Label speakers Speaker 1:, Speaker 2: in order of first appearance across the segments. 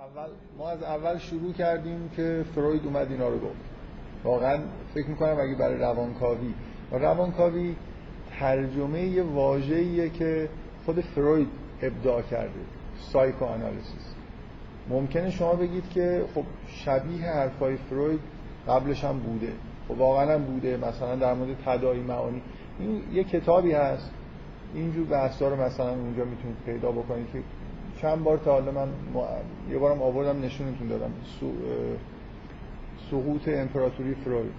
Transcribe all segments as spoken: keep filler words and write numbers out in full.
Speaker 1: اول ما از اول شروع کردیم که فروید اومد اینا رو گفت. واقعا فکر میکنم اگه برای روانکاوی و روانکاوی ترجمه یه واژه‌ایه که خود فروید ابداع کرده، سایکوآنالیسیس. ممکنه شما بگید که خب شبیه حرفای فروید قبلش هم بوده، خب واقعا هم بوده، مثلا در مورد تداعی معانی. این یه کتابی هست اینجور بحثا رو مثلا اونجا میتونید پیدا بکنید که چند بار تا حالا من م... یه بارم آوردم نشونتون دادم، سو... سقوط امپراتوری فروید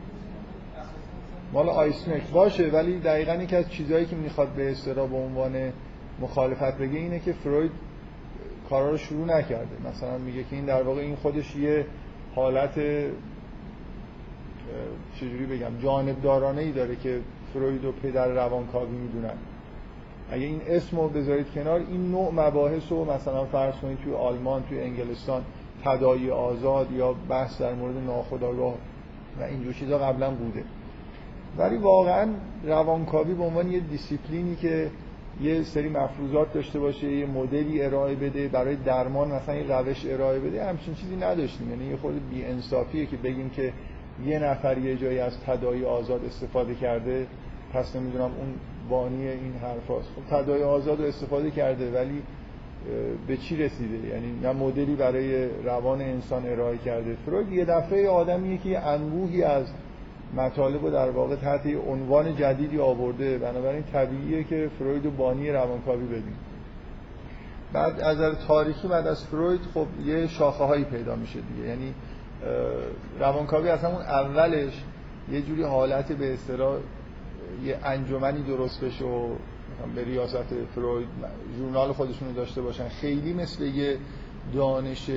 Speaker 1: مال آیسمک باشه، ولی دقیقاً یکی از چیزهایی که میخواد به اصطلاح به عنوان مخالفت بگه اینه که فروید کارا رو شروع نکرده. مثلا میگه که این در واقع این خودش یه حالت چجوری بگم جانبدارانه‌ای داره که فروید و پدر روانکاوی میدونن. اگه این اسم رو بذارید کنار، این نوع مباحث رو مثلا فرض کنید توی آلمان، توی انگلستان تداعی آزاد یا بحث در مورد ناخودآگاه و اینجور چیزا قبلا بوده، ولی واقعا روانکاوی به عنوان یه دیسیپلینی که یه سری مفروضات داشته باشه، یه مدلی ارائه بده برای درمان، مثلا یه روش ارائه بده، همچین چیزی نداشتیم. یعنی یه خورده بی‌انصافیه که بگیم که یه نفر یه جایی از تداعی آزاد استفاده کرده پس نمیدونم اون بانی این حرفاست. خب تداعی آزاد رو استفاده کرده ولی به چی رسیده؟ یعنی نه مدلی برای روان انسان ارائه کرده. فروید یه دفعه آدمیه که انبوهی از مطالب رو در واقع تحت عنوان جدیدی آورده، بنابراین طبیعیه که فروید رو بانی روانکاوی بدیم. بعد از نظر تاریخی بعد از فروید خب یه شاخه هایی پیدا میشه دیگه. یعنی روانکاوی اصلا اون اولش یه جوری حالت به اصطلاح یه انجمنی درست بشه و به ریاست فروید ژورنال خودشون رو داشته باشن، خیلی مثل یه دانش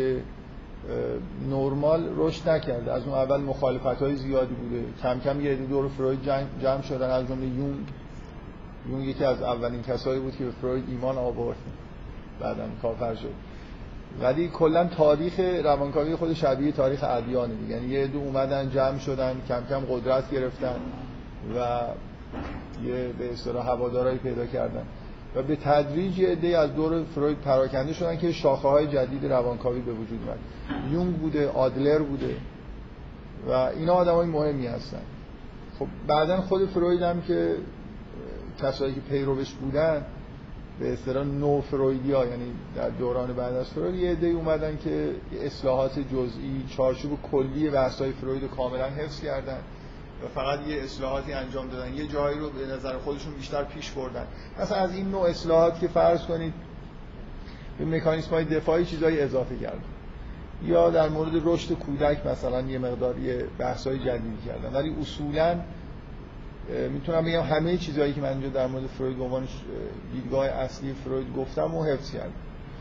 Speaker 1: نرمال رشد نکرده. از اون اول مخالفت‌های زیادی بوده، کم کم یه عده دور فروید جمع شدن، از جمله یونگ. یونگ یکی از اولین کسایی بود که به فروید ایمان آورد، بعداً کافر شد. ولی کلا تاریخ روانکاوی خود شبیه تاریخ ادیانه دیگه. یعنی یه عده اومدن جمع شدن، کم کم قدرت گرفتن و یه به اصطلاح هوادارایی پیدا کردن و به تدریج یه عده از دور فروید پراکنده شدن که شاخه‌های جدید روانکاوی به وجود اومد. یونگ بوده، آدلر بوده و اینا آدمای مهمی هستن. خب بعدن خود فروید هم که کسایی که پیروش بودن به اصطلاح نو فرویدیا، یعنی در دوران بعد از فروید یه عده اومدن که اصلاحات جزئی، چارچوب کلی بحث‌های فروید رو کاملا حفظ کردن و فقط یه اصلاحاتی انجام دادن، یه جایی رو به نظر خودشون بیشتر پیش بردن. مثلا از این نوع اصلاحات که فرض کنید به مکانیسم‌های دفاعی چیزایی اضافه کردن، یا در مورد رشد کودک مثلا یه مقدار یه بحث‌های جدیدی کردن، ولی اصولاً میتونم بگم همه چیزایی که من اینجا در مورد فروید به عنوان دیدگاه اصلی فروید گفتم و حفظ کردم.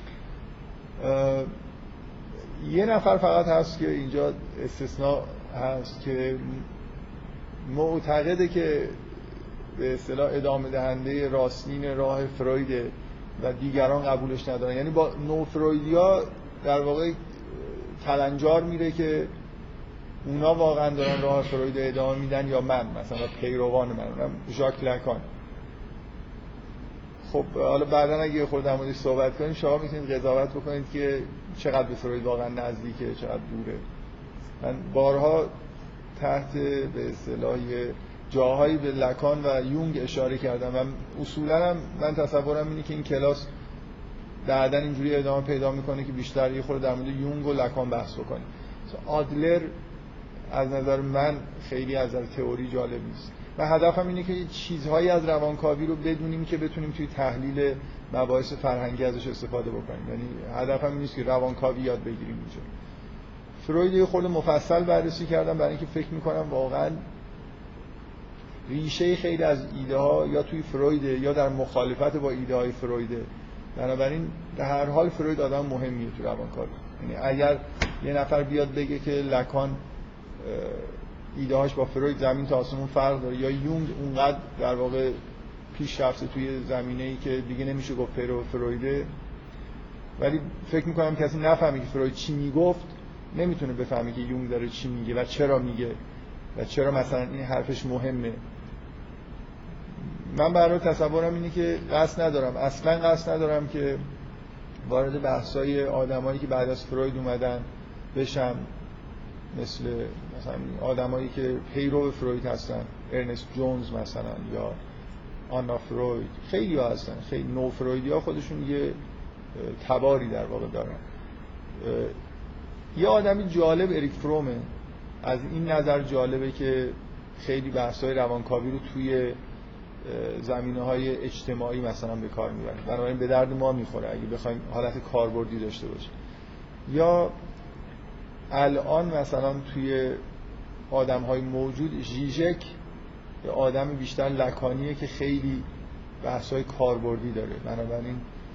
Speaker 1: یه نفر فقط هست که اینجا استثناء هست که معتقده که به اصطلاح ادامه دهنده راستین راه فروید و دیگران قبولش ندارن. یعنی با نو فرویدیا در واقع کلنجار میره که اونا واقعا دارن راه فروید ادامه میدن یا من مثلا پیروان من, من ژاک لکان. خب حالا بعدا اگه خود در موردش صحبت کنیم شما میتونید قضاوت بکنید که چقدر به فروید واقعا نزدیکه، چقدر دوره. من بارها تحت به اصطلاح جاهایی به لکان و یونگ اشاره کردم و اصولا هم من تصورم اینه که این کلاس بعدن اینجوری ادامه پیدا میکنه که بیشتر یه خورده در مورد یونگ و لکان بحث بکنیم. آدلر از نظر من خیلی از نظر تئوری جالب نیست و هدفم اینه که چیزهایی از روانکاوی رو بدونیم که بتونیم توی تحلیل مباحث فرهنگی ازش استفاده بکنیم. یعنی هدفم این نیست که روانکاوی یاد بگیریم اینجا. فروید یه خورده مفصل بررسی کردم برای اینکه فکر میکنم واقعا ریشه خیلی از ایده ها یا توی فرویده یا در مخالفت با ایده های فرویده. بنابراین در هر حال فروید آدم مهمیه تو روانکاوی. یعنی اگر یه نفر بیاد بگه که لکان ایده هاش با فروید زمین تا آسمون فرق داره یا یونگ اونقدر در واقع پیش رفته توی زمینه‌ای که دیگه نمیشه گفت پیرو فرویده، ولی فکر میکنم کسی نفهمه که فروید چی میگفت نمیتونه بفهمه که یونگ داره چی میگه و چرا میگه و چرا مثلا این حرفش مهمه. من برای تصورم اینه که قصد ندارم اصلا قصد ندارم که وارد بحث‌های آدمایی که بعد از فروید اومدن بشم، مثل مثلا آدمایی که پیرو فروید هستن، ارنست جونز مثلا یا آنا فروید، خیلی ها هستن، خیلی نو فرویدی ها خودشون یه تباری در واقع دارن. یه آدمی جالب اریک فرومه، از این نظر جالبه که خیلی بحث‌های روانکاوی رو توی زمینه‌های اجتماعی مثلا به کار میبره، بنابراین به درد ما میخوره اگه بخوایم حالت کاربردی داشته باشه. یا الان مثلا توی آدم‌های موجود ژیژک یه آدم بیشتر لکانیه که خیلی بحث‌های کاربردی داره، بنابراین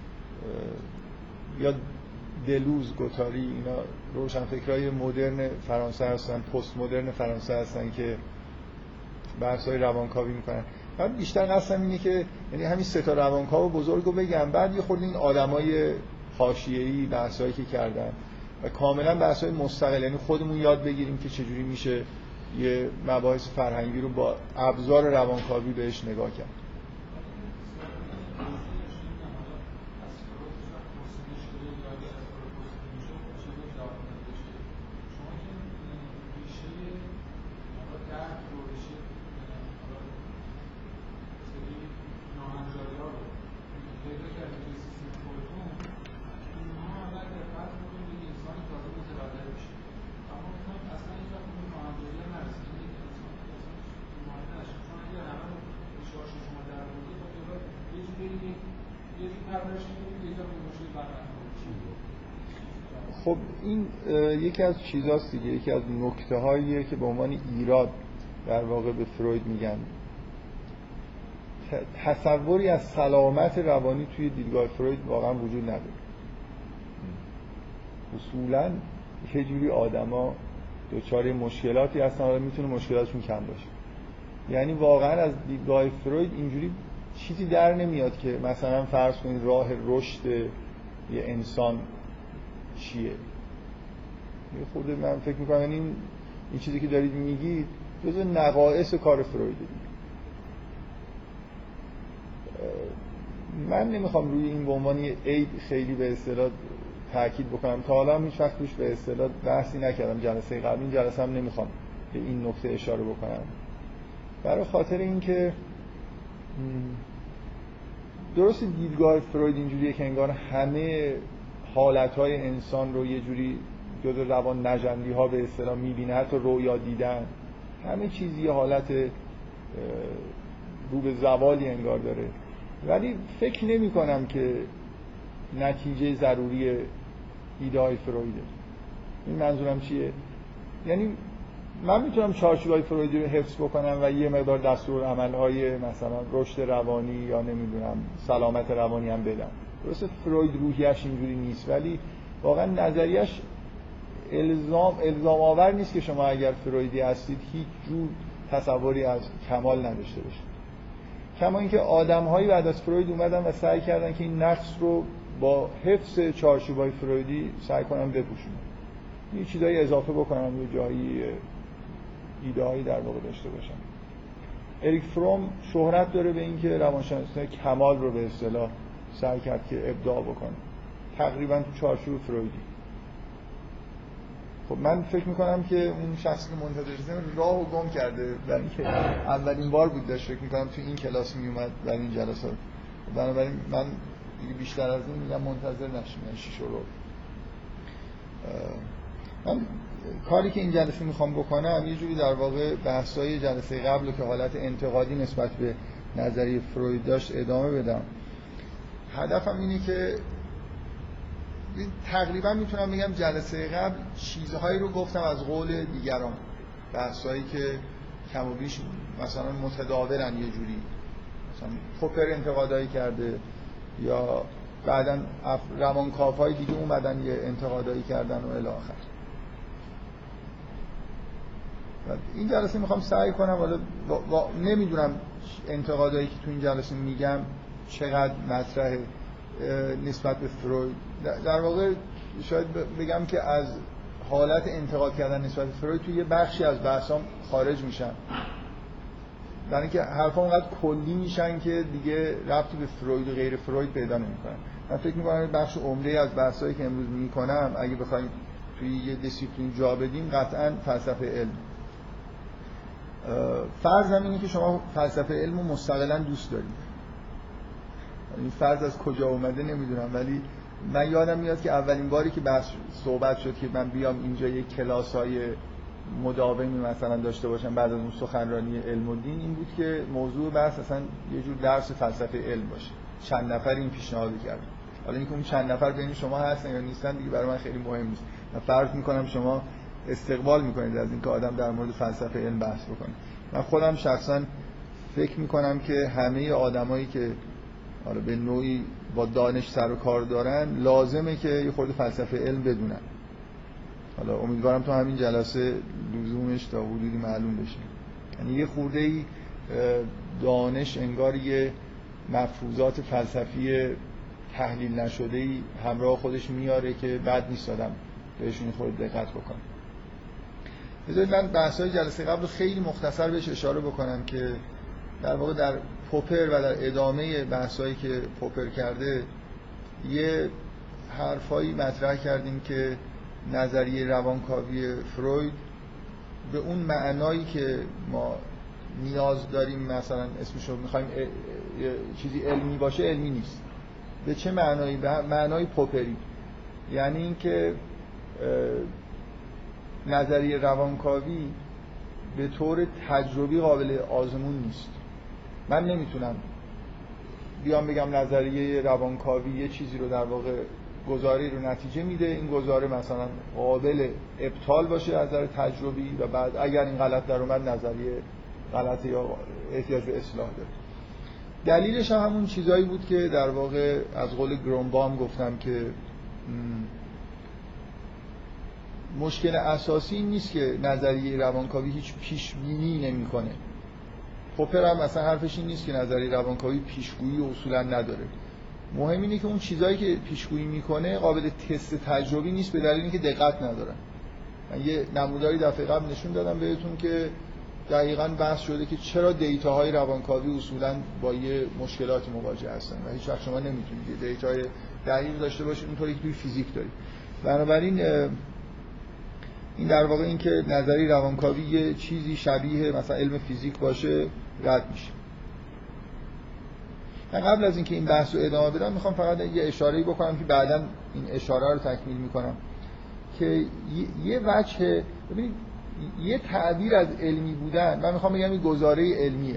Speaker 1: یا دلوز، گوتاری، اینا روشنفکرای مدرن فرانسه هستن، پست مدرن فرانسه هستن که بحث‌های روانکاوی میکنن. من بیشتر قصدم اینه که یعنی همین سه تا روانکاو بزرگو بگم، بعد یه خورده این آدمای حاشیه‌ای بحثایی که کردن و کاملا بحث‌های مستقل، یعنی خودمون یاد بگیریم که چجوری میشه یه مباحث فرهنگی رو با ابزار روانکاوی بهش نگاه کرد. خب این یکی از چیزاست دیگه، یکی از نکته‌هاییه که به عنوان ایراد در واقع به فروید میگن. تصوری از سلامت روانی توی دیدگاه فروید واقعا وجود نداره. اصولاً یه جوری آدما دچار مشکلاتی هستن و میتونه مشکلاتشون کم باشه. یعنی واقعا از دیدگاه فروید اینجوری چیزی در نمیاد که مثلا فرض کنید راه رشد یه انسان چیه. یه خورده من فکر میکنم این این چیزی که دارید میگید جزء نقائص کار فرویده. من نمیخوام روی این به عنوان عیب خیلی به اصطلاح تاکید بکنم، تا حالا هم هیچ وقت روش به اصطلاح بحثی نکردم. جلسه قبل این جلسه هم نمیخوام به این نکته اشاره بکنم، برای خاطر اینکه درست دیدگاه فروید اینجوریه که انگار همه حالتهای انسان رو یه جوری جزء روان نژندی ها به اصطلاح میبینه، حتی رویا دیدن، همه چیز یه حالت رو به زوالی انگار داره. ولی فکر نمی کنم که نتیجه ضروری ایده های فرویده. این منظورم چیه؟ یعنی من میتونم چارچوبای فرویدی رو حفظ بکنم و یه مقدار دستورالعمل‌های مثلا رشد روانی یا نمیدونم سلامت روانی هم بدم. درسته فروید روحیش اینجوری نیست، ولی واقعا نظریش الزام الزام آور نیست که شما اگر فرویدی هستید هیچ جور تصوری از کمال نداشته باشید. کما اینکه آدم‌هایی بعد از فروید اومدن و سعی کردن که این نقص رو با حفظ چارچوبای فرویدی سعی کنن بپوشونن، یه چیزایی اضافه بکنن، یه جایی ایده‌ای در واقع داشته باشن. اریک فروم شهرت داره به اینکه روانشناسی کمال رو به اصطلاح سعی کرد که ابداع بکنه، تقریبا تو چارچوب فرویدی. خب من فکر میکنم که اون شخصی که منتظر راهو گم کرده، برای اینکه اولین بار بود داشت فکر میکنم تو این کلاس میومد برای این جلسات، بنابراین من دیگه بیشتر از این میگم منتظر نشیم. یعنی شیش رو من کاری که این جلسه میخوام بکنم یه جوری در واقع بحثای جلسه قبل که حالت انتقادی نسبت به نظریه فروید داشت ادامه بدم. هدفم اینه که تقریبا میتونم بگم جلسه قبل چیزهایی رو گفتم از قول دیگران، بحثایی که کم و بیش مثلا متداولن، یه جوری مثلا پوپر انتقادایی کرده یا بعداً روانکاوهای دیگه اومدن یه انتقادایی کردن و الی آخر. این جلسه میخوام سعی کنم، حالا نمیدونم انتقادایی که تو این جلسه میگم چقدر مطرحه نسبت به فروید. در واقع شاید بگم که از حالت انتقاد کردن نسبت به فروید توی یه بخشی از بحثام خارج میشم، برای اینکه حرفا اونقدر کلی میشن که دیگه ربطی به فروید و غیر فروید پیدا نمیکنن. من فکر میکنم بخش عمده از بحثایی که امروز میکنم اگه بخوایم توی یه دیسیپلین جا بدیم قطعاً فلسفه علم. فرض اینه که شما فلسفه علم رو مستقلاً دوست دارید. این فرض از کجا اومده نمیدونم، ولی من یادم میاد که اولین باری که بحث صحبت شد که من بیام اینجا یک کلاس‌های مداومی مثلا داشته باشم بعد از اون سخنرانی علم و دین، این بود که موضوع بحث اصلا یه جور درس فلسفه علم باشه. چند نفر این پیشنهاد کردن. حالا اینکه اون چند نفر بین شما هستن یا نیستن دیگه برای من خیلی مهم نیست. من فرض میکنم شما استقبال میکنید از اینکه آدم در مورد فلسفه علم بحث بکنه. من خودم شخصا فکر میکنم که همه آدمایی که حالا به نوعی با دانش سر و کار دارن لازمه که یه خورده فلسفه علم بدونن. حالا امیدوارم تو همین جلسه لزومش تا حدودی معلوم بشه. یعنی یه خورده‌ای دانش انگار یه مفروضات فلسفی تحلیل نشده‌ای همراه خودش میاره که بد نیست آدم بهشون خود دقت بکنه. بذارید من بحث‌های جلسه قبل خیلی مختصر بهش اشاره بکنم که در واقع در پوپر و در ادامه بحثایی که پوپر کرده یه حرفایی مطرح کردیم که نظریه روانکاوی فروید به اون معنایی که ما نیاز داریم مثلا اسمش رو می‌خوایم یه چیزی علمی باشه علمی نیست. به چه معنایی؟ به معنای پوپری. یعنی اینکه نظریه روانکاوی به طور تجربی قابل آزمون نیست. من نمیتونم بیام بگم نظریه روانکاوی یه چیزی رو در واقع گزاره رو نتیجه میده، این گزاره مثلا قابل ابطال باشه از نظر تجربی و بعد اگر این غلط در اومد نظریه غلطه یا احتیاج به اصلاح داره. دلیلش هم همون چیزایی بود که در واقع از قول گرونبام گفتم که مشکل اساسی این نیست که نظریه روانکاوی هیچ پیش بینی نمیکنه. پوپر هم مثلا حرفش این نیست که نظریه روانکاوی پیشگویی اصولا نداره. مهم اینه که اون چیزایی که پیشگویی میکنه قابل تست تجربی نیست به دلیل اینکه دقت ندارن. من یه نموداری دفعه قبل نشون دادم بهتون که دقیقاً بحث شده که چرا دیتاهای روانکاوی اصولا با یه مشکلاتی مواجه هستن و هیچ وقت شما نمیتونید دیتای دقیق داشته باشید اونطوری که توی فیزیک دارید. بنابراین این در واقع این که نظریه روانکاوی یه چیزی شبیه مثلا علم فیزیک باشه رد میشه. من قبل از اینکه این بحث رو ادامه بدم میخوام فقط یه اشاره‌ای بکنم که بعداً این اشاره رو تکمیل میکنم که یه وجه ببینید یه تعبیر از علمی بودن، من میخوام بگم این گزاره علمیه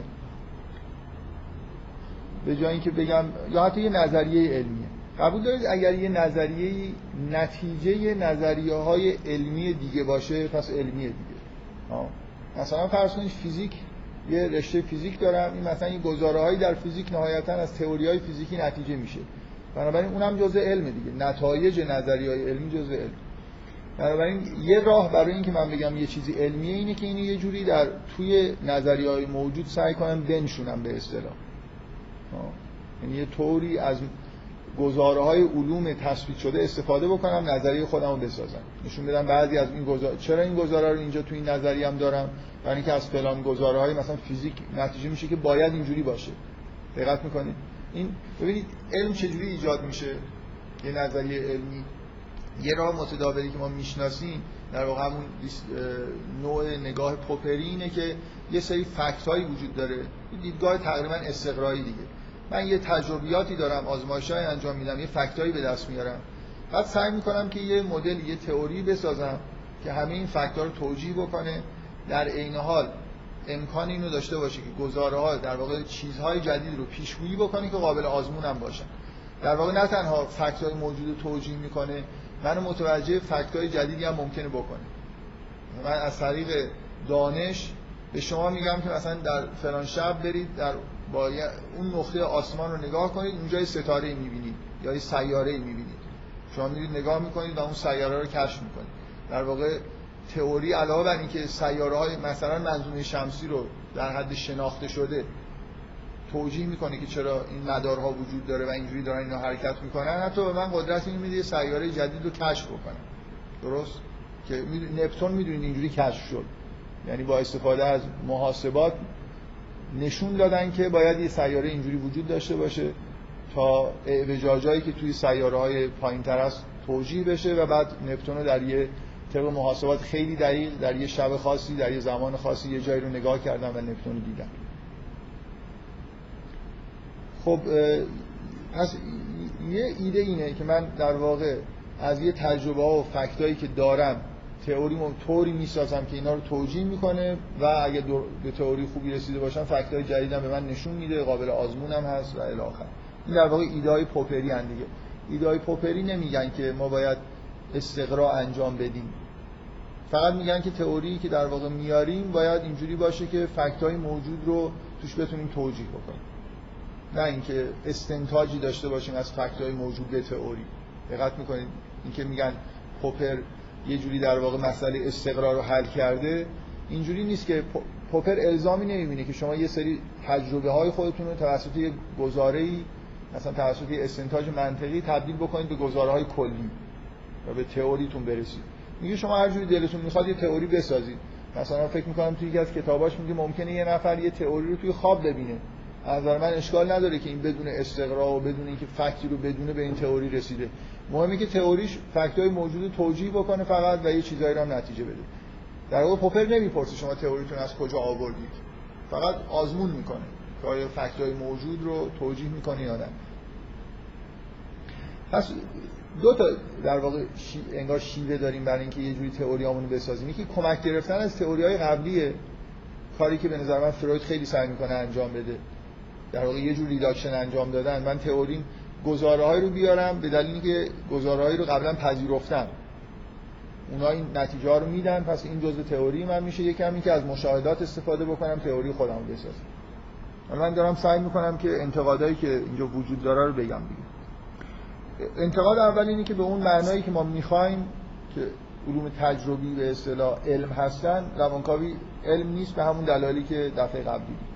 Speaker 1: به جای اینکه بگم یا حتی یه نظریه علمیه. قبول دارید اگر یه نظریه نتیجه نظریه‌های علمی دیگه باشه پس علمیه دیگه. آه. مثلا فرض کنید فیزیک، یه رشته فیزیک دارم، این مثلا این گزاره‌هایی در فیزیک نهایتاً از تئوری‌های فیزیکی نتیجه میشه، بنابراین اونم جزء علم دیگه، نتایج نظریه‌های علمی جزء علم. بنابراین یه راه برای اینکه من بگم یه چیزی علمیه اینه که اینو یه جوری در توی نظریه‌های موجود سعی کنم بنشونم به اصطلاح. یعنی یه طوری از گزاره‌های علوم تثبیت شده استفاده بکنم نظریه خودم رو بسازم، نشون بدم بعضی از این گزاره چرا این گزاره رو اینجا تو این نظریه هم دارم، برای اینکه از فلان گزاره‌های مثلا فیزیک نتیجه میشه که باید اینجوری باشه. دقت می‌کنید؟ این ببینید علم چجوری ایجاد میشه؟ یه نظریه علمی یه راه متداولی که ما میشناسیم در واقع همون نوع نگاه پوپری اینه که یه سری فکت‌هایی وجود داره، دیدگاه تقریبا استقرایی دیگه. من یه تجربیاتی دارم، آزمایش‌های انجام میدم، یه فکتایی به دست میارم، بعد سعی میکنم که یه مدل، یه تئوری بسازم که همه این فکت‌ها رو توجیه بکنه، در عین حال امکان اینو داشته باشه که گزاره‌ها در واقع چیزهای جدید رو پیشگویی بکنه که قابل آزمون هم باشن. در واقع نه تنها فکت‌های موجود رو توجیه میکنه، منو متوجه فکت‌های جدیدی هم ممکنه بکنه. من از طریق دانش به شما میگم که مثلا در فلان شب برید در با اون نقطه آسمان رو نگاه کنید، اونجا یه ستاره می‌بینید یا یه سیاره می‌بینید. شما میرید نگاه می‌کنید و اون سیاره رو کشف می‌کنید. در واقع تئوری علاوه بر اینکه سیاره‌های مثلا منظومه شمسی رو در حد شناخته شده توجیه می‌کنه که چرا این مدارها وجود داره و اینجوری دارن اینا حرکت می‌کنن، حتی به من قدرت اینو میده سیاره جدید رو کشف بکنم. درست؟ که نپتون می‌دونید اینجوری کشف شد. یعنی با استفاده از محاسبات نشون دادن که باید یه سیاره اینجوری وجود داشته باشه تا اعوجاجایی که توی سیاره‌های پایین‌تر است توجیه بشه و بعد نپتون رو در یه طبق محاسبات خیلی دقیق در یه شب خاصی در یه زمان خاصی یه جایی رو نگاه کردن و نپتون رو دیدن. خب پس یه ایده اینه که من در واقع از یه تجربه ها و فکتایی که دارم تئوریمو طوری میسازم که اینا رو توجیه میکنه و اگه به تئوری خوبی رسیده باشم فکتای جدیدم به من نشون میده، قابل آزمونم هست و الی آخر. این در واقع ایده‌های پوپری ان دیگه. ایده‌های پوپری نمیگن که ما باید استقرا انجام بدیم، فقط میگن که تئوری که در واقع میاریم باید اینجوری باشه که فکتای موجود رو توش بتونیم توجیه بکنیم، نه اینکه استنتاجی داشته باشیم از فکتای موجود به تئوری. دقت میکنید اینکه میگن پوپر یه جوری در واقع مسئله استقرار رو حل کرده، اینجوری نیست که پوپر الزامی نمیبینه که شما یه سری تجربه های خودتون رو توسط یه گزاره‌ای مثلا توسط یه استنتاج منطقی تبدیل بکنید به گزاره‌های کلی و به تئوریتون برسید. میگه شما هر جوری دلتون میخواد یه تئوری بسازید. مثلا فکر میکنم توی یکی از کتاباش میگه ممکنه یه نفر یه تئوری رو توی خواب ببینه، از نظر من اشکال نداره که این بدون استقرا و بدون اینکه فکتی رو بدونه به این تئوری رسیده. مهمه که تئوریش فکتای موجود رو توجیه بکنه فقط و یه چیزایی رو هم نتیجه بده. در واقع پوپر نمیپرسه شما تئوریتون از کجا آوردید، فقط آزمون میکنه که آیا فکتای موجود رو توجیه میکنه یا نه. پس دو تا در واقع شی... انگار شیوه داریم برای اینکه یه جوری تئوریامون رو بسازیم. یکی کمک گرفتن از تئوری‌های قبلیه، کاری که به نظر من فروید خیلی سعی میکنه انجام بده، در واقع یه جور ریداکشن انجام دادن. من تئوریم گزاره‌هایی رو بیارم به دلیلی که گزاره‌هایی رو قبلا پذیرفتم، اونها این نتیجه ها رو میدن، پس این جزء تئوری من میشه. یکم این که از مشاهدات استفاده بکنم تئوری خودم رو بسازم. من دارم سعی میکنم که انتقادایی که اینجا وجود داره رو بگم دیگه. انتقاد اول اینه که به اون معنایی که ما میخوایم که علوم تجربی به اصطلاح علم هستن، روانکاوی علم نیست به همون دلایلی که دفعه قبلی دید.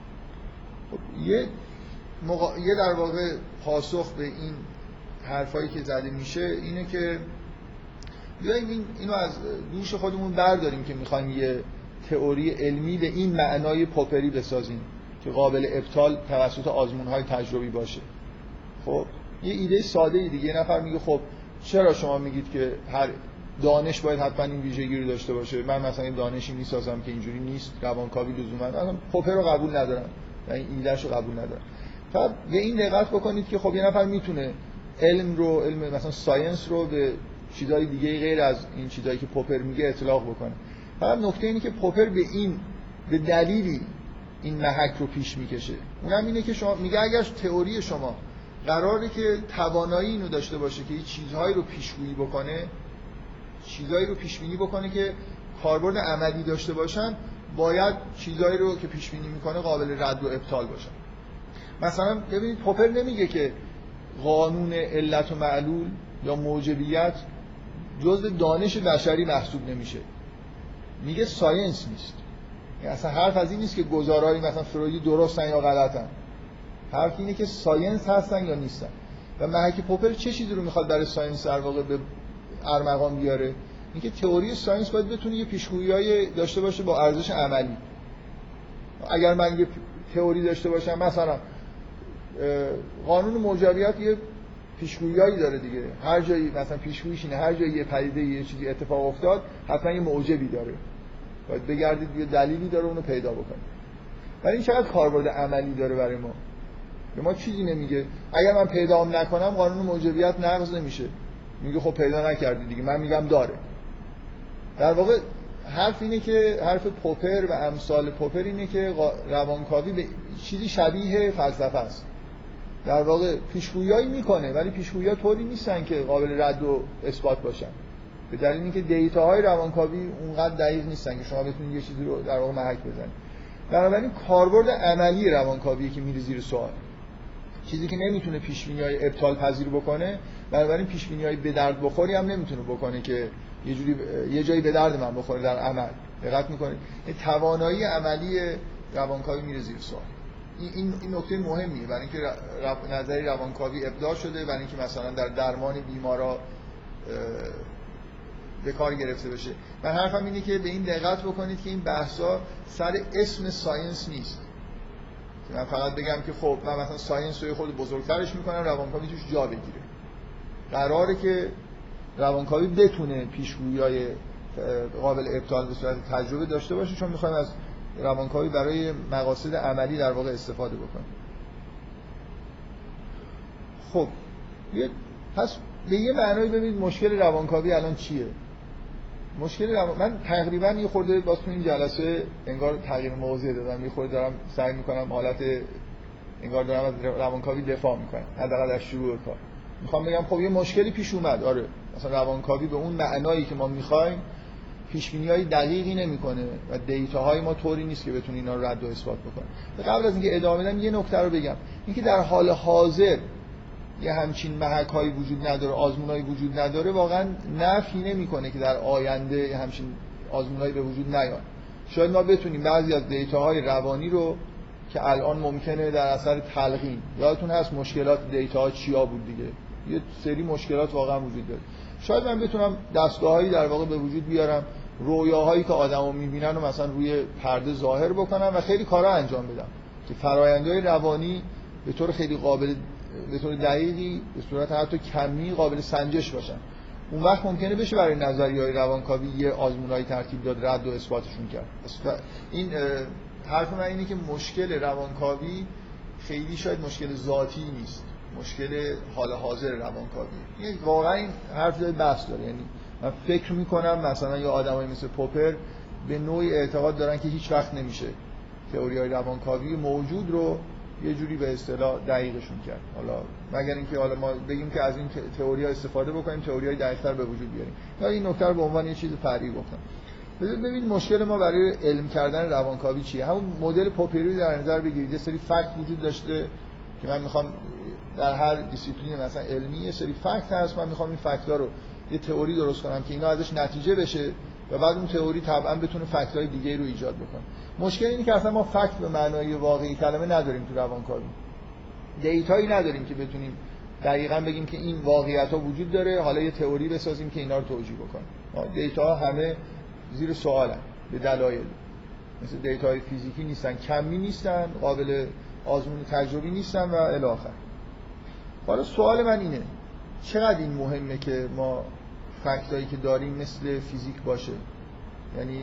Speaker 1: یه مقا... یه در واقع پاسخ به این حرفایی که زده میشه اینه که بیاییم این اینو از دوش خودمون برداریم که میخوایم یه تئوری علمی به این معنای پوپری بسازیم که قابل ابطال توسط آزمون‌های تجربی باشه. خب یه ایده ساده دیگه. یه نفر میگه خب چرا شما میگید که هر دانش باید حتما این ویژگی رو داشته باشه؟ من مثلا این دانشی میسازم که اینجوری نیست، روانکاوی لزوما. من پوپر رو قبول ندارم و این ایده‌شو قبول ندارم. فقط به این دقت بکنید که خب یه نفر میتونه علم رو، علم مثلا ساینس رو به چیزای دیگه غیر از این چیزایی که پوپر میگه اطلاق بکنه. فقط نکته اینه که پوپر به این به دلیلی این محک رو پیش میکشه. اونم اینه که شما میگه اگر تئوری شما قراره که توانایی اینو داشته باشه که این چیزهایی رو پیشگویی بکنه، چیزهایی رو پیشبینی بکنه که کاربرد عملی داشته باشن، باید چیزهایی رو که پیشبینی میکنه قابل رد و ابطال باشن. مثلا ببینید پوپر نمیگه که قانون علت و معلول یا موجبیت جزء دانش بشری محسوب نمیشه، میگه ساینس نیست. یعنی اصلا حرف از این نیست که گزاره‌های مثلا فرویدی درستن یا غلطن، حرف اینه که ساینس هستن یا نیستن. و محک پوپر چه چیزی رو میخواد برای ساینس در واقع به ارمغان بیاره؟ اینکه تئوری ساینس باید بتونه یه پیشگویی‌ای داشته باشه با ارزش عملی. اگر من یه تئوری داشته باشم مثلا قانون موجبیت یه پیشگویی‌ای داره دیگه، هر جایی مثلا پیشگوییش اینه هر جایی یه پدیده یه چیزی اتفاق افتاد حتما یه موجبی داره، باید بگردید یه دلیلی داره اونو پیدا بکنید. ولی این چقدر کاربرد عملی داره برای ما؟ به ما چیزی نمیگه. اگر من پیدا نکنم قانون موجبیت نقض نمیشه، میگه خب پیدا نکردی دیگه، من میگم داره. در واقع حرف اینه که حرف پوپر و امثال پوپر اینه که روانکاوی به چیزی شبیه فلسفه است. در واقع پیشگویی‌هایی میکنه ولی پیشگویی‌ها طوری نیستن که قابل رد و اثبات باشن، به دلیل اینکه دیتاهای روانکاوی اونقدر دقیق نیستن که شما بتونید یه چیزی رو در واقع محک بزنید. بنابراین کاربرد عملی روانکاوی که میره زیر سوال، چیزی که نمیتونه پیش‌بینی‌های ابطال پذیر بکنه، بنابراین پیش‌بینی‌های به درد بخوری هم نمیتونه بکنه که یه جوری یه جایی به درد من بخوره در عمل. دقت می‌کنید این توانایی عملی روانکاوی میره زیر سوال. این این نکته مهمیه برای اینکه رو... نظری روانکاوی ابداع شده، برای اینکه مثلا در درمان بیمارا به کار گرفته بشه. من حرفم اینه که به این دقت بکنید که این بحثا سر اسم ساینس نیست. من فقط بگم که خب من مثلا ساینس رو خود بزرگترش میکنم، روانکاوی توش جا بگیره. قراره که روانکاوی بتونه پیشگویی‌های قابل ابطال به صورت تجربه داشته باشه، چون میخوایم از روانکاوی برای مقاصد عملی در واقع استفاده بکنیم. خب یه پس به یه معنایی ببینید مشکل روانکاوی الان چیه؟ مشکل روان... من تقریبا یه خورده واسه این جلسه انگار تغییر موضوع دادم، یه خورده دارم سعی میکنم حالت انگار دارم از روانکاوی دفاع میکنم، حداقل از شروع کار میخوام بگم خب یه مشکلی پیش اومد. آره مثلا روانکاوی به اون معنایی که ما میخوایم پیش‌بینی‌های دقیقی نمی‌کنه و دیتاهای ما طوری نیست که بتونه اینا رو رد و اثبات بکنه. قبل از اینکه ادامه بدم یه نکته رو بگم، اینکه در حال حاضر یه همچین محک‌هایی وجود نداره، آزمونایی وجود نداره، واقعا نفی نمی‌کنه که در آینده همچین آزمونایی به وجود نیاد. شاید ما بتونیم بعضی از دیتاهای روانی رو که الان ممکنه در اثر تلقین، یادتون هست مشکلات دیتاها چیا بود دیگه، یه سری مشکلات واقعا وجود داره، شاید من بتونم دستگاهایی در واقع به وجود بیارم، رویاهایی که آدما می‌بینن رو مثلا روی پرده ظاهر بکنم و خیلی کارا انجام بدم که فرآیندهای روانی به طور خیلی قابل به طور دقیقی به صورت حتی کمی قابل سنجش باشن. اون وقت ممکنه بشه برای نظریه‌های روانکاوی یه آزمونایی ترتیب داد، رد و اثباتشون کرد. این حرف من اینه که مشکل روانکاوی خیلی شاید مشکل ذاتی نیست، مشکل حال حاضر روانکاوی. این واقعا این حرف داره بحث داره. یعنی من فکر میکنم مثلا یه آدمایی مثل پوپر به نوعی اعتقاد دارن که هیچ وقت نمیشه تئوری‌های روانکاوی موجود رو یه جوری به اصطلاح دقیقشون کرد. حالا مگر اینکه حالا ما بگیم که از این تئوری‌ها استفاده بکنیم، تئوری‌های دقیق‌تر به وجود بیاریم. یا این نکته رو به عنوان یه چیز فرعی گفتم. ببینید مشکل ما برای علم کردن روانکاوی چیه؟ همون مدل پوپری در نظر بگیرید. یه سری فکت وجود داشته که من میخوام در هر دیسیپلین مثلا علمی یه سری فکت هست، من میخوام این فکت‌ها رو یه تئوری درست کنم که اینا ازش نتیجه بشه و بعد اون تئوری طبعا بتونه فکت‌های دیگه رو ایجاد بکنه. مشکل اینه که اصلا ما فکت به معنای واقعی کلمه نداریم تو روانکاوی. دیتایی نداریم که بتونیم دقیقاً بگیم که این واقعیت‌ها وجود داره، حالا یه تئوری بسازیم که اینا رو توجیه بکنه. دیتا همه زیر سوالن به دلایل. مثل دیتاهای فیزیکی نیستن، کمی نیستن، قابل آزمون تجربی نیستن و الی آخر. حالا سوال من اینه، چقدر این مهمه که ما فکتایی که داریم مثل فیزیک باشه؟ یعنی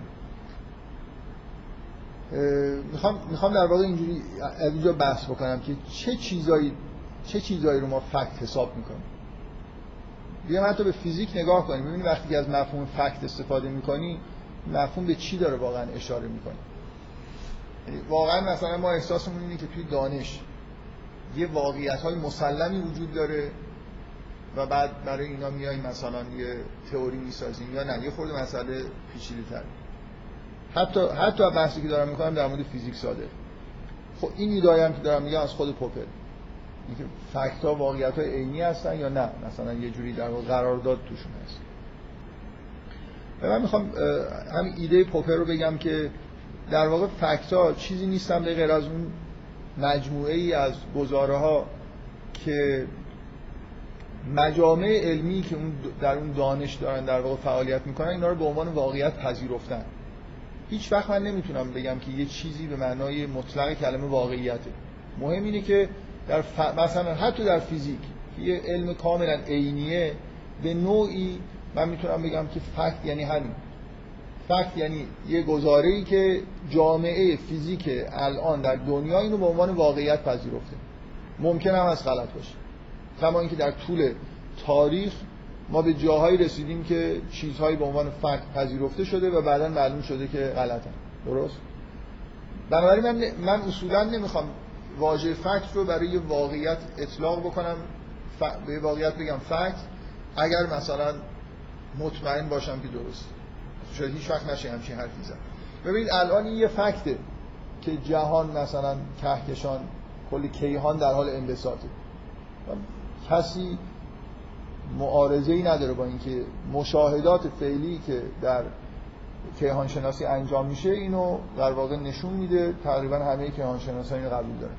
Speaker 1: میخوام میخوام در واقع اینجوری از اینجا بحث بکنم که چه چیزایی چه چیزایی رو ما فکت حساب میکنیم. بیام حتی به فیزیک نگاه کنیم، ببینید وقتی که از مفهوم فکت استفاده میکنی مفهوم به چی داره واقعا اشاره میکنه. واقعا مثلا ما احساسمون اینه که توی دانش یه واقعیت‌های مسلمی وجود داره و بعد برای اینا میایم مثلا یه تئوری میسازیم، یا نه یه خورده مسئله پیچیده‌تر. حتی حتی بحثی که دارم میکنم در مورد فیزیک ساده. خب این ایده هم که دارم میگم از خود پوپر، اینکه فکت‌ها واقعیت‌های عینی هستن یا نه، مثلا یه جوری در واقع قرارداد توشون هست. من میخوام همین ایده پوپر رو بگم که در واقع فکت‌ها چیزی نیستن به غیر از اون مجموعه ای از گزاره‌ها که مجامع علمی که اون در اون دانش دارن در واقع فعالیت میکنن اینا رو به عنوان واقعیت پذیرفتن. هیچ وقت من نمیتونم بگم که یه چیزی به معنای مطلق کلمه واقعیته. مهم اینه که در ف... مثلا حتی در فیزیک که یه علم کاملا عینیه، به نوعی من میتونم بگم که فکت یعنی همین. فکت یعنی یه گزاره‌ای که جامعه فیزیک الان در دنیا اینو به عنوان واقعیت پذیرفته. ممکن هم هست غلط باشه. کما اینکه در طول تاریخ ما به جاهایی رسیدیم که چیزهایی به عنوان فکت پذیرفته شده و بعداً معلوم شده که غلطن. درست؟ بنابراین من من اصولاً نمیخوام واژه فکت رو برای واقعیت اطلاق بکنم، ف... به واقعیت بگم فکت اگر مثلا مطمئن باشم که درست. شاید هیچ وقت نشه همچین حرفی زد. ببینید الان این یه فکته که جهان مثلا کهکشان کلی کیهان در حال انبساطه. کسی معارضه‌ای نداره با اینکه مشاهدات فعلی که در کیهان شناسی انجام میشه اینو در واقع نشون میده، تقریبا همه کیهان شناسا اینو قبول دارن.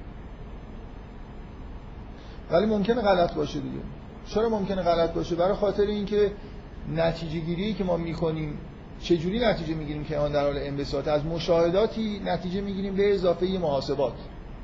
Speaker 1: ولی ممکنه غلط باشه دیگه. چرا ممکنه غلط باشه؟ برای خاطر اینکه نتیجه گیری که ما میکنیم، چجوری نتیجه میگیریم که آن در حال انبساط؟ از مشاهداتی نتیجه میگیریم به اضافه محاسبات.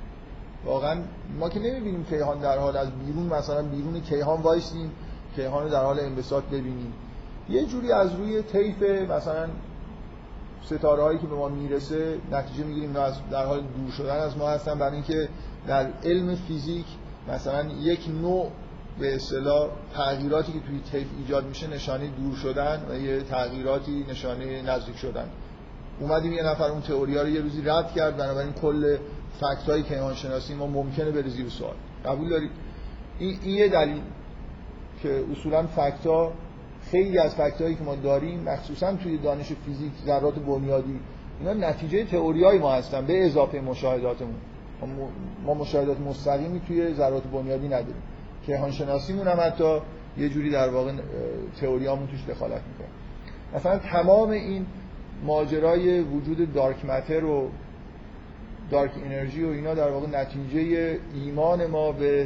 Speaker 1: واقعا ما که نمیبینیم کیهان در حال از بیرون، مثلا بیرون کیهان وایسیم کیهان رو در حال انبساط ببینیم. یه جوری از روی طیف مثلا ستاره هایی که به ما میرسه نتیجه میگیریم اینا در حال دور شدن از ما هستن، برای اینکه در علم فیزیک مثلا یک نوع به اصطلاح تغییراتی که توی طیف ایجاد میشه نشانه دور شدن و یه تغییراتی نشانه نزدیک شدن. اومدیم یه نفر اون تئوریا رو یه روزی رد کرد، بنابراین کل فکت های کیهان شناسی ما ممکنه بره زیر سوال. قبول دارید؟ این این یه دلیل که اصولا فکت ها، خیلی از فکت هایی که ما داریم مخصوصا توی دانش فیزیک، ذرات بنیادی، اینا نتیجه تئوریای ما هستن به اضافه مشاهداتمون. ما مشاهدات مستقیمی توی ذرات بنیادی نداریم. کیهان شناسیمون هم حتی یه جوری در واقع تئوریامون توش دخالت میکنه. مثلا تمام این ماجرای وجود دارک متر و دارک انرژی و اینا در واقع نتیجه ایمان ما به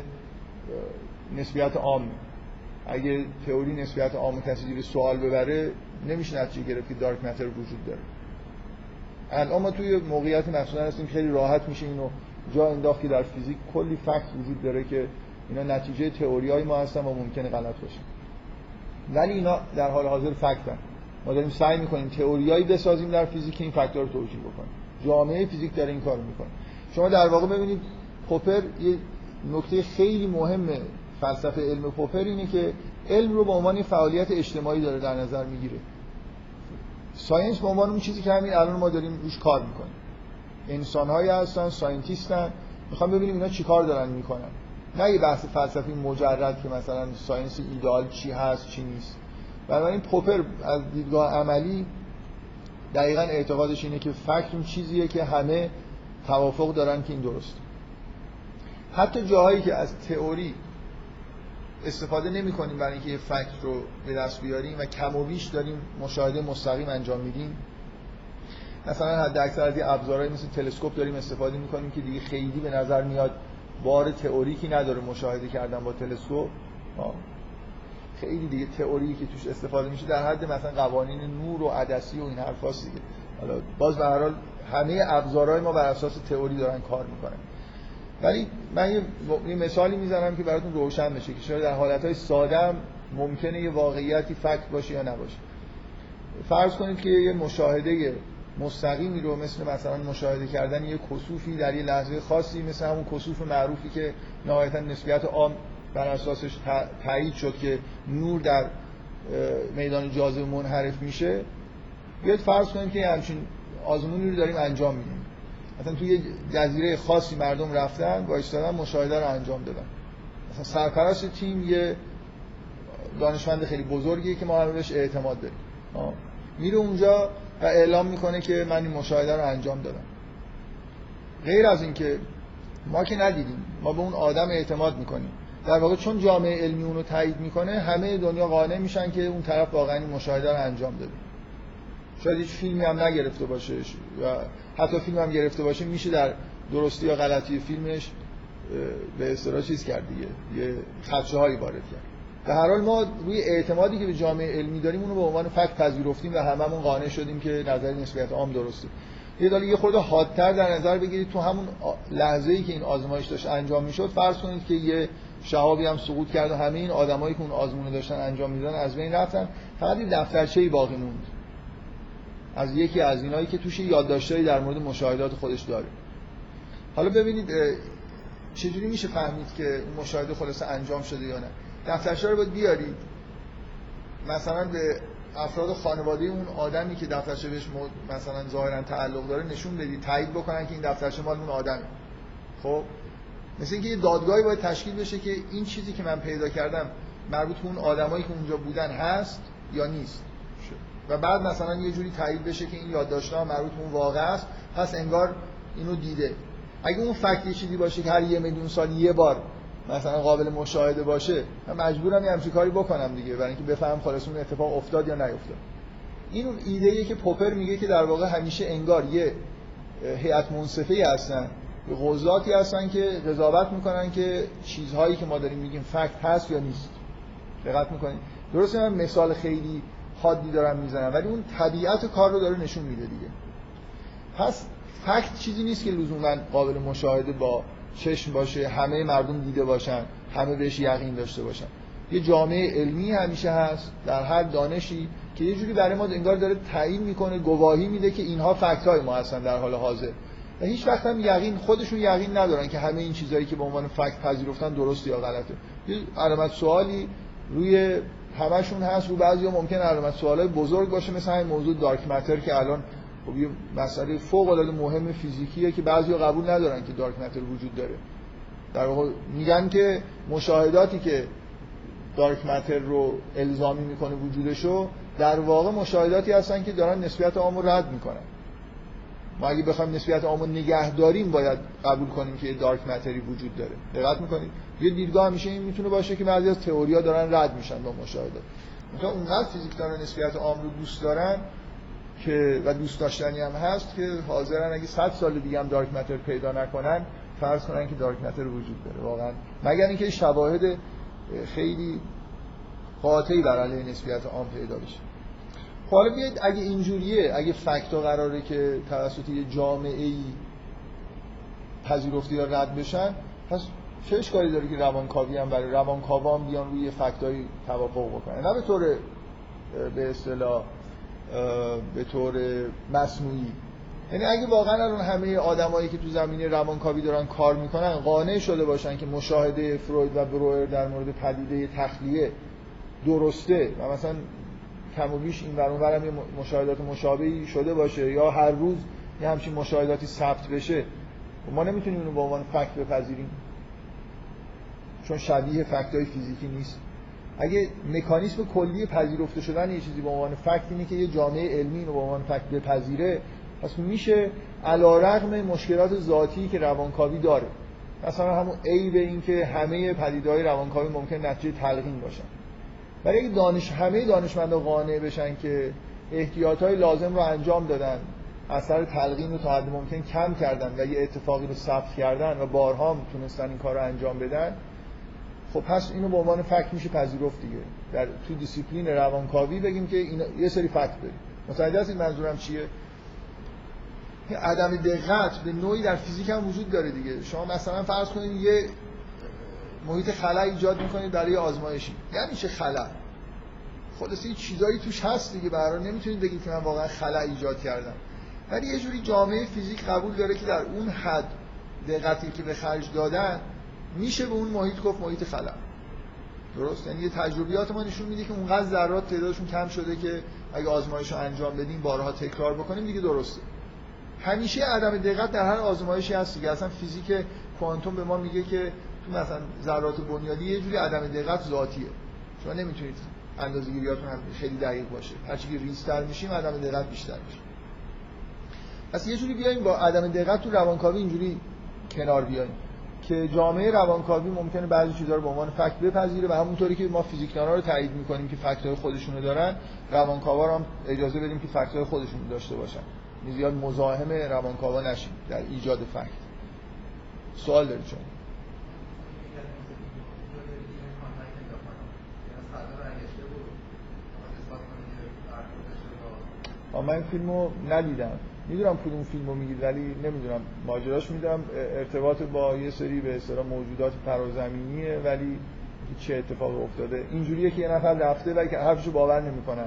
Speaker 1: نسبیت عام. اگه تئوری نسبیت عام کسی زیر سوال ببره نمیشه نتیجه گرفت که دارک متر وجود داره. الان ما توی موقعیت مثلا هستیم خیلی راحت میشه اینو جا انداخت که در فیزیک کلی فکت وجود داره که اینا نتیجه تئوریای ما هستن و ممکنه غلط باشه، ولی اینا در حال حاضر فکتن. ما داریم سعی میکنیم تئوریایی بسازیم در فیزیک که این فکت‌ها رو توجیه بکنه. جامعه فیزیک داره این کارو میکنه. شما در واقع ببینید پوپر یه نکته خیلی مهمه فلسفه علم پوپر اینه که علم رو به عنوان فعالیت اجتماعی داره در نظر میگیره. ساینس به عنوان اون چیزی که همین الان ما داریم روش کار میکنیم. انسان‌هایی هستن، ساینتیستن، میخوام ببینیم اینا چیکار دارن میکنن. نه یه بحث فلسفی مجرد که مثلا ساینس ایدئال چی هست چی نیست. بنابراین پوپر از دیدگاه عملی دقیقاً اعتقادش اینه که فکت اون چیزیه که همه توافق دارن که این درسته. حتی جاهایی که از تئوری استفاده نمی‌کنیم برای اینکه یه فکت رو به دست بیاریم و کم و بیش داریم مشاهده مستقیم انجام میدیم، مثلا حد اکثر از ابزارهایی مثل تلسکوپ داریم استفاده می‌کنیم که دیگه خیلی به نظر میاد بار تئوریکی نداره مشاهده کردن با تلسکوپ. خیلی دیگه تئوری که توش استفاده میشه در حد مثلا قوانین نور و عدسی و این حرفاست دیگه. حالا باز به هر حال همه ابزارهای ما بر اساس تئوری دارن کار میکنن. ولی من یه مثالی میزنم که براتون روشن بشه که شاید در حالتهای ساده هم ممکنه یه واقعیتی فکت باشه یا نباشه. فرض کنید که یه مشاهده مستقیمی رو مثل مثلا مشاهده کردن یه کسوفی در یه لحظه خاصی، مثل همون کسوف معروفی که نهایتا نسبیت عام بر اساسش تایید شد که نور در میدان جاذبه منحرف میشه، بیاید فرض کنیم که همچین آزمونی رو داریم انجام میدیم. مثلا توی یه جزیره خاصی مردم رفتن وایستادن مشاهده رو انجام دادن. مثلا سرپرست تیم یه دانشمند خیلی بزرگیه که ما هم بهش اعتماد داریم. میره اونجا و اعلام میکنه که من این مشاهده رو انجام دادم. غیر از این که ما که ندیدیم، ما به اون آدم اعتماد میکنیم. در واقع چون جامعه علمی اون رو تایید میکنه همه دنیا قانع میشن که اون طرف واقعا این مشاهده رو انجام داده. شاید هیچ فیلمی هم نگرفته باشه و حتی فیلم هم گرفته باشه میشه در درستی یا غلطی فیلمش به اصطلاح چیز کرد دیگه، یه خدشه‌هایی وارد کرد. به هر حال ما روی اعتمادی که به جامعه علمی داریم اونو به عنوان فکت پذیرفتیم و هممون قانع شدیم که نظر نسبیت عام درسته. یه دالی یه خورده حادتر در نظر بگیرید، تو همون لحظه‌ای که این آزمایش داشت انجام میشد فرض کنید که یه شهابی هم سقوط کرد و همه این آدمایی که اون آزمون رو داشتن انجام میدادن از بین رفتن، فقط یه دفترچه‌ای باقی موند از یکی از اینایی که توش یادداشتایی در مورد مشاهدات خودش داره. حالا ببینید چجوری میشه فهمید که اون مشاهده خلاصه انجام شده یا نه. دفترچه رو باید بیارید، مثلا به افراد خانواده اون آدمی که دفترچه بهش مثلا ظاهرا تعلق داره نشون بدید، تایید بکنن که این دفترچه مال اون آدمه. خب مثل اینکه یه دادگاهی باید تشکیل بشه که این چیزی که من پیدا کردم مربوط به اون آدمایی که اونجا بودن هست یا نیست، و بعد مثلا یه جوری تایید بشه که این یادداشت‌ها مربوط به اون واقعه است، پس انگار اینو دیده. اگه اون فکت چیزی باشه که هر یه میلیون سال یه بار مثلا قابل مشاهده باشه، من مجبورم یه همچین کاری بکنم دیگه برای اینکه بفهم خلاص اون اتفاق افتاد یا نیفتاد. این اون ایده‌ایه که پوپر میگه که در واقع همیشه انگار یه هیئت منصفه‌ای هستن، یه قضاتی هستن که قضاوت میکنن که چیزهایی که ما داریم میگیم فکت هست یا نیست. دقت میکنید؟ درسته من مثال خیلی حادی دارم میزنم ولی اون طبیعت کار رو داره نشون میده دیگه. پس فکت چیزی نیست که لزوما قابل مشاهده با چشم باشه، همه مردم دیده باشن، همه بهش یقین داشته باشن. یه جامعه علمی همیشه هست در هر دانشی که یه جوری برای ما انگار داره تعیین میکنه، گواهی میده که اینها فکت‌های ما هستن در حال حاضر، و هیچ وقت هم یقین خودشون یقین ندارن که همه این چیزایی که به عنوان فکت پذیرفتن درست یا غلطه. یه علامت سوالی روی همشون هست، رو بعضیا ممکنه علامت سوالای بزرگ باشه، مثل همین موضوع دارک ماتر که الان خب یه مسئله فوق العاده مهم فیزیکیه که بعضیا قبول ندارن که دارک ماتر وجود داره. در واقع میگن که مشاهداتی که دارک ماتر رو الزامی میکنه وجودشو، در واقع مشاهداتی هستن که دارن نسبیت عام رو رد میکنن. ما اگه بخوایم نسبیت عام رو نگه داریم باید قبول کنیم که یه دارک ماتری وجود داره. دقت میکنید یه دیدگاه همیشه این میتونه باشه که بعضی از تئوری‌ها دارن رد میشن با مشاهدات. مثلا اونقدر فیزیکدانان نسبیت عام رو دوست دارن که و دوست داشتنی هم هست که حاضرن اگه صد سال دیگه هم دارک ماتر پیدا نکنن فرض کنن که دارک ماتر وجود داره واقعا، مگر اینکه شواهد خیلی قاطعی بر علیه نسبیت عام پیدا بشه. حالا بیاید اگه اینجوریه، اگه فکت‌ها قراره که توسط یه جامعه‌ای پذیرفته یا رد بشن، پس چه اشکالی داره که روانکاوی هم برای روانکاوان بیان روی فکت‌های توافق بکنن، نه به طور به اصطلاح به طور مصنوعی. یعنی اگه واقعا الان همه آدمایی که تو زمینه روانکاوی دارن کار میکنن قانع شده باشن که مشاهده فروید و بروئر در مورد پدیده تخلیه درسته و مثلا کم و بیش این ور اون ور هم مشاهدات مشابهی شده باشه یا هر روز یه همچین مشاهداتی ثبت بشه، ما نمیتونیم اینو به عنوان فکت بپذیریم چون شبیه فکت‌های فیزیکی نیست. اگه مکانیسم کلی پذیرفته شدن یه چیزی به عنوان فکت اینه که یه جامعه علمی اینو به عنوان فکت بپذیره، پس میشه علیرغم مشکلات ذاتی که روانکاوی داره، مثلا همون عیب این که همه پدیده‌های روانکاوی ممکن نتیجه تلقین باشن، برای اینکه دانش همه دانشمندا قانع بشن که احتیاطات لازم رو انجام دادن، اثر تلقین رو تا حد ممکن کم کردن و یه اتفاقی رو ثبت کردن و بارها میتونستن این کار رو انجام بدن، خب پس اینو به عنوان فکت میشه پذیرفت دیگه. در تو دیسیپلین روانکاوی بگیم که این یه سری فکت داریم. متوجه هستید منظورم چیه؟ عدم دقت به نوعی در فیزیک هم وجود داره دیگه. شما مثلا فرض کنید یه محیط خلا ایجاد میکنید برای آزمایشی، یعنی چه خلا؟ خلاصه یه چیزایی توش هست دیگه، برای نمیتونید بگید که من واقعا خلا ایجاد کردم. ولی یه جوری جامعه فیزیک قبول داره که در اون حد دقتی که به خرج دادن میشه به اون محیط گفت محیط خلا. درست؟ یعنی یه تجربیات ما نشون میده که اونقدر ذرات تعدادشون کم شده که اگه آزمایش رو انجام بدیم بارها تکرار بکنیم دیگه درسته. همیشه عدم دقت در هر آزمایشی هست دیگه. اصلا فیزیک کوانتوم به ما میگه که تو مثلا ذرات بنیادی یه جوری عدم دقت ذاتیه. شما نمیتونید اندازه‌گیریاتون هم خیلی دقیق باشه. هرچی که ریزتر میشیم عدم دقت بیشتر میشه. پس یه جوری بیایم با عدم دقت تو روانکاوی اینجوری کنار بیایم که جامعه روانکاوی ممکنه بعضی چیزا رو به عنوان فکت بپذیره و همونطوری که ما فیزیکدانا رو تایید می‌کنیم که فکت‌های خودشونو دارن، روانکاوا هم اجازه بدیم که فکت‌های خودشونو داشته باشن. زیاد مزاحم روانکاوا نشیم در ایجاد فکت. سوال دارید شما؟ من این فیلمو ندیدم. میدونم کدوم فیلمو میگید ولی نمیدونم ماجراش. میدونم ارتباط با یه سری به اصطلاح موجودات فرازمینیه ولی چه اتفاقی افتاده اینجوریه که یه نفر رفته ولی حرفشو باور نمیکنن.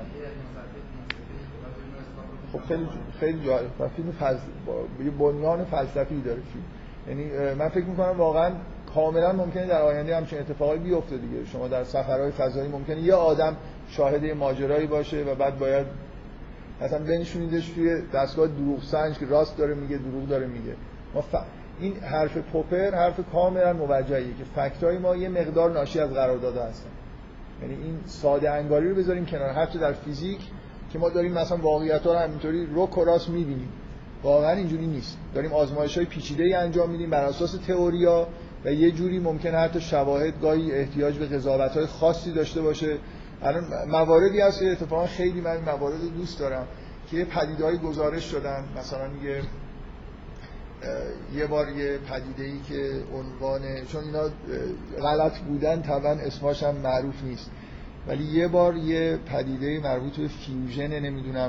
Speaker 1: خب خیلی خیلی جالب و فیلم فلسفی با یه بنیان فلسفی داره فیلم. یعنی من فکر میکنم واقعا کاملا ممکنه در آینده همچین اتفاقی بیفته دیگه. شما در سفرهای فضایی ممکنه یه آدم شاهد یه ماجرایی باشه و بعد باید مثلا بنشونیدش توی دستگاه دروغ سنج که راست داره میگه دروغ داره میگه. ما ف... این حرف پوپر حرف کاملا موجهیه که فکتای ما یه مقدار ناشی از قرارداد هستن. یعنی این ساده انگاری رو بذاریم کنار. حتی در فیزیک که ما داریم مثلا واقعیت‌ها رو همینطوری رو کراس می‌بینیم، واقعا اینجوری نیست. داریم آزمایش‌های پیچیده‌ای انجام میدیم بر اساس تئوریا و یه جوری ممکنه حتی شواهد گاهی احتیاج به قضاوت‌های خاصی داشته باشه. الان مواردی هست که اتفاقا خیلی من موارد دوست دارم که پدیده‌های گزارش شدن. مثلا یه یه بار یه پدیده‌ای که عنوان، چون اینا غلط بودن طبعا اسمش هم معروف نیست، ولی یه بار یه پدیده مربوط به فیوژن نمیدونم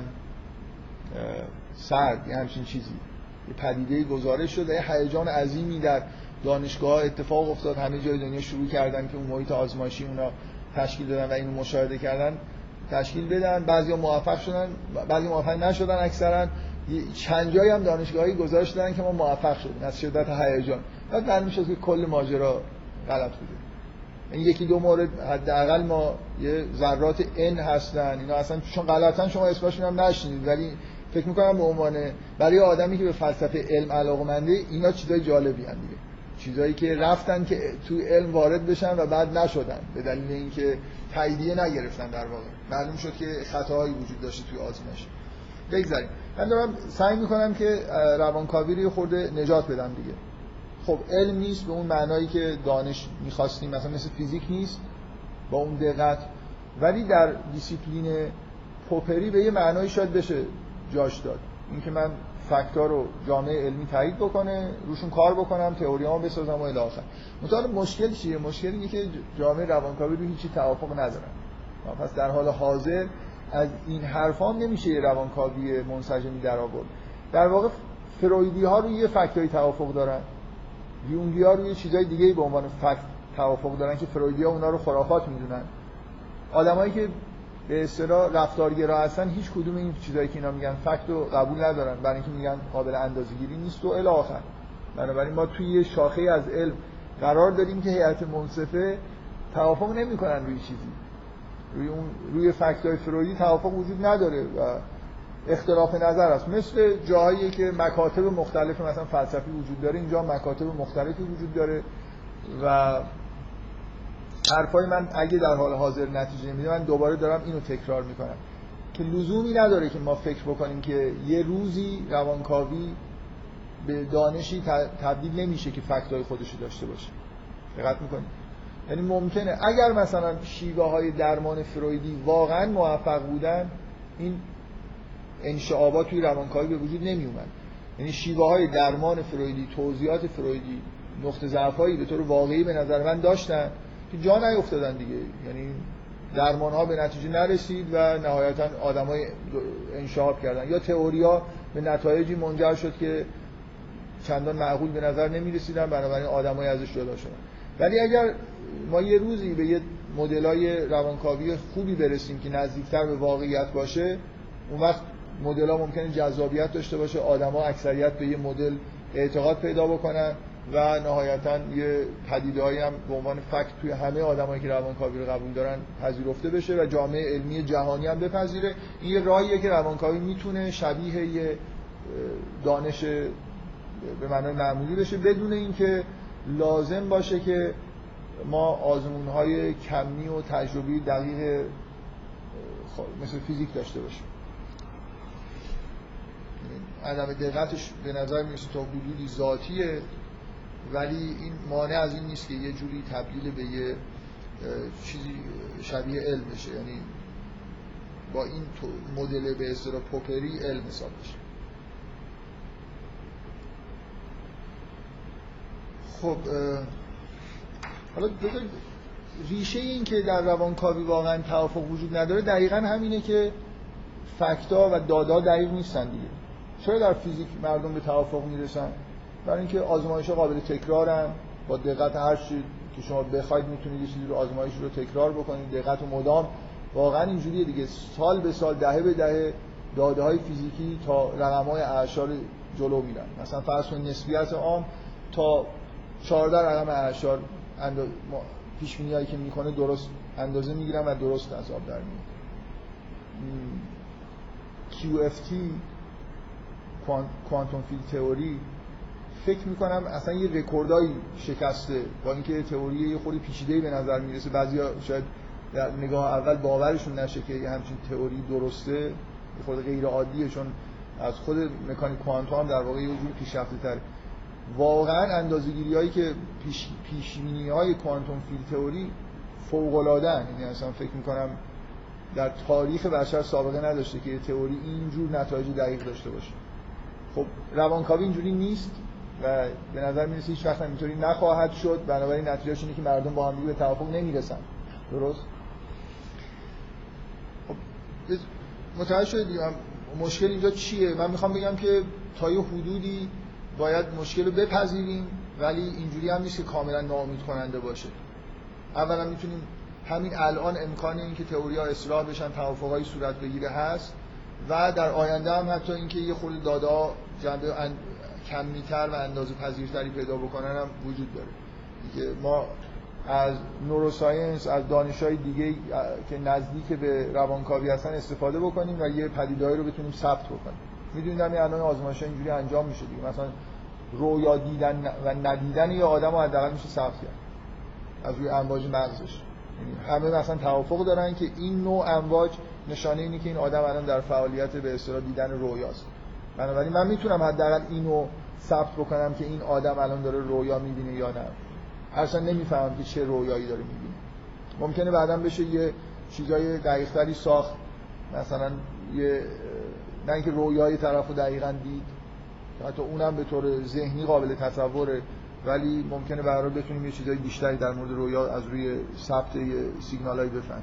Speaker 1: سرد یه همچین چیزی، یه پدیده گزارش شده، یه هیجان عظیمی در دانشگاه اتفاق افتاد، همه جای دنیا شروع کردن که اون محیط آزمایشی اونا تشکیل دادن و اینو مشاهده کردن تشکیل بدن. بعضیا موفق شدن، بعضی موفق نشدن. اکثرا چند جایی هم دانشگاهی گزارش دادن که ما موفق شدیم از شدت هیجان. بعد معلوم شد که کل ماجرا غلط بوده. این یکی دو مورد حداقل ما یه ذرات n هستن، اینا اصلا چون غلطن شما اسمشون هم نشنیدید، ولی فکر می‌کنم به عنوان برای آدمی که به فلسفه علم علاقه‌منده اینا چیزای جالبی ان دیگه، چیزایی که رفتن که تو علم وارد بشن و بعد نشدن به دلیل اینکه تاییدیه نگرفتن. در واقع معلوم شد که خطاهایی وجود داشته توی آزمایش. بگذاریم. من دارم سعی می‌کنم که روانکاوی رو خورده نجات بدم دیگه. خب علم نیست به اون معنایی که دانش می‌خواستیم، مثلا مثل فیزیک نیست با اون دقت، ولی در دیسیپلین پوپری به یه معنایی شاید بشه جاش داد. اینکه من فکت‌ها رو جامعه علمی تایید بکنه، روشون کار بکنم، تئوریامو بسازم و الی آخر. مثلا مشکل چیه؟ مشکل اینه که جامعه روانکاوی رو هیچی توافق ندارن. پس در حال حاضر از این حرفا نمیشه یه روانکاوی منسجمی در آورد. در واقع فرویدی‌ها روی یه فکتایی توافق دارن، یونگی‌ها روی چیزای دیگه‌ای به عنوان فکت توافق دارن که فرویدی‌ها اونا رو خرافات میدونن. آدمایی که به اصطلاح رفتارگرا هستن هیچ کدوم این چیزایی که اینا میگن فکت رو قبول ندارن، برای اینکه میگن قابل اندازه‌گیری نیست و الی آخر. بنابراین ما توی یه شاخه از علم قرار داریم که هیئت منصفه توافق نمی‌کنن روی چیزی. روی اون روی فکت‌های فرویدی توافق وجود نداره و اختلاف نظر است. مثل جاهایی که مکاتب مختلف مثلا فلسفی وجود داره، اینجا مکاتب مختلفی وجود داره و حرفای من اگه در حال حاضر نتیجه نمیده، من دوباره دارم اینو تکرار میکنم که لزومی نداره که ما فکر بکنیم که یه روزی روانکاوی به دانشی تبدیل نمیشه که فکت‌های خودشو داشته باشه. دقت میکنید؟ یعنی ممکنه اگر مثلا شیوه های درمان فرویدی واقعا موفق بودن، این انشعابات توی روانکاوی به وجود نمی اومد. یعنی شیوه های درمان فرویدی، توضیحات فرویدی، نقطه ضعفایی به طور واقعی به نظر من داشتن که جا نیفتادن دیگه. یعنی درمان ها به نتیجه نرسید و نهایتا آدمای انشعاب کردن، یا تئوریا به نتایجی منجر شد که چندان معقول به نظر نمی رسیدن، بنابراین آدمای ازش جدا شدن. ولی اگر ما یه روزی به یه مدل‌های روانکاوی خوبی برسیم که نزدیکتر به واقعیت باشه، اون وقت مدل‌ها ممکنه جذابیت داشته باشه، آدم‌ها اکثریت به یه مدل اعتقاد پیدا بکنن و نهایتاً یه پدیده‌ای هم به عنوان فکت توی همه آدمایی که روانکاوی رو قبول دارن پذیرفته بشه و جامعه علمی جهانی هم بپذیره. این یه راهیه که روانکاوی میتونه شبیه یه دانش به معنای معمولی بشه، بدون اینکه لازم باشه که ما آزمون‌های کمی و تجربی دقیق مثل فیزیک داشته باشیم. عدم دقتش به نظر میرسه تا حدودی ذاتیه، ولی این مانع از این نیست که یه جوری تبدیل به یه چیزی شبیه علم بشه، یعنی با این مدل به اصطلاح پوپری علم حساب بشه. خب حالا بذار ریشه این که در روانکاوی واقعا توافق وجود نداره دقیقاً همینه که فکتا و دادا دقیق نیستن دیگه. چرا در فیزیک مردم به توافق میرسن؟ برای اینکه آزمایش‌ها قابل تکرارن، با دقت هر چیزی که شما بخواید میتونید یه چیزی رو آزمایش رو تکرار بکنید، دقت و مدام. واقعا اینجوریه دیگه، سال به سال، دهه به دهه داده‌های فیزیکی تا رقم‌های اعشار جلو میرن. مثلا فرض کنید نسبیت عام تا چهارده رقم اعشار انداز پیش بینیایی که میکنه درست اندازه میگیرن و درست از آب در میاد. کیو اف تی کوانتوم فیلد تئوری فکر میکنم اصلا یه رکوردایی شکسته، با اینکه تئوری یه خورده پیچیده‌ای به نظر میرسه، بعضیا شاید در نگاه اول باورشون نشه که یه همچین تئوری درسته، یه خورده غیر عادیه، چون از خود مکانیک کوانتوم هم در واقع یه جور پیشرفته‌تره. واقعا اندازه‌گیری‌هایی که پیش پیش‌بینی‌های کوانتوم فیلد تئوری فوق‌العاده‌اند، یعنی اصلا فکر می‌کنم در تاریخ بشر سابقه نداشته که تئوری اینجور نتایج دقیق داشته باشه. خب روانکاوی اینجوری نیست و به نظر میرسه هیچ وقت هم اینطوری نخواهد شد، بنابراین نتیجهش اینه که مردم با هم دیگه به توافق نمیرسن. درست؟ خب متوجه شدید مشکل اینجا چیه؟ من میخوام بگم که تا یه حدودی باید مشکل رو بپذیریم ولی اینجوری هم نیست که کاملا ناامید کننده باشه. اولا میتونیم همین الان امکان این که تئوری‌ها اصلاح بشن، توافقایی صورت بگیره هست و در آینده هم حتی اینکه یه خورده دادا جنبه کمی‌تر و اندازه پذیرتری پیدا بکنن هم وجود داره. دیگه ما از نوروساینس، از دانش‌های دیگه که نزدیک به روانکاوی هستن استفاده بکنیم و یه پدیده‌ای رو بتونیم ثبت بکنیم. می‌دونید همین الان آزمایش‌ها اینجوری انجام میشه دیگه. مثلا رویا دیدن و ندیدن یه آدمو حداقل میشه ثبت کرد از روی امواج مغزش. همه مثلا توافق دارن که این نوع امواج نشانه اینه که این آدم الان در فعالیت به اصطلاح دیدن رویاست. بنابراین من میتونم حداقل اینو ثبت بکنم که این آدم الان داره رویا میبینه یا نه. هرچند نمیفهمم که چه رویایی داره میبینه. ممکنه بعداً بشه یه چیزای دقیق‌تری ساخت، مثلا یه نه اینکه رویای طرفو دقیقاً دید، حتی اونم به طور ذهنی قابل تصوره، ولی ممکنه به هر حال بتونیم یه چیزای بیشتری در مورد رویا از روی ثبت سیگنالایی بفهمیم.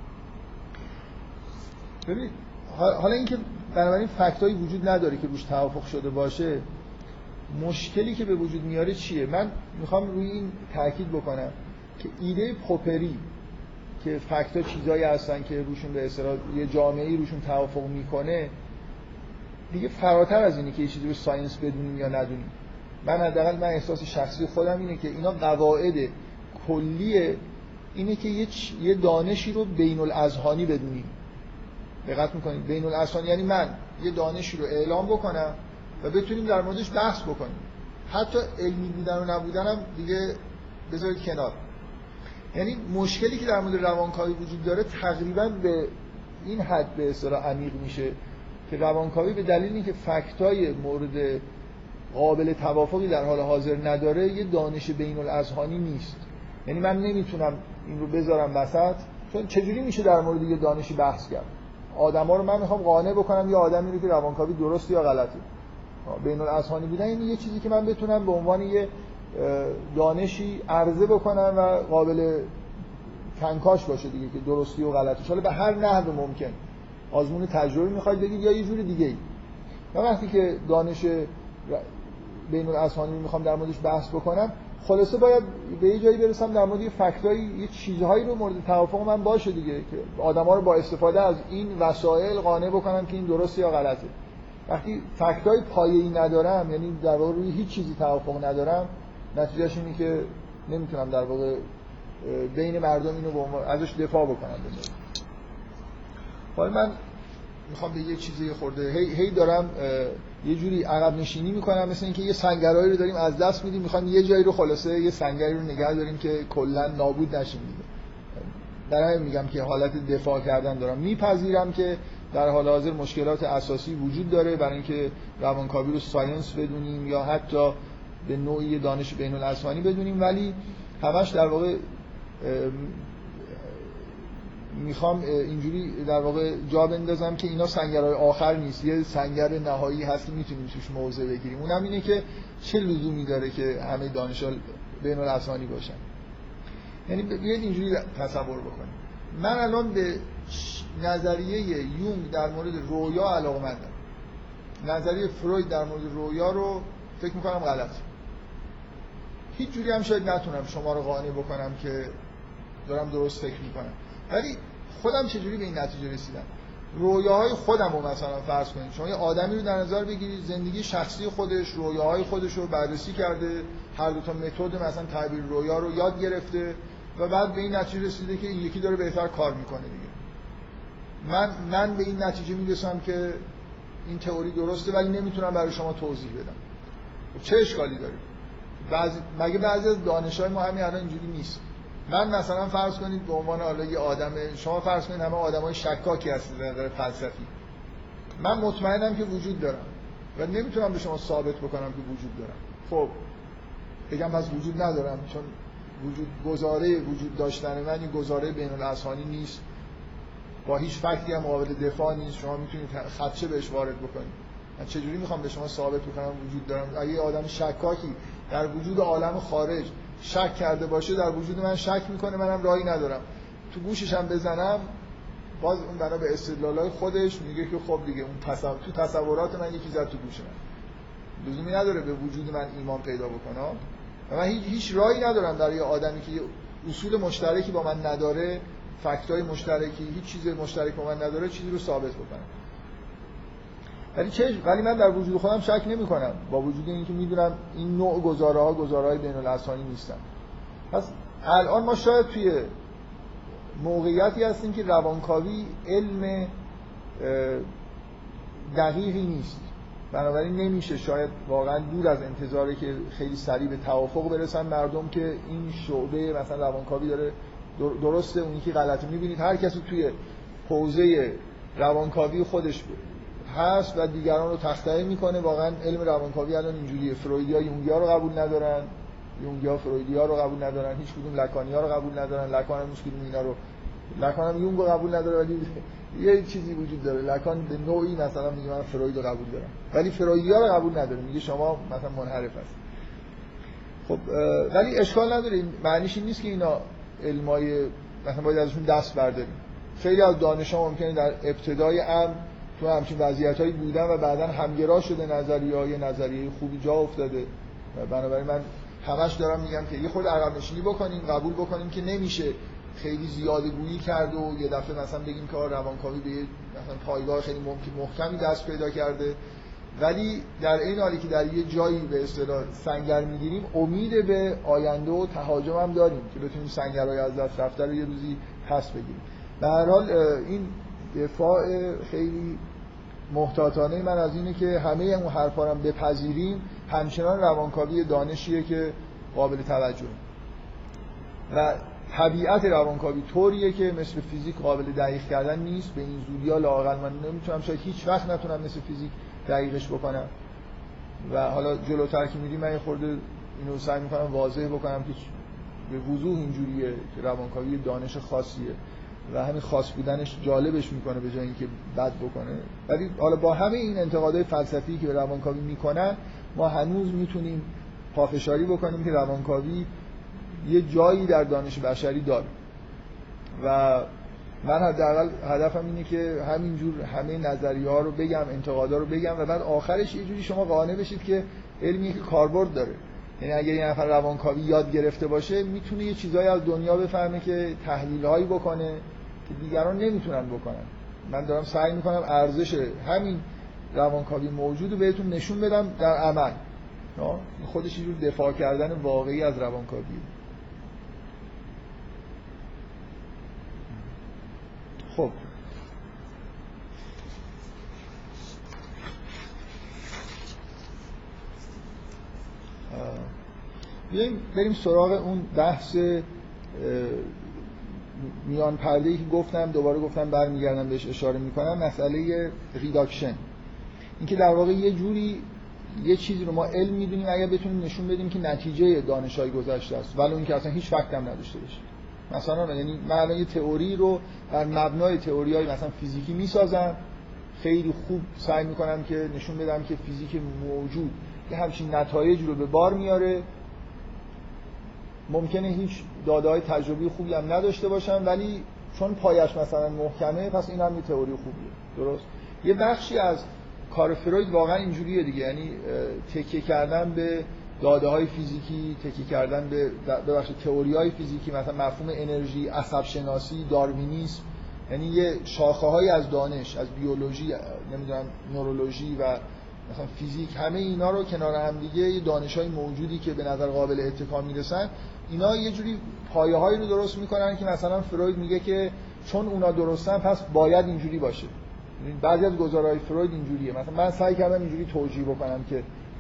Speaker 1: ببین حالا اینکه بنابراین فکتایی وجود نداره که روش توافق شده باشه، مشکلی که به وجود میاره چیه؟ من میخوام روی این تاکید بکنم که ایده پوپری که فکتا چیزایی هستن که روشون به اصطلاح یه جامعه‌ای روشون توافق میکنه دیگه فراتر از اینه که یه چیزی رو ساینس بدونیم یا ندونیم. من حداقل من احساس شخصی خودم اینه که اینا قواعد کلیه، اینه که یه یه دانشی رو بین الاذهانی بدونیم. دقت میکنید بین الاذهانی یعنی من یه دانشی رو اعلام بکنم و بتونیم در موردش بحث بکنیم. حتی علمی بودن و نبودنم دیگه بذارید کنار. یعنی مشکلی که در مورد روانکاوی وجود داره تقریبا به این حد به اصطلاح عمیق میشه که روانکاوی به دلیل اینکه فکتای مورد قابل توافقی در حال حاضر نداره یه دانش بین الاذهانی نیست. یعنی من نمیتونم این رو بذارم وسط، چون چجوری میشه در مورد یه دانشی بحث کرد؟ آدما رو من میخوام قانع بکنم یه آدمی رو که روانکاوی درست یا غلطه. بین الاذهانی بودن این یه چیزی که من بتونم به عنوان یه دانشی عرضه بکنم و قابل کنکاش باشه دیگه که درستی و غلطیش، حالا به هر نحو ممکن. آزمون تجربی میخواید بگید یا یه جور دیگه ای. و وقتی که دانش بین الاذهانی رو میخوام در موردش بحث بکنم، خلاصه باید به یه جایی برسم در مورد یه فکتایی، یه چیزهایی رو مورد توافق من باشه دیگه که آدما رو با استفاده از این وسایل قانع بکنم که این درسته یا غلطه. وقتی فکتای پایه‌ای ندارم، یعنی در واقع روی هیچ چیزی توافق ندارم، نتیجهش اینه که نمیتونم در واقع بین مردم اینو با ازش دفاع بکنم. حالا من میخوام به یه چیزی خورده هی هی دارم یه جوری عقب نشینی میکنم، مثل اینکه یه سنگرایی رو داریم از دست میدیم، میخوایم یه جایی رو خلاصه یه سنگری رو نگه داریم که کلا نابود نشیم دیگه. در همین میگم که حالت دفاع کردن دارم. میپذیرم که در حال حاضر مشکلات اساسی وجود داره برای اینکه روانکاوی رو ساینس بدونیم یا حتی به نوعی دانش بین الاذهانی بدونیم، ولی همش در واقع میخوام اینجوری در واقع جا بندازم که اینا سنگرهای آخر نیست، یه سنگر نهایی هست که میتونیم توش موضع بگیریم. اونم اینه که چه لزومی داره که همه دانش‌ها بین الاذهانی باشن. یعنی بیاید اینجوری تصور بکنیم. من الان به نظریه یونگ در مورد رویا علاقه‌مندم. نظریه فروید در مورد رویا رو فکر میکنم غلطه. هیچ جوری هم شاید نتونم شما رو قانع بکنم که دارم درست فکر میکنم، ولی خودم چجوری به این نتیجه رسیدم؟ رویاهای خودم رو مثلا فرض کنید شما یه آدمی رو در نظر بگیرید، زندگی شخصی خودش، رویاهای خودش رو بررسی کرده، هر دو تا متد مثلا تعبیر رویا رو یاد گرفته و بعد به این نتیجه رسیده که این یکی داره بهتر کار میکنه دیگه. من من به این نتیجه میرسم که این تئوری درسته ولی نمیتونم برای شما توضیح بدم. چه اشکالی داره؟ بعضی مگه بعضی از دانش‌های ما همین الان اینجوری نیست؟ من مثلا فرض کنید به عنوان حالا یه آدم، شما فرض کنید همه آدمای شکاکی هستید در نظر فلسفی، من مطمئنم که وجود دارم و نمیتونم به شما ثابت بکنم که وجود دارم. خب بگم پس وجود ندارم، چون وجود گزاره وجود داشتن من این گزاره بین الاذهانی نیست، با هیچ فکتی هم قابل دفاع نیست، شما میتونید خدشه بهش وارد بکنید. من چجوری میخوام به شما ثابت بکنم وجود دارم؟ اگه یه آدم شکاکی در وجود عالم خارج شک کرده باشه، در وجود من شک میکنه، منم راهی ندارم تو گوشش هم بزنم، باز اون بنا به استدلالای خودش میگه که خب دیگه اون تصور تو تصورات من یکی زد تو گوش من، لزومی نداره به وجود من ایمان پیدا بکنه. و من هیچ هیچ راهی ندارم در یه آدمی که اصول مشترکی با من نداره، فکتای مشترکی، هیچ چیز مشترک با من نداره، چیزی رو ثابت بکنم. ولی چه ولی من در وجود خودم شک نمی‌کنم، با وجود اینکه میدونم این نوع گزاره‌ها گزاره‌های بین‌الاذهانی نیستن. پس الان ما شاید توی موقعیتی هستیم که روانکاوی علم دقیقی نیست، بنابراین نمیشه شاید واقعا دور از انتظاره که خیلی سریع به توافق برسن مردم که این شعبه مثلا روانکاوی داره درسته، اونی که غلطه. میبینید هر کسی توی حوزه روانکاوی خودش هست و دیگران رو تخطئه میکنه. واقعا علم روانکاوی الان اینجوریه، فرویدیا یونگیا رو قبول ندارن، یونگیا فرویدیا رو قبول ندارن، هیچ کدوم لکانیا رو قبول ندارن، لکان هم هیچ کدوم اینا رو، لکان هم یونگ رو قبول نداره، ولی یه چیزی وجود داره، لکان به نوعی مثلا میگه من فروید رو قبول دارم ولی فرویدیا رو قبول نداره، میگه شما مثلا منحرف هست. خب ولی اشکال نداره، معنیش این نیست که اینا علمای مثلا باید ازشون دست برداریم. خیلی از دانش‌ها ممکنه در ابتدای امر تو همچین وضعیتایی بودن و بعداً همگرا شده، نظریه‌های نظریه خوبی جا افتاده و بنابراین من همش دارم میگم که یه خورده عقب نشینی بکنیم، قبول بکنیم که نمیشه خیلی زیاده گویی کرد و یه دفعه مثلا بگیم که روانکاوی به مثلا پایگاه خیلی ممکن محکمی دست پیدا کرده، ولی در این حالی که در یه جایی به اصطلاح سنگر میگیریم، امید به آینده و تهاجم هم داریم که بتونیم سنگرهای از دست رفته رو یه روزی پس بگیریم. به هر حال این دفاع خیلی محتاطانه من از اینه که همه اون حرفا رو بپذیریم، همچنان روانکاوی دانشیه که قابل توجه و طبیعت روانکاوی طوریه که مثل فیزیک قابل دقیق کردن نیست. به این زودیا لااقل من نمیتونم، شاید هیچ وقت نتونم مثل فیزیک دقیقش بکنم و حالا جلوتر که میریم من یه خورده اینو سعی میکنم واضح بکنم که به وضوح اینجوریه که روانکاوی دانش خاصیه و همین خاص بودنش جالبش میکنه به جای اینکه بد بکنه. ولی حالا با همه این انتقادهای فلسفی که به روانکاوی میکنن، ما هنوز میتونیم پافشاری بکنیم که روانکاوی یه جایی در دانش بشری داره و من حداقل هدفم اینه که همینجور همه نظریه‌ها رو بگم، انتقادها رو بگم و بعد آخرش یه جوری شما قانع بشید که علمی که کاربرد داره. یعنی اگه یه نفر روانکاوی یاد گرفته باشه میتونه یه چیزایی از دنیا بفهمه که تحلیل‌هایی بکنه که دیگران نمیتونن بکنن. من دارم سعی میکنم ارزش همین روانکاوی موجود بهتون نشون بدم در عمل. خودش یه جور دفاع کردن واقعی از روانکاویه. خب بیاییم بریم سراغ اون بحث میان پرده‌ای که گفتم، دوباره گفتم برمیگردم بهش اشاره میکنم، مسئله ریداکشن. اینکه در واقع یه جوری یه چیزی رو ما علم میدونیم اگر بتونیم نشون بدیم که نتیجه دانش‌های گذشته است، ولی اون که اصلا هیچ فکت هم نداشته باشه. مثلا یعنی من الان یه تئوری رو بر مبنای تئوری‌های مثلا فیزیکی میسازم، خیلی خوب سعی میکنم که نشون بدم که فیزیک موجود یه همچین نتایج رو به بار میاره، ممکنه هیچ داده‌های تجربی خوبی هم نداشته باشن ولی چون پایش مثلا محکمه پس این هم یه تئوری خوبیه. درست؟ یه بخشی از کار فروید واقعا اینجوریه دیگه، یعنی تکیه کردن به داده‌های فیزیکی، تکیه کردن به ببخشید تئوری‌های فیزیکی، مثلا مفهوم انرژی، عصب شناسی، داروینیسم، یعنی یه شاخه‌هایی از دانش، از بیولوژی، نمیدونم نورولوژی و مثلا فیزیک، همه اینا رو کنار هم دیگه یه دانش‌های موجودی که به نظر قابل اتکا میرسن، اینا یه جوری پایه‌هایی رو درست میکنن که مثلا فروید میگه که چون اونا درستن پس باید اینجوری باشه. بعضی از گزارهای فروید اینجوریه. مثلا من سعی کردم اینجوری توجیه بکنم که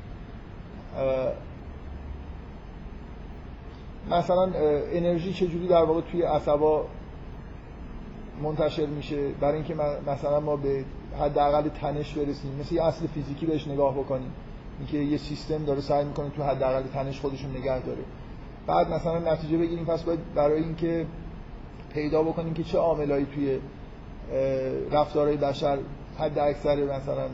Speaker 1: مثلا انرژی چجوری در واقع توی عصبا منتشر میشه برای اینکه مثلا ما به حداقل تنش برسیم، مثل یه اصل فیزیکی بهش نگاه بکنیم، اینکه یه سیستم داره سعی میکنه تو حداقل تنش خودشون نگه داره. بعد مثلا نتیجه بگیریم پس باید برای اینکه پیدا بکنیم که چه عاملایی توی رفتارهای بشر حد اکثر مثلا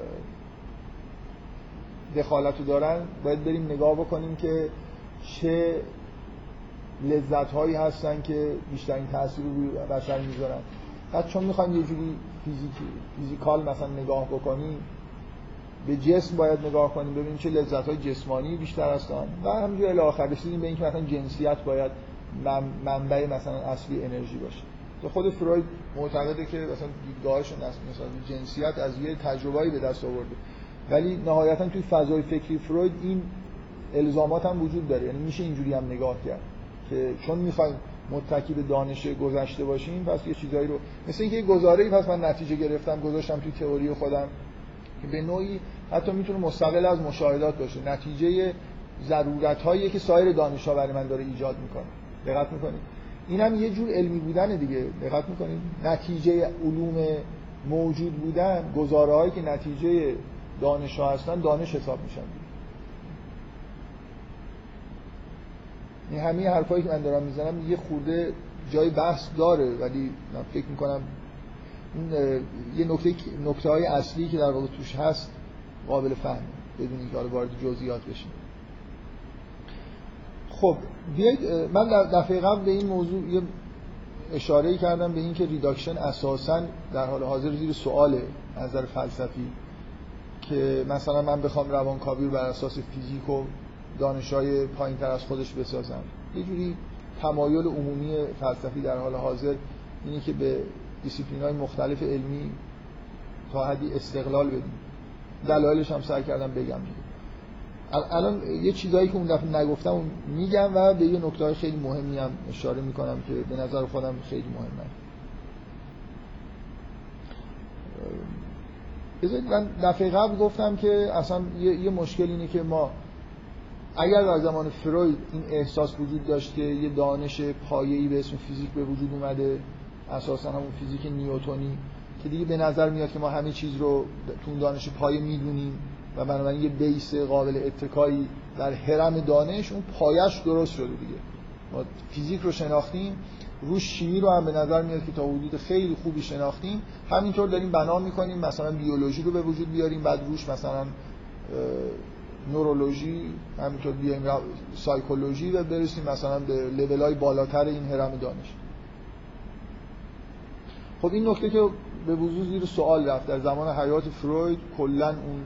Speaker 1: دخالتو دارن، باید بریم نگاه بکنیم که چه لذت‌هایی هستن که بیشترین تأثیر رو روی بشر میذارن. بعد چون میخوایم یه جوری فیزیک فیزیکال مثلا نگاه بکنیم، به جسم باید نگاه کنیم ببینیم چه لذت‌های جسمانی بیشتر هستن و همینجوری الی آخر رسیدیم به اینکه مثلا جنسیت باید منبع مثلا اصلی انرژی باشه. خود فروید معتقده که مثلا دیدگاهش مثلا جنسیت از یه تجربه‌ای به دست آورده، ولی نهایتاً توی فضای فکری فروید این الزامات هم وجود داره. یعنی میشه اینجوری هم نگاه کرد که چون میخوایم متکی به دانش گذشته باشیم پس یه چیزایی رو مثل اینکه یه گزاره‌ای پس من نتیجه گرفتم گذاشتم توی تئوری خودم که به نوعی حتی میتونه مستقل از مشاهدات باشه، نتیجه ضرورت‌هایی که سایر دانش‌ها برای من داره ایجاد میکنه. دقت میکنید این هم یه جور علمی بودن دیگه. دقت میکنید نتیجه علوم موجود بودن، گزاره‌هایی که نتیجه دانش‌ها هستن دانش حساب میشن. این همین حرفایی که من دارم میزنم یه خورده جای بحث داره، ولی من فکر میکنم این یه نکته نکته‌های اصلی که در واقع توش هست قابل فهمه بدون اینکه حالا وارد جزئیات بشیم. خب بیایید من دفعه قبل به این موضوع یه اشاره‌ای کردم به اینکه ریداکشن اساساً در حال حاضر زیر سؤاله از نظر فلسفی، که مثلا من بخوام روانکاوی رو بر اساس فیزیک و دانش‌های پایین‌تر از خودش بسازم. یه جوری تمایل عمومی فلسفی در حال حاضر اینه که به دیسیپلین‌های مختلف علمی تا حدی استقلال بدیم. دلایلش هم سعی کردم بگم دیگه. الان یه چیزایی که اون دفعه نگفتم میگم و به یه نکته‌های خیلی مهمی هم اشاره میکنم که به نظر خودم خیلی مهمه. بذارید من دفعه قبل گفتم که اصلا یه, یه مشکل اینه که ما اگر در زمان فروید این احساس وجود داشت که یه دانش پایه‌ای به اسم فیزیک به وجود اومده، اساسا همون فیزیک نیوتنی که دیگه به نظر میاد که ما همه چیز رو تو اون دانش پایه میدونیم و بنابراین یه بیس قابل اتکایی در هرم دانش، اون پایش درست شده دیگه. ما فیزیک رو شناختیم، روش شیمی رو هم به نظر میاد که تا حدود خیلی خوبی شناختیم، همینطور داریم بنا میکنیم مثلا بیولوژی رو به وجود بیاریم، بعد روش مثلا نورولوژی، همینطور بیایم سایکولوژی و برسیم مثلا به لول‌های بالاتر این هرم دانش. خب این نکته که به وضوح زیر سوال رفت در زمان حیات فروید، کلا اون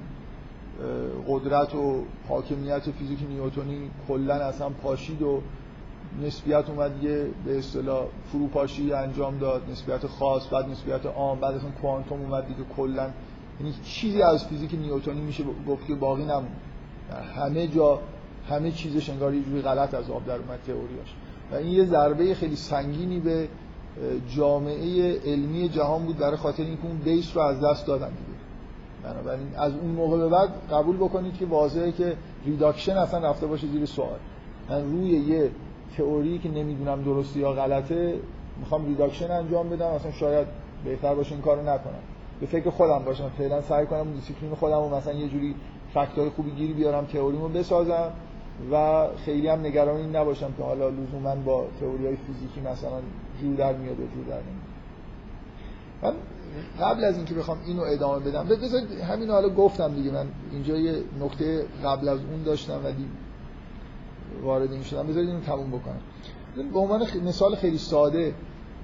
Speaker 1: قدرت و حاکمیت فیزیک نیوتنی کلا اصلا پاشید و نسبیت اومد یه به اصطلاح فروپاشی انجام داد، نسبیت خاص، بعد نسبیت عام، بعد اصلا کوانتوم اومد دیگه. کلا یعنی چیزی از فیزیک نیوتنی میشه گفت که باقی نموند. همه جا همه چیزش انگار یه جوری غلط از آب در اومد تئوریاش، و این یه ضربه خیلی سنگینی به جامعه علمی جهان بود برای خاطر اینکه اون بیس رو از دست دادن دیگه. بنابراین از اون موقع به بعد قبول بکنید که واضحه که ریداکشن اصلا رفته باشه زیر سوال. من روی یه تئوری که نمیدونم درسته یا غلطه میخوام ریداکشن انجام بدم، اصلا شاید بهتر باشه این کارو نکنم، به فکر خودم باشم، فعلا سعی کنم دیسیپلین خودم رو مثلا یه جوری فکتای خوبی گیری بیارم، تئوریمو بسازم و خیلی هم نگران این نباشم که حالا لزوما با تئوریای فیزیکی مثلا جور در میاد و جور در نمیاد. من قبل از اینکه بخوام اینو ادامه بدم بذارید همین حالا گفتم دیگه، من اینجا یه نکته قبل از اون داشتم ولی وارد این شدم، بذارید اینو تموم بکنم. به عنوان مثال خیلی ساده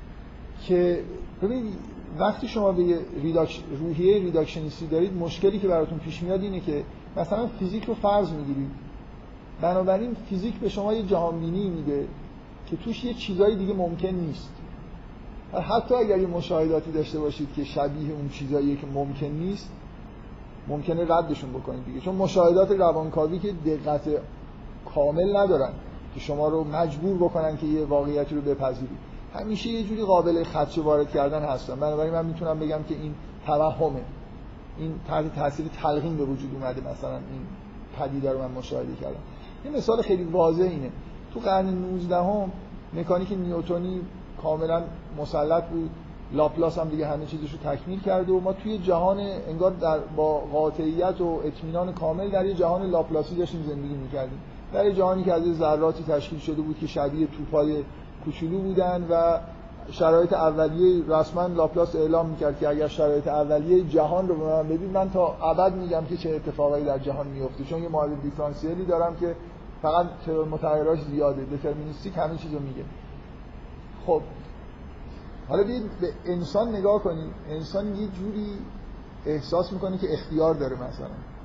Speaker 1: که ببینید وقتی شما به ریداکش... روحیه ریداکشنیستی دارید، مشکلی که براتون پیش میاد اینه که مثلا فیزیک رو فرض میگیرید، بنابراین فیزیک به شما یه جهانبینی میده که توش یه چیزایی دیگه ممکن نیست. حتی اگر یه مشاهداتی داشته باشید که شبیه اون چیزاییه که ممکن نیست، ممکنه ردشون بکنید دیگه، چون مشاهدات روانکاوی که دقت کامل ندارن که شما رو مجبور بکنن که یه واقعیتی رو بپذیرید، همیشه یه جوری قابل خدشه وارد کردن هستن. بنابراین من میتونم بگم که این توهمه، این تحت تاثیر تلقین به وجود اومده، مثلا این پدیده رو من مشاهده کردم. این مثال خیلی واضح اینه. تو قرن نوزدهم مکانیک نیوتنی کاملا مسلط بود، لاپلاس هم دیگه همه چیزش رو تکمیل کرده و ما توی جهان انگار در با قاطعیت و اطمینان کامل در یه جهان لاپلاسی داشتیم زندگی می‌کردیم، در یه جهانی که از ذراتی تشکیل شده بود که شبیه توپای کوچولو بودن و شرایط اولیه رسما لاپلاس اعلام می‌کرد که اگر شرایط اولیه جهان رو به من بدید من تا ابد میگم که چه اتفاقایی در جهان میفته، چون یه معادله دیفرانسیلی دارم که فقط متغیراش زیاده، دترمینیستیک همه چیزو میگه. خب حالا بیاید به انسان نگاه کنید. انسان یه جوری احساس میکنه که اختیار داره، مثلا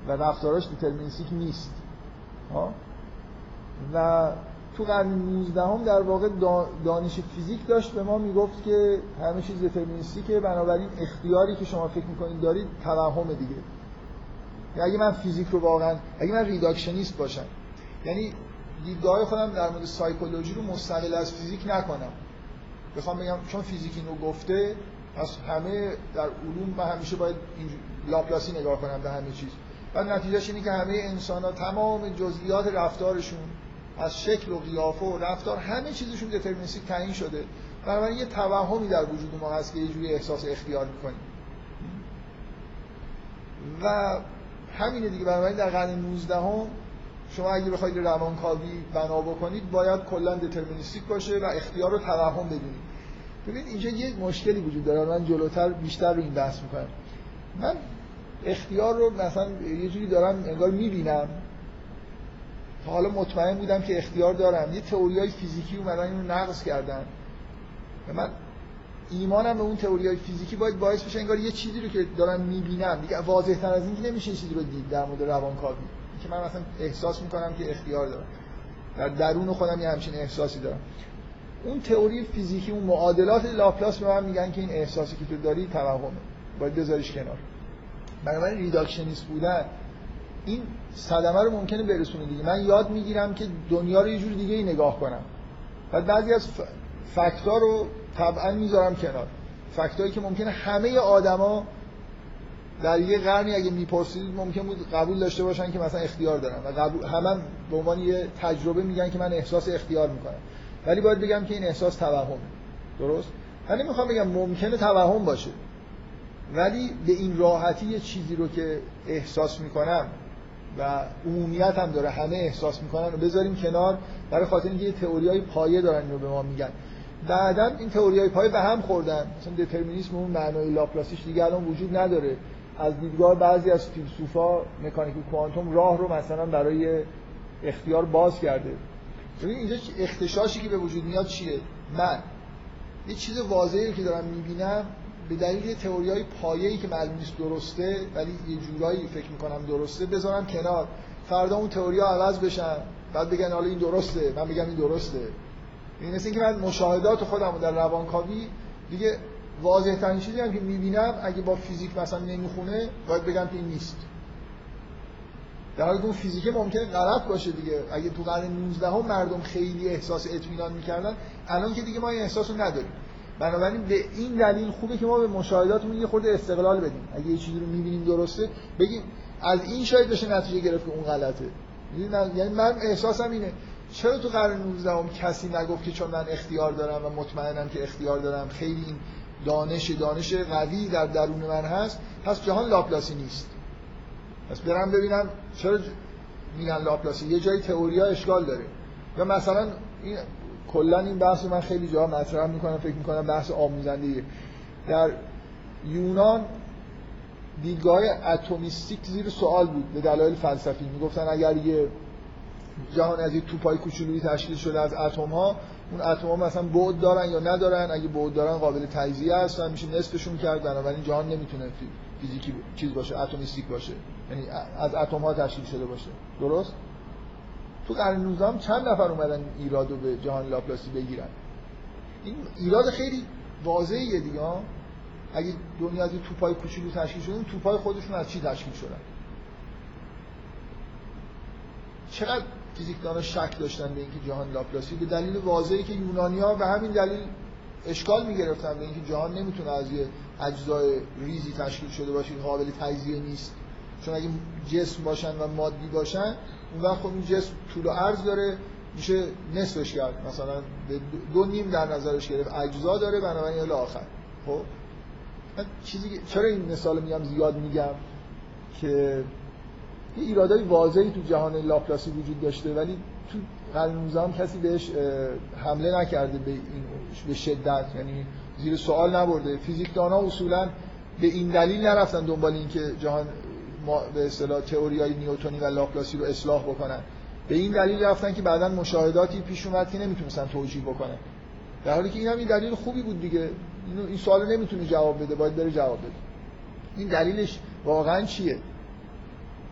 Speaker 1: و رفتاراش دیترمینیستیک نیست ها. و تو قرن نوزدهم در واقع دانش فیزیک داشت به ما میگفت که همه چیز دیترمینیستیکه، بنابراین اختیاری که شما فکر میکنید دارید توهمه دیگه. یعنی اگه من فیزیک رو واقعا، اگه من ریداکشنیست باشم، یعنی دیدگاه خودم در مورد سایکولوژی رو مستقل از فیزیک نکنم، بخوام بگم چون فیزیک اینو گفته پس همه در علوم من همیشه باید لاپلاسی نگاه کنم به همه چیز، و نتیجهش اینه که همه انسان‌ها تمام جزئیات رفتارشون از شکل و قیافه و رفتار همه چیزشون دیترمینیستیک تعیین شده. بنابراین یه توهمی در وجود ما هست که یه جوری احساس اختیار می‌کنیم و همینه دیگه. بنابراین در قرن نوزدهم شما اگه بخواید روانکاوی بنا بکنید باید کلا دیترمینیستیک باشه و اختیار رو توهم بدونید. ببین اینجا یه مشکلی وجود داره، من جلوتر بیشتر رو این بحث می‌کنم. من اختیار رو مثلا یه جوری دارم انگار می‌بینم، تا حالا مطمئن بودم که اختیار دارم، یه تئوریای فیزیکی اومدن اینو نقض کردن و من ایمانم به اون تئوریای فیزیکی باید باعث بشه انگار یه چیزی رو که دارم می‌بینم دیگه واضح‌تر از این که نمیشه این چیزی رو دید در مورد روانکاوی، که من مثلا احساس می‌کنم که اختیار دارم، در درون خودم یه همچین احساسی دارم. اون تئوری فیزیکی، اون معادلات لاپلاس به من میگن که این احساسی که تو داری توهمه، باید بذاریش کنار. بنابراین ریداکشنیست بودن این صدمه رو ممکنه برسونه دیگه. من یاد میگیرم که دنیا رو یه جور دیگه ای نگاه کنم، بعد بعضی از فکت‌ها رو طبعا میذارم کنار، فکتایی که ممکنه همه آدما در یه قرنی اگه میپرسیدید ممکن بود قبول داشته باشن که مثلا اختیار دارن و قبول همون به عنوان یه تجربه میگن که من احساس اختیار میکنم، ولی باید بگم که این احساس توهمه. درست؟ من نمیخوام بگم ممکنه توهم باشه، ولی به این راحتی یه چیزی رو که احساس میکنم و عمومیت هم داره همه احساس میکنن و بذاریم کنار، برای خاطر اینکه یه تئوریای پایه دارن اینو به ما میگن. بعداً این تئوریای پایه به هم خوردن، مثلا دیترمینیسم اون معنای لاپلاسیش دیگه الان وجود نداره. از دیدگاه بعضی از فیلسوفا مکانیک کوانتوم راه رو مثلا برای اختیار باز کرده. ببین اینجا اختشاشی که به وجود میاد چیه؟ من یه چیز واضحی که دارم میبینم به دلیل تئوریای پایه‌ای که معلوم نیست درسته ولی یه جورایی فکر میکنم درسته بذارم کنار، فردا اون تئوریا عوض بشن، بعد بگن حالا این درسته، من بگم این درسته. این مثل اینکه من مشاهدات خودم در روانکاوی دیگه واضح ترین چیزی هم که میبینم اگه با فیزیک مثلا نمیخونه باید بگم که این نیست، در حالی که اون فیزیک ممکنه غلط باشه دیگه. اگه تو قرن نوزدهم مردم خیلی احساس اطمینان میکردن، الان که دیگه ما این احساسو نداریم. بنابراین به این دلیل خوبه که ما به مشاهداتمون یه خورده استقلال بدیم. اگه یه چیزی رو میبینیم درسته بگیم از این شاید بشه نتیجه گرفت که اون غلطه. یعنی من احساسم اینه چرا تو قرن نوزدهم کسی نگفت که چون من اختیار دارم و مطمئنم که اختیار دارم، خیلی این دانش دانش قوی در درون من هست، پس جهان لاپلاسی نیست. پس برم ببینم چرا میگن لاپلاسی، یه جای تئوریا اشکال داره. یا مثلا این کلا این بحث رو من خیلی جا مطرح میکنم، فکر میکنم بحث آموزنده‌ایه. در یونان دیدگاه اتمیستیک زیر سوال بود به دلایل فلسفی. میگفتن اگر یه جهان از یه توپای کوچولویی تشکیل شده از اتم‌ها، اون اتم‌ها مثلا بعد دارن یا ندارن، اگه بعد دارن قابل تجزیه هستن میشه نصفشون کرد، بنابراین جهان نمیتونه فیزیکی چیز باشه، اتمیستیک باشه، یعنی از اتم‌ها تشکیل شده باشه. درست؟ تو قرن نوزدهم چند نفر اومدن ایراد رو به جهان لاپلاسی بگیرن. این ایراد خیلی واضحیه دیگه. اگه دنیا از توپای کوچولو تشکیل شده، اون توپای خودشون از چی تشکیل شدن؟ چقدر فیزیکدانا شک داشتن به اینکه جهان لاپلاسی، به دلیل واضحی که یونانی‌ها به همین دلیل اشکال می‌گرفتن به اینکه جهان نمیتونه از یه اجزای ریزی تشکیل شده باشه، قابل تجزیه نیست. چون اگه جسم باشن و مادی باشن، اون وقت خب این جسم طول و عرض داره، میشه نصفش کرد، مثلا دو نیم در نظرش گرفت، اجزا داره، بنابراین الی آخر. خب من چیزی چرا این مثال میگم زیاد میگم که یه ایرادای واضحی تو جهان لاپلاسی وجود داشته، ولی تو قرن نوزدهم کسی بهش حمله نکرده به این به شدت، یعنی زیر سوال نبرده. فیزیکدان‌ها اصولاً به این دلیل نرفتن دنبال این که جهان به اصطلاح تئوریای نیوتنی و لاپلاسی رو اصلاح بکنن، به این دلیل رفتن که بعداً مشاهداتی پیش اومد که نمیتونستن توجیه بکنن، در حالی که این هم این دلیل خوبی بود دیگه. اینو این سوالو نمیتونه جواب بده، باید بره جواب بده. این دلیلش واقعاً چیه؟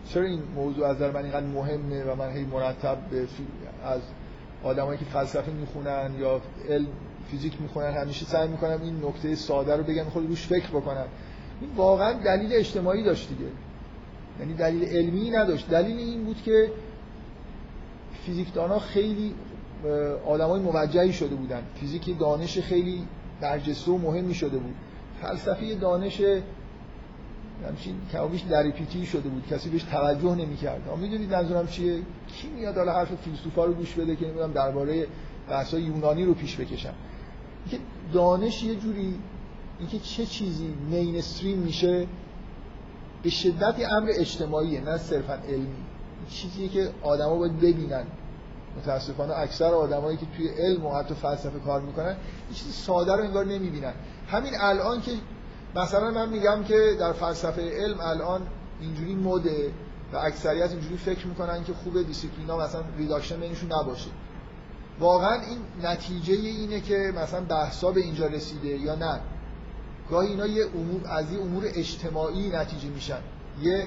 Speaker 1: چرا این موضوع از نظر من اینقدر مهمه و من هی مرتب از آدمایی که فلسفه میخونن یا علم فیزیک میخونن همیشه سعی میکنم این نکته ساده رو بگم خود روش فکر بکنن. این واقعا دلیل اجتماعی داشت دیگه، یعنی دلیل علمی نداشت. دلیل این بود که فیزیکدان‌ها خیلی آدمای موجهی شده بودن، فیزیک دانش خیلی برجسته و مهمی شده بود، فلسفه دانش همچین کمابیش دریپیتی شده بود، کسی بهش توجه نمی‌کرد. اما میدونید منظورم چیه؟ کی میاد حالا حرف فیلسوفا رو گوش بده که نمیدونم درباره بحث‌های یونانی رو پیش بکشن؟ اینکه دانش یه جوری اینکه چه چیزی مینستریم میشه به شدت امر اجتماعیه، نه صرفا علمی. چیزیه که آدما باید ببینن. متاسفانه اکثر آدمایی که توی علم و حتی فلسفه کار میکنن این چیز ساده رو انگار نمیبینن. همین الان که مثلا من میگم که در فلسفه علم الان اینجوری مده و اکثریت اینجوری فکر میکنن که خوبه دیسیپلینا مثلا ریداکشن بینشون نباشه، واقعا این نتیجه اینه که مثلا بحثا به اینجا رسیده یا نه؟ گاهی اینا یه امور از یه امور اجتماعی نتیجه میشن. یه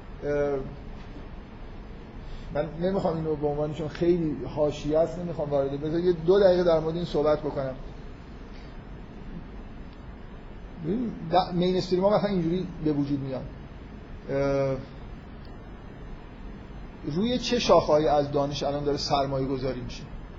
Speaker 1: من نمیخوام اینو به عنوان چون خیلی حاشیه است نمیخوام وارد بذار یه دو دقیقه در مورد این صحبت بکنم. مینستریم ها مثلا اینجوری به وجود میان. روی چه شاخه‌ای از دانش الان داره سرمایه گذاری میشه؟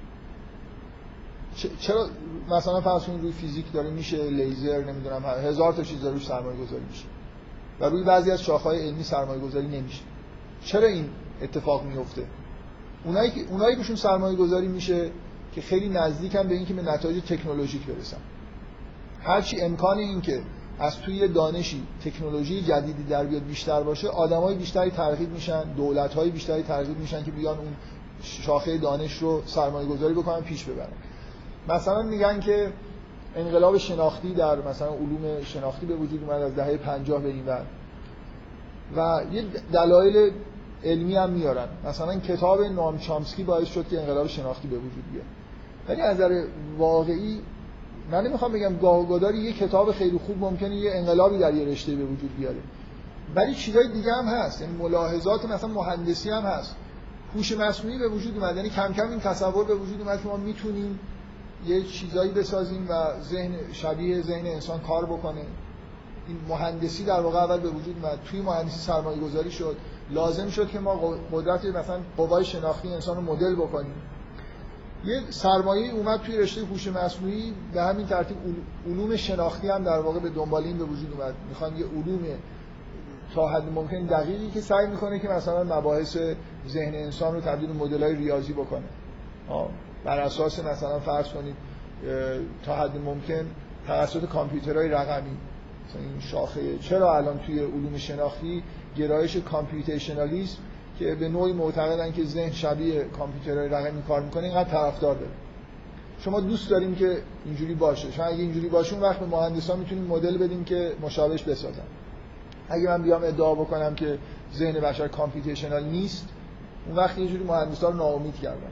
Speaker 1: چرا مثلا فرض کنید روی فیزیک داره میشه، لیزر، نمیدونم هزار تا چیز داره روش سرمایه گذاری میشه و روی بعضی از شاخه‌های علمی سرمایه گذاری نمیشه. چرا این اتفاق میفته؟ اونایی که اونایی بهشون سرمایه گذاری میشه که خیلی نزدیکن به اینکه به نتایج تکنولوژیک برسن. هرچی امکان این که از توی دانشی تکنولوژی جدیدی در بیاد بیشتر باشه، آدمای بیشتری ترغیب میشن، دولت‌های بیشتری ترغیب میشن که بیان اون شاخه دانش رو سرمایه گذاری بکنن، پیش ببرن. مثلا میگن که انقلاب شناختی در مثلا علوم شناختی به وجود اومد از دهه پنجاه به این ور و یه دلایل علمی هم میارن. مثلا کتاب نام چامسکی باعث شد که انقلاب شناختی به وجود بیاد. ولی از نظر واقعی من نمیخوام بگم گاه‌گداری یه کتاب خیلی خوب ممکنه یه انقلابی در یه رشته به وجود بیاره، ولی چیزای دیگه هم هست. یعنی ملاحظات مثلا مهندسی هم هست. هوش مصنوعی به وجود اومد، یعنی کم کم این تصور به وجود اومد که ما میتونیم یه چیزایی بسازیم و ذهن شبیه ذهن انسان کار بکنه. این مهندسی در واقع اول به وجود اومد، توی مهندسی سرمایه گذاری شد، لازم شد که ما قدرت مثلا قوای شناختی انسان رو مدل بکنیم. یه سرمایه اومد توی رشته هوش مصنوعی، به همین ترتیب علوم شناختی هم در واقع به دنبال این به وجود اومد. میخوان یه علوم تا حد ممکن دقیقی که سعی میکنه که مثلا مباحث ذهن انسان رو تبدیل به مدل‌های ریاضی بکنه. آه. بر اساس مثلا فرض کنید تا حد ممکن توسط کامپیوترهای رقمی، مثلا این شاخه چرا الان توی علوم شناختی گرایش کامپیوتیشنالیسم که به نوعی معتقدن که ذهن شبیه کامپیوترهای رقمی کار میکنه اینقدر طرفدار داره. شما دوست داریم که اینجوری باشه، شما اگه اینجوری باشه اون وقت به مهندسا میتونیم مدل بدیم که مشابهش بسازن. اگه من بیام ادعا بکنم که ذهن بشر کامپیوتیشنال نیست، اون وقت یه جوری مهندسا رو ناامید کردن.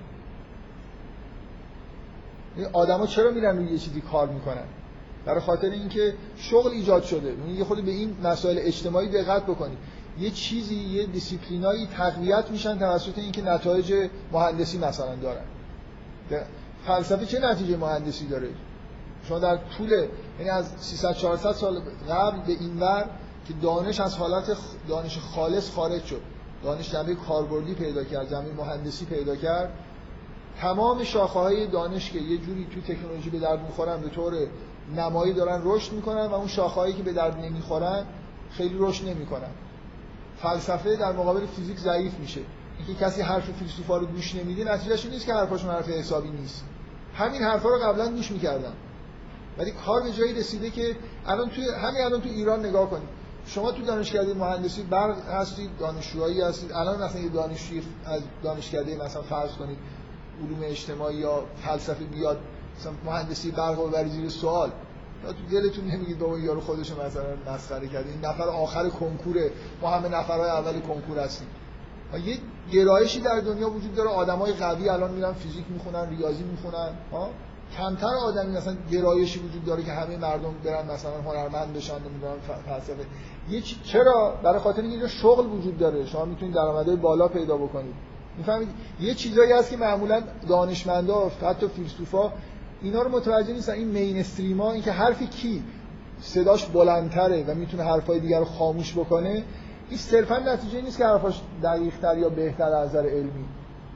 Speaker 1: آدما چرا میرن روی یه چیزی کار میکنن؟ برای خاطر اینکه شغل ایجاد شده. یه خود به این مسائل اجتماعی دقت بکنید. یه چیزی، یه دیسیپلینایی تقویت میشن توسط اینکه نتایج مهندسی مثلا دارن. فلسفه چه نتیجه مهندسی داره؟ شما در طول یعنی از سیصد چهارصد سال قبل به این ور که دانش از حالت دانش خالص خارج شد، دانش جنبه کاربردی پیدا کرد، جنبه مهندسی پیدا کرد، تمام شاخه‌های دانش که یه جوری توی تکنولوژی به درد می‌خورن به طور نمایی دارن رشد می‌کنن و اون شاخه‌هایی که به درد نمی‌خورن خیلی رشد نمی‌کنن. فلسفه در مقابل فیزیک ضعیف میشه. اینکه کسی حرف فیلسوفا رو گوش نمیده نتیجهش این نیست که حرفاشون حرف حسابی نیست. همین حرفا رو قبلا گوش می‌کردن. ولی کار به جایی رسیده که الان توی همین الان تو ایران نگاه کنید. شما تو دانشکده مهندسی برق هستید، دانشجویی هستید. الان مثلا یه دانشجوی از دانشکده مثلا فرض کنید علوم اجتماعی یا فلسفه بیاد مثلا مهندسی برق رو ببرید زیر سوال، تو دلتون نمیگید بابا یارو خودش مثلا مسخره کرده، این نفر آخر کنکوره، ما همه نفرهای اول کنکور هستیم. یه گرایشی در دنیا وجود داره، آدمای قوی الان میرن فیزیک میخونن، ریاضی میخونن، ها
Speaker 2: کمتر آدمی مثلا گرایشی وجود داره که همه مردم برن مثلا هنرمند بشن نمیدونم فلسفه. یه چرا؟ برای خاطر اینکه اینجا شغل وجود داره، شما میتونید درآمدهای بالا پیدا بکنید. میفهمید یه چیزایی هست که معمولا دانشمندا حتی فیلسوفا اینا رو متوجه نیستن. این مینستریما، این که حرف کی صداش بلندتره و میتونه حرفای دیگر رو خاموش بکنه، این صرفا نتیجه نیست که حرفاش دقیق‌تر یا بهتر از نظر علمی،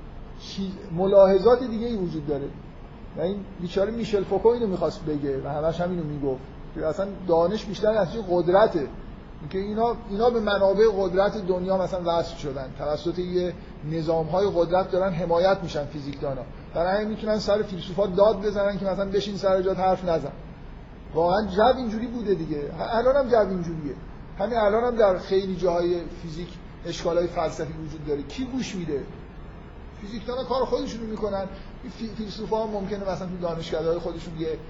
Speaker 2: ملاحظات دیگه ای وجود داره. و این بیچاره میشل فوکو اینو میخواست بگه و همش همینو میگفت که اصلا دانش بیشتر نتیجه قدرته، اینکه اینا اینا به منابع قدرت دنیا مثلا وصل شدن، توسط یه نظام‌های قدرت دارن حمایت میشن فیزیکدانا، برای همین میتونن سر فیلسوفا داد بزنن که مثلا بشین سر جات حرف نزن. واقعا جو اینجوری بوده دیگه، الان هم جو اینجوریه. همین الان هم در خیلی جاهای فیزیک اشکالای فلسفی وجود داره. کی گوش میده؟ فیزیکدانا کار خودشونو میکنن. فیلسوفا هم ممکنه مثلا تو دانشگاه‌های خودشون یه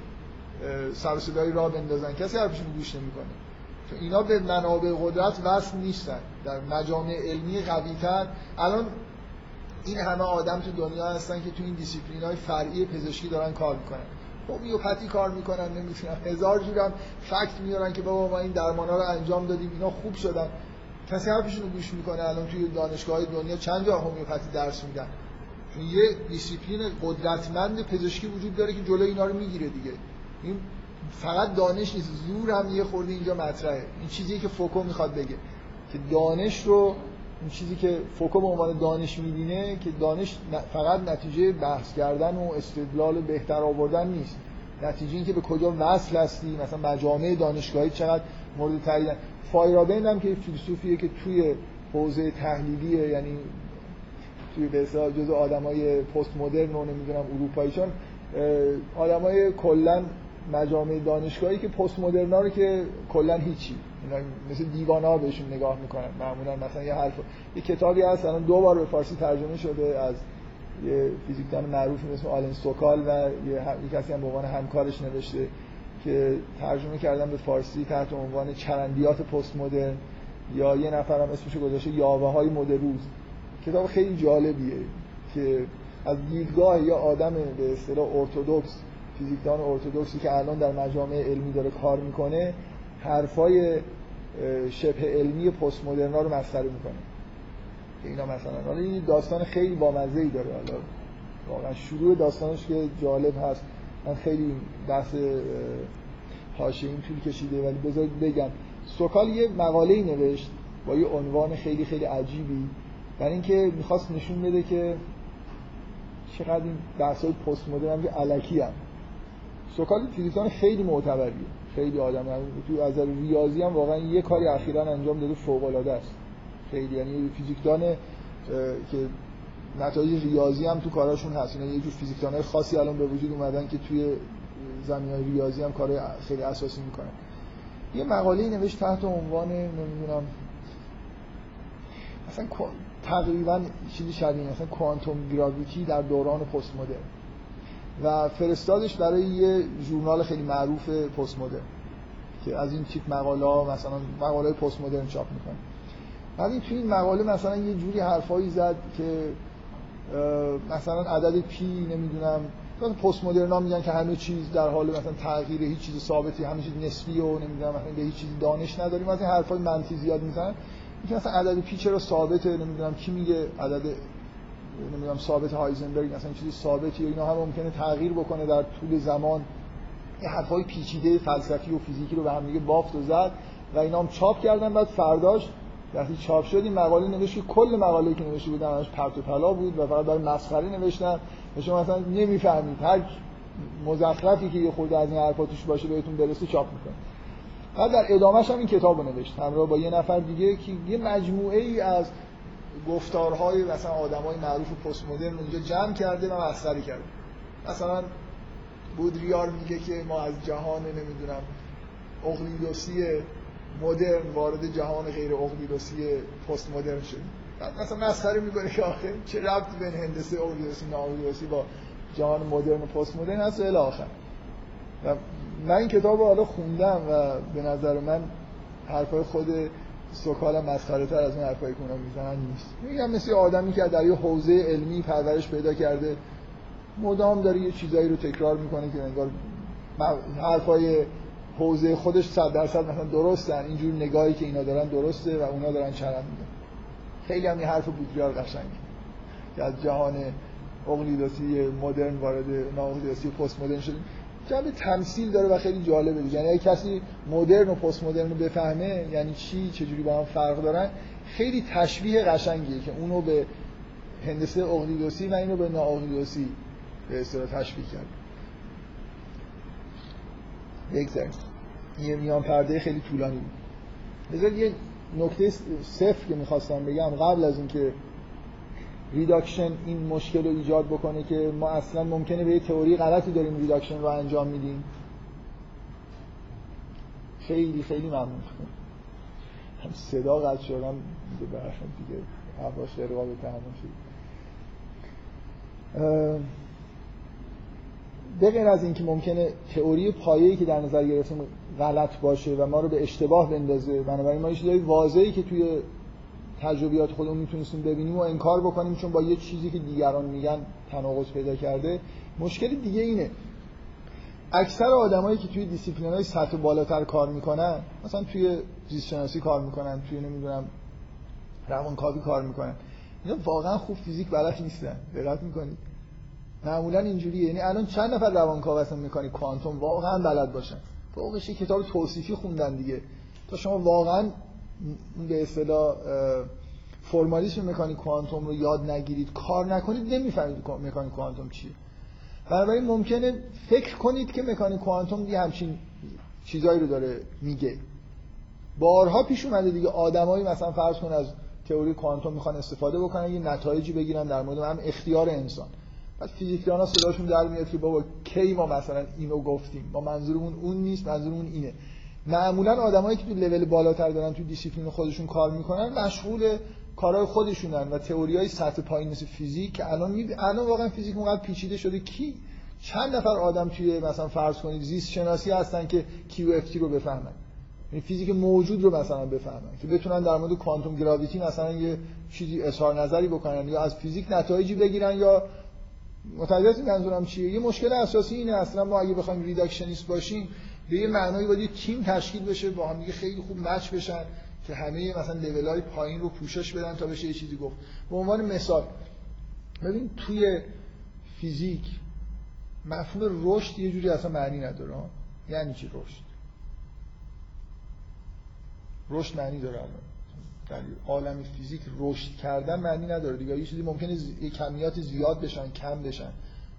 Speaker 2: سر و صدای راه بندازن، کسی حرفشون رو گوش نمیکنه. چون اینا به منابع قدرت وصل نیستن. در مجامع علمی قوی‌تر الان این همه آدم تو دنیا هستن که تو این دیسیپلین‌های فرعی پزشکی دارن کار میکنن، هومیوپاتی کار میکنن، نمی‌تونن هزار جورم فکت میارن که بابا ما این درمانا رو انجام دادیم اینا خوب شدن. کسی حرفشون رو گوش میکنه؟ الان توی دانشگاه‌های دنیا چند جا هومیوپاتی درس میدن، چون یه دیسیپلین قدرتمند پزشکی وجود داره که جلوی اینا رو میگیره دیگه. این فقط دانش نیست، زور هم یه خورده اینجا مطرحه. این چیزیه که فوکو میخواد بگه که دانش رو، این چیزی که فوکو به عنوان دانش میبینه که دانش فقط نتیجه بحث کردن و استدلال بهتر آوردن نیست، نتیجه این که به کجا وصل هستی. مثلا مجامع دانشگاهی چقدر مورد تعیین. فایرابند هم که فیلسوفیه که توی حوزه تحلیلیه، یعنی توی به اصطلاح جزء آدمای پست مدرن و نمیدونم اروپایی، چون آدمای کلا مجامع دانشگاهی که پست مدرنا رو که کلا هیچی، اینا مثل دیوانا بهشون نگاه میکنن معمولا. مثلا یه حرف یه کتابی هست الان دو بار به فارسی ترجمه شده از یه فیزیکدان معروفی مثل آلن سوکال و یه کسی هم به عنوان همکارش نوشته که ترجمه کردن به فارسی تحت عنوان چرندیات پست مدرن، یا یه نفر هم اسمش گذاشته یاوه‌های مدروز. کتاب خیلی جالبیه که از دیدگاه یا آدم به اصطلاح ارتدوکس، فیزیکدان ارتدوکسی که الان در مجامع علمی داره کار میکنه، حرفای شبه علمی پست مدرنا رو مسخره میکنه که اینا مثلا، حالا این داستان خیلی بامزه‌ای داره. حالا واقعا شروع داستانش که جالب هست، من خیلی بحث حاشیه‌ای طول کشیده ولی بذارید بگم. سوکال یه مقاله‌ای نوشت با یه عنوان خیلی خیلی عجیبی، برای اینکه میخواست نشون بده که چقدر این بحث‌های پست مدرن هم که الکی هم. سوکال فیزیکدان خیلی معتبریه، خیلی آدم تو از ریاضی هم واقعا یه کاری اخیراً انجام داده فوق‌العاده است خیلی، یعنی فیزیکدان که نتایج ریاضی هم تو کاراشون هست. اینا یه جور فیزیکدانای خاصی الان به وجود اومدن که توی زمینه‌های ریاضی هم کارهای خیلی اساسی میکنن. یه مقاله‌ای نوشت تحت عنوان نمیدونم مثلا تقریبا چیزی شبیه مثلا کوانتوم گراویتی در دوران پست مدرن و فرستادش برای یه ژورنال خیلی معروف پست مدرن که از این تیپ مقاله‌ها مثلا مقاله‌های پست مدرن چاپ میکنه. بعد این توی این مقاله مثلا یه جوری حرفایی زد که مثلا عدد پی نمیدونم، مثلا پست مدرنا میگن که همه چیز در حال مثلا تغییر، هیچ چیز ثابتی، همه چیز نسبی و نمیدونم مثلا به هیچ چیزی دانش نداریم. مثلا حرفای منطقی زیاد میزنن که مثلا عدد پی چرا ثابته، نمیدونم کی میگه عدد نمیدونم ثابت هایزنبرگ مثلا چیزی ثابتی و اینا هم ممکنه تغییر بکنه در طول زمان. این حرفای پیچیده فلسفی و فیزیکی رو به هم دیگه بافت و زد و اینا هم چاپ کردن. بعد فرداش وقتی چاپ شد این مقاله نوشت که کل مقاله‌ای که نوشته بودن همش پرت و پلا بود و فقط برای مسخره نوشتن. شما مثلا نمیفهمید، هر مزخرفی که یه خورده از این حرفا توش باشه بهتون برسه چاپ میکنه. بعد در ادامهش هم این کتابو نوشت همراه با یه نفر دیگه که یه مجموعه ای از گفتارهای مثلا آدمای معروف پست مدرن اونجا جمع کرده و مسخره کرده. مثلا بودریار میگه که ما از جهان نمیدونم اقلیدوسی مدرن وارد جهان غیر اقلیدوسی پست مدرن شد. مثلا مسخره میکنه که آخه چه ربطی بین هندسه اقلیدوسی و نااقلیدوسی با جهان مدرن و پست مدرن هست الی آخر. و من این کتاب رو حالا خوندم و به نظر من حرفای خود سوکال مسخره تر از اون حرفایی که اونا میزنن نیست. میگم مثل آدمی که در یه حوزه علمی پرورش پیدا کرده مدام داره یه چیزایی رو تکرار میکنه که انگار حرفای حوزه خودش صد درصد مثلا درستن، اینجور نگاهی که اینا دارن درسته و اونا دارن چرند میگن. خیلی هم این حرف بودجار قشنگه که از جهان اقلیدوسی مدرن وارد نااقلیدوسی پست مدرن شده. جنبه تمثیل داره و خیلی جالبه دیگه. یعنی اگه کسی مدرن و پست مدرن رو بفهمه یعنی چی، چجوری با هم فرق دارن، خیلی تشبیه قشنگیه که اونو به هندسه اقلیدوسی و اینو به نااقلیدوسی به اصطلاح تشبیه کرد. بگذاریم یه میان پرده خیلی طولانی بود. بذار یه نکته صفر که میخواستم بگم قبل از اینکه ریداکشن این مشکل رو ایجاد بکنه که ما اصلا ممکنه به یه تئوری غلطی داریم ریداکشن رو انجام میدیم. خیلی خیلی ممنون. هم صدا قطع شدم دیگه براشون دیگه حواش ارقا به تحمل شد. به غیر از اینکه ممکنه تئوری پایه‌ای که در نظر گرفتیم غلط باشه و ما رو به اشتباه بندازه، بنابراین ما یه چیزای واضحی که توی تجربیات خودمون میتونستیم ببینیم و انکار بکنیم چون با یه چیزی که دیگران میگن تناقض پیدا کرده. مشکل دیگه اینه اکثر آدمایی که توی دیسیپلین‌های سطح بالاتر کار میکنن، مثلا توی زیست شناسی کار میکنن، توی نمیدونم روانکاوی کار میکنن، اینا واقعا خوب فیزیک بلد نیستن. دقت میکنید معمولا اینجوریه. یعنی الان چند نفر روانکاو هستن مکانیک کوانتوم واقعا بلد باشن، فوقش کتاب توصیفی خوندن دیگه، تا شما واقعا به اصطلاح فرمالیسم مکانیک کوانتوم رو یاد نگیرید، کار نکنید، نمیفهمید مکانیک کوانتوم چیه. بنابراین ممکنه فکر کنید که مکانیک کوانتوم یه همچین چیزایی رو داره میگه. بارها پیش اومده دیگه آدمایی مثلا فرض کن از تئوری کوانتوم میخوان استفاده بکنن یه نتایجی بگیرن در مورد هم اختیار انسان، بعد فیزیکدانا صداشون در میاد که بابا کی ما مثلا اینو گفتیم، ما منظورمون اون نیست، منظورمون اینه. معمولا آدمایی که تو لول بالاتر دارن تو دیسیپلین خودشون کار میکنن مشغول کارهای خودشونن و تئوریای سطح پایین مثل فیزیک که الان می... الان واقعا فیزیک اونقدر پیچیده شده کی چند نفر آدم توی مثلا فرض کنید زیست شناسی هستن که کیو اف تی رو بفهمن، این فیزیک موجود رو مثلا بفهمن که بتونن در مورد کوانتوم گراویتی مثلا یه چیزی اظهار نظری بکنن یا از فیزیک نتایجی بگیرن یا متوجه منظورم چیه. یه مشکل اساسی اینه اصلا ما اگه بخوایم ریداکشنیست باشیم به یه معنایی باید یه تیم تشکیل بشه با هم دیگه خیلی خوب مچ بشن که همه مثلا لول‌های پایین رو پوشش بدن تا بشه یه چیزی گفت. به عنوان مثال ببین توی فیزیک مفهوم رشد یه جوری اصلا معنی نداره. یعنی چی رشد؟ رشد معنی داره الان در عالم فیزیک رشد کردن معنی نداره دیگه. یه چیزی ممکنه ز... یه کمیات زیاد بشن کم بشن.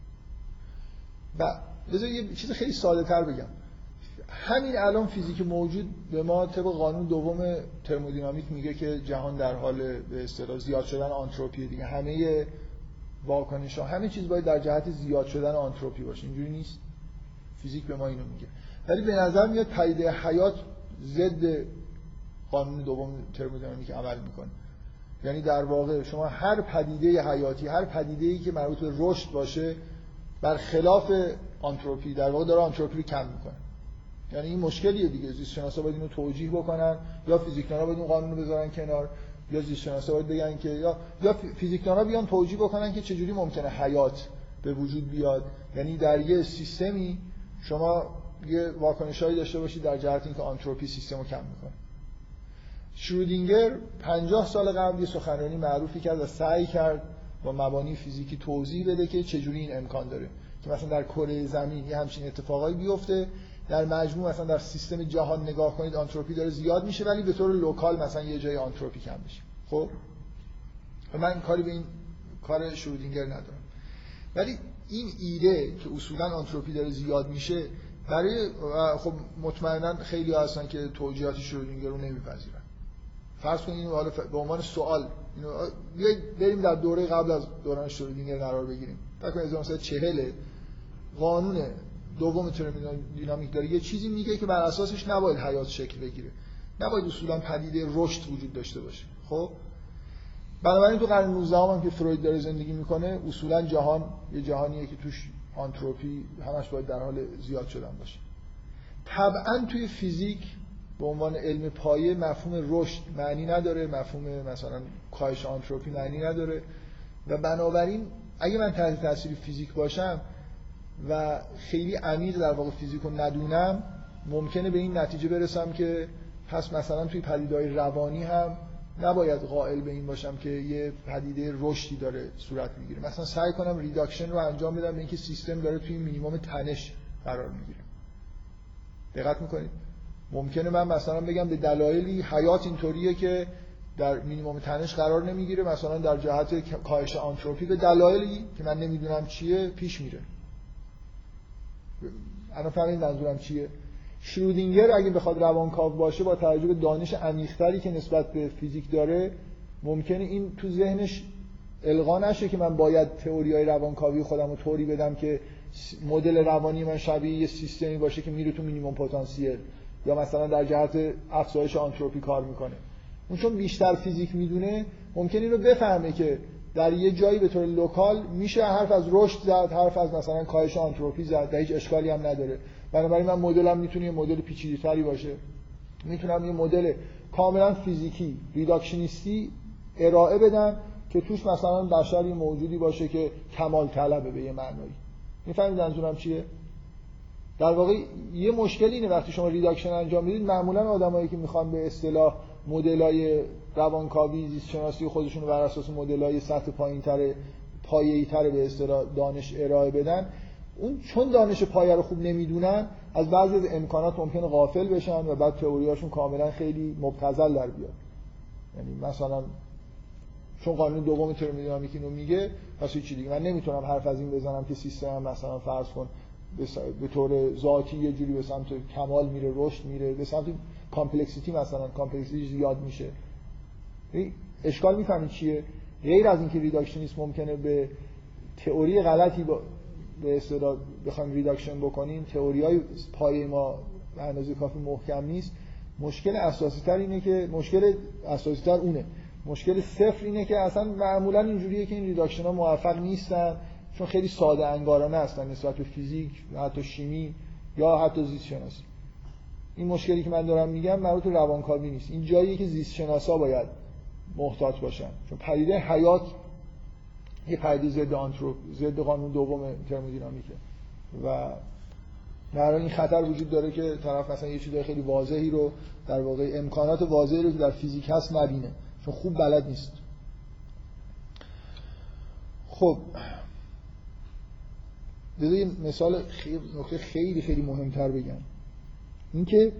Speaker 2: و بذار یه چیز خیلی ساده تر بگم، همین الان فیزیک موجود به ما طبق قانون دوم ترمودینامیک میگه که جهان در حال به اصطلاح زیاد شدن آنتروپی دیگه. همه واکنش‌ها همه چیز باید در جهت زیاد شدن آنتروپی باشه. اینجوری نیست؟ فیزیک به ما اینو میگه. ولی به نظر میاد پدیده حیات ضد قانون دوم ترمودینامیک عمل میکنه. یعنی در واقع شما هر پدیده حیاتی، هر پدیده‌ای که مربوط به رشد باشه برخلاف آنتروپی در واقع داره آنتروپی رو کم میکنه. یعنی این مشکلیه دیگه. زیست شناسا باید اینو توجیه بکنن یا فیزیکدانا باید اون قانون رو بذارن کنار یا زیست شناسا باید بگن که یا یا فیزیکدانا بیان توجیه بکنن که چجوری ممکنه حیات به وجود بیاد. یعنی در یه سیستمی شما یه واکنشایی داشته باشید در جهت اینکه آنتروپی سیستمو کم میکنه. شرودینگر پنجاه سال قبل یه سخنرانی معروفی کرد و سعی کرد با مبانی فیزیکی توضیح بده که چجوری این امکان داره که مثلا در کره زمین یه همچین اتفاقایی بیفته، در مجموع مثلا در سیستم جهان نگاه کنید آنتروپی داره زیاد میشه ولی به طور لوکال مثلا یه جای آنتروپی کم بشه. خب من کاری به این کار شرودینگر ندارم، ولی این ایده که اصولا آنتروپی داره زیاد میشه برای خب مطمئنا خیلی هستن که توجیهات شرودینگر رو نمیپذیرن. فرض کنید اینو حالا به عنوان سوال اینو بریم در دوره قبل از دوران شرودینگر قرار بگیریم. فکر کنید هزار و نهصد و چهل قانون دوم ترمودینامیک داره یه چیزی میگه که بر اساسش نباید حیات شکل بگیره، نباید اصولا پدیده رشد وجود داشته باشه. خب بنابراین تو قرن نوزدهم هم که فروید داره زندگی میکنه اصولا جهان یه جهانیه که توش آنتروپی همش باید در حال زیاد شدن باشه. طبعا توی فیزیک به عنوان علم پایه مفهوم رشد معنی نداره، مفهوم مثلا کاهش آنتروپی معنی نداره و بنابراین اگه من تحت تاثیر فیزیک باشم و خیلی عمیق در واقع فیزیک رو ندونم، ممکنه به این نتیجه برسم که پس مثلا توی پدیده‌های روانی هم نباید قائل به این باشم که یه پدیده رشدی داره صورت میگیره. مثلا سعی کنم ریداکشن رو انجام بدم به اینکه سیستم داره توی مینیمم تنش قرار میگیره. دقت میکنید؟ ممکنه من مثلا بگم به دلایلی حیات اینطوریه که در مینیمم تنش قرار نمیگیره، مثلا در جهت کاهش آنتروپی به دلایلی که من نمیدونم چیه پیش میره. الان فهمیدید منظورم چیه؟ شرودینگر اگه بخواد روانکاو باشه با توجه به دانش عمیق‌تری که نسبت به فیزیک داره، ممکنه این تو ذهنش القا نشه که من باید تئوریای روانکاوی خودم رو طوری بدم که مدل روانی من شبیه یه سیستمی باشه که میره تو مینیمم پتانسیل یا مثلا در جهت افزایش آنتروپی کار میکنه. اون چون بیشتر فیزیک میدونه ممکنه اینو بفهمه که در یه جایی به طور لوکال میشه حرف از رشد زد، حرف از مثلا کاهش آنتروپی زد، هیچ اشکالی هم نداره. بنابراین من مدلم میتونه یه مدل پیچیده‌تری باشه، میتونم یه مدل کاملا فیزیکی ریداکشنیستی ارائه بدم که توش مثلا بشر یه موجودی باشه که کمال طلبه به یه معنایی. میفهمید منظورم چیه؟ در واقع یه مشکل اینه وقتی شما ریداکشن انجام میدید، معمولا آدمایی که میخوان به اصطلاح مدل‌های روانکاوی زیست شناسی خودشون رو بر اساس مدل‌های سطح پایین‌تر پایه‌ای‌تر به اصطلاح دانش ارائه بدن، اون چون دانش پایه رو خوب نمیدونن از بعضی از امکانات ممکنه غافل بشن و بعد تئوریاشون کاملا خیلی مبتذل در بیاد. یعنی مثلا چون قانون دوم ترمودینامیک اینو میگه، پس هیچ چیزی دیگه من نمیتونم حرف از این بزنم که سیستم مثلا فرض کن به طور ذاتی یه جوری به سمت کمال میره، رشد میره، به سمت کامپلکسیتی مثلا کامپلکسیتی زیاد میشه. اشکال میفهمید چیه؟ غیر از اینکه ریداکشنیسم ممکنه به تئوری غلطی با به اصطلاح بخوایم ریداکشن بکنیم، تئوریای پایه ما به اندازه کافی محکم نیست. مشکل اساسی تر اینه که مشکل اساسی تر اونه مشکل صفر اینه که اصلا معمولا اینجوریه که این ریداکشن ها موفق نیستن، چون خیلی ساده انگارانه هستن نسبت به فیزیک یا حتی شیمی یا حتی زیست شناسی. این مشکلی که من دارم میگم مربوط به روانکاوی نیست، این جاییه که زیست شناسا باید محتاط باشن، چون پدیده حیات یه پدیده ضد آنتروپ ضد قانون دوم ترمودینامیکه و در این خطر وجود داره که طرف مثلا یه چیزای خیلی واضحی رو در واقع امکانات واضحی رو که در فیزیک هست نبینه چون خوب بلد نیست. خب بذار یه مثال خیلی نکته خیلی خیلی مهمتر بگم، اینکه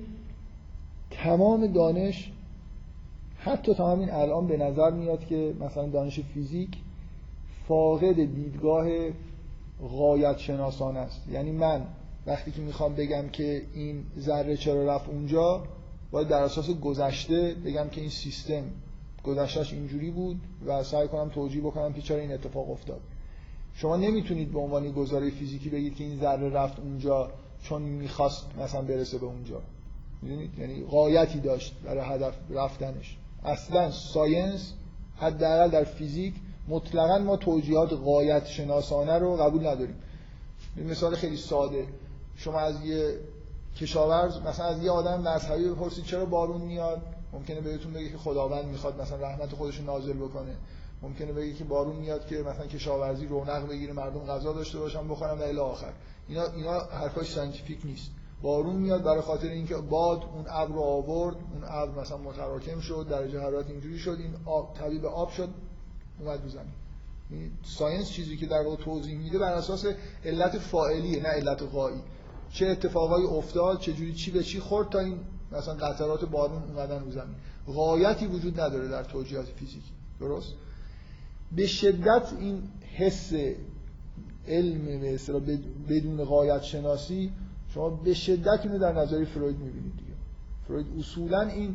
Speaker 2: تمام دانش حتی تا همین الان به نظر میاد که مثلا دانش فیزیک فاقد دیدگاه غایت شناسانه است. یعنی من وقتی که میخوام بگم که این ذره چرا رفت اونجا، باید در اساس گذشته بگم که این سیستم گذشتهش اینجوری بود و سعی کنم توجیه بکنم که چرا این اتفاق افتاد. شما نمیتونید به عنوان گزاره فیزیکی بگید که این ذره رفت اونجا چون میخواست مثلا برسه به اونجا. میدونید؟ یعنی غایتی داشت برای هدف رفتنش. اصلا ساینس حداقل در فیزیک مطلقاً ما توجیهات غایت شناسانه رو قبول نداریم. این مثال خیلی ساده، شما از یه کشاورز مثلا از یه آدم مذهبی بپرسید چرا بارون میاد، ممکنه بهتون بگه که خداوند میخواد مثلا رحمت خودش رو نازل بکنه. ممکنه بگه که بارون میاد که مثلا کشاورزی رونق بگیره، مردم غذا داشته باشن بخورن و الی آخر. اینا اینا حرفای ساینتیفیک نیست. بارون میاد برای خاطر اینکه باد اون ابر رو آورد، اون ابر مثلا متراکم شد، درجه حرارت اینجوری شد، این آب تبدیل به آب شد اومد رو زمین. ساینس چیزی که در واقع توضیح میده بر اساس علت فاعلیه نه علت غایی. چه اتفاقایی افتاد، چه جوری چی به چی خورد تا این مثلا قطرات بارون اومدن رو زمین. غایتی وجود نداره در توجیهات فیزیکی. درست؟ به شدت این حس علم به اصطلاح بدون غایت شناسی شما به شدت اینو در نظریه فروید میبینید دیگه. فروید اصولا این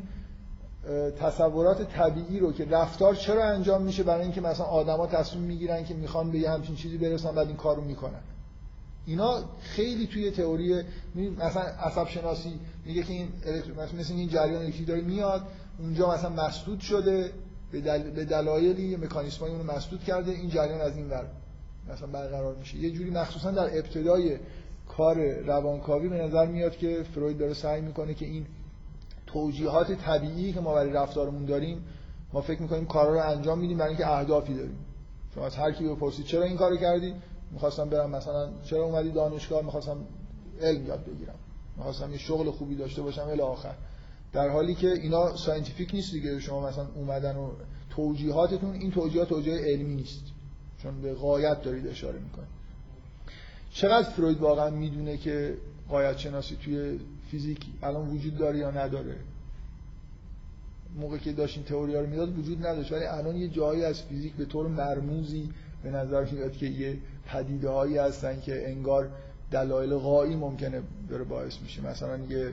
Speaker 2: تصورات طبیعی رو که رفتار چرا انجام میشه برای اینکه مثلا آدما تصمیم میگیرن که میخوان به یه همچین چیزی برسن بعد این کارو میکنن، اینا خیلی توی تئوری مثلا عصب شناسی میگه که این مثلا مثل این جریان الکتریکی داره میاد اونجا مثلا مسدود شده به, دل... به دلایلی مکانیزمای اون رو مسدود کرده، این جریان از این ور مثلا برقرار میشه. یه جوری مخصوصا در ابتدای کار روانکاوی به نظر میاد که فروید داره سعی میکنه که این توجیهات طبیعی که ما برای رفتارمون داریم، ما فکر میکنیم کارا رو انجام میدیم برای اینکه اهدافی داریم، شما از هر کی بپرسید چرا این کارو کردی، می‌خواستم برم مثلا چرا اومدی دانشگاه، می‌خواستم علم یاد بگیرم، می‌خواستم یه شغل خوبی داشته باشم الی آخر. در حالی که اینا ساینتیفیک نیست دیگه. شما مثلا اومدن و توجیهاتتون این توجیهات توجیه علمی نیست، چون به غایت دارید اشاره میکنید. چقدر فروید واقعا میدونه که غایت شناسی توی فیزیک الان وجود داره یا نداره؟ موقعی که داشت این تئوریا رو میداد وجود نداشت، ولی الان یه جایی از فیزیک به طور مرموزی به نظر میاد که یه پدیده‌هایی هستن که انگار دلایل غایی ممکنه بره باعث میشه. مثلا یه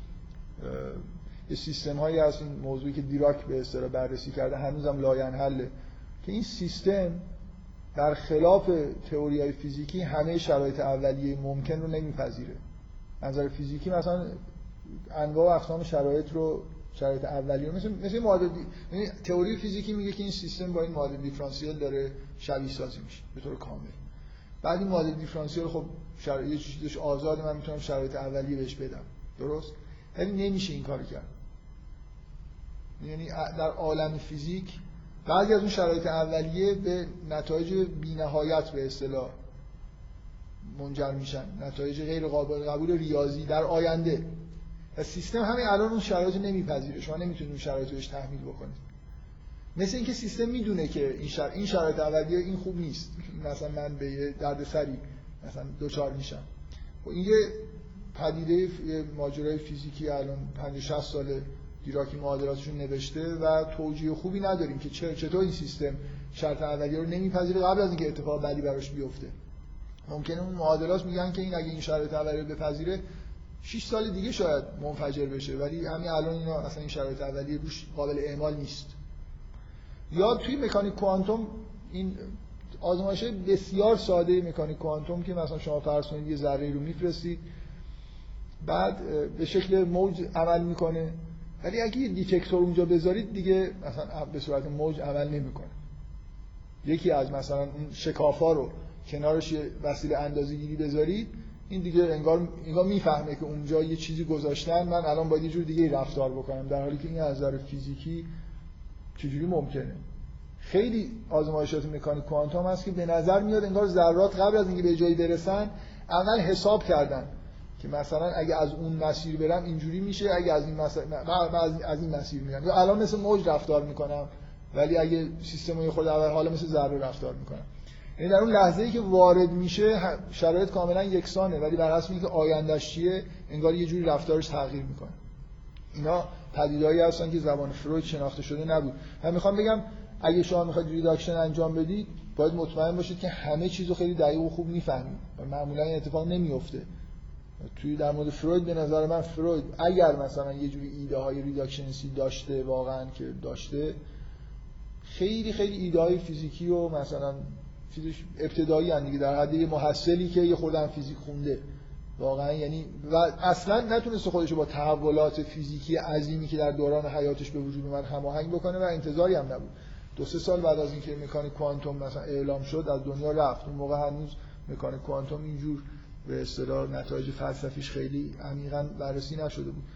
Speaker 2: یه سیستم هایی هست، این موضوعی که دیراک به اصطلاح بررسی کرده هنوزم لاینحله، که این سیستم در خلاف تئوری‌های فیزیکی همه شرایط اولیه ممکن رو نمیپذیره. نظر فیزیکی مثلا انواع و اقسام شرایط رو شرایط اولیه مثل مثل معادله، یعنی تئوری فیزیکی میگه که این سیستم با این معادله دیفرانسیل داره شبیه سازی میشه به طور کامل. بعد این معادله دیفرانسیل خب شرایط یه چیزش آزاده، من میتونم شرایط اولیه بهش بدم، درست؟ ولی نمیشه این کارو کرد. یعنی در عالم فیزیک بعضی از اون شرایط اولیه به نتایج بی‌نهایت به اصطلاح منجر میشن، نتایج غیر قابل قبول ریاضی در آینده. و سیستم همین الان اون شرایط نمیپذیره، شما نمیتونید اون شرایط رو بهش تحمیل بکنید. مثل اینکه سیستم میدونه که این شر... این شرایط اولیه این خوب نیست، مثلا من به یه دردسری مثلا دوچار میشم. و این یه پدیده ماجرای فیزیکی الان پنجاه شصت ساله دیراکی معادلاتشون نوشته و توجیه خوبی نداریم که چطور این سیستم شرط اولیه رو نمیپذیره قبل از اینکه اتفاق بعدی براش بیفته. ممکنه اون معادلات میگن که این اگه این شرط اولیه رو بپذیره شش سال دیگه شاید منفجر بشه، ولی همین الان اینا اصلا این شرایط اولیه روش قابل اعمال نیست. یا توی مکانیک کوانتوم این آزمایش بسیار ساده مکانیک کوانتوم که مثلا شما فرض کنید یه ذره رو میفرستید بعد به شکل موج عمل میکنه، ولی اگه یه دیتکتور اونجا بذارید دیگه مثلا به صورت موج عمل نمیکنه. یکی از مثلا اون شکافا رو کنارش یه وسیله اندازه‌گیری بذارید، این دیگه انگار انگار میفهمه که اونجا یه چیزی گذاشتن، من الان باید یه جور دیگه رفتار بکنم، در حالی که این از نظر فیزیکی چجوری ممکنه؟ خیلی آزمایشات مکانیک کوانتوم هست که به نظر میاد انگار ذرات قبل از اینکه به جایی برسن عملاً حساب کردن که مثلا اگه از اون مسیر برم اینجوری میشه، اگه از این مسیر از, از این مسیر میرم، یا الان مثل موج رفتار میکنم ولی اگه سیستم خود اول حالا مثل ذره رفتار میکنم. یعنی در اون لحظه‌ای که وارد میشه شرایط کاملا یکسانه، ولی بر اساس اینکه آینده‌اش چیه انگار یه جوری رفتارش تغییر میکنه. اینا پدیده‌ای هستن که زبان فروید شناخته شده نبود. من میخوام بگم اگه شما میخواید ریداکشن انجام بدید باید مطمئن باشید که همه چیزو خیلی دقیق و خوب میفهمید و معمولا این اتفاق نمیفته. توی در مورد فروید به نظر من فروید اگر مثلا یه جوری ایده های ریداکشنیستی داشته واقعا که داشته، خیلی خیلی ایده های فیزیکی و مثلا فیزیک ابتدایی ان دیگه، در حد یه محصلی که یه خودم فیزیک خونده واقعا، یعنی و اصلا نتونسته خودش رو با تحولات فیزیکی عظیمی که در دوران حیاتش به وجود اومد هماهنگ بکنه و انتظاری هم نبود. دو سه سال بعد از اینکه مکانیک کوانتوم مثلا اعلام شد از دنیا رفت. اون موقع هنوز مکانیک کوانتوم اینجور به اصطلاح نتایج فلسفیش خیلی عمیقاً بررسی نشده بود.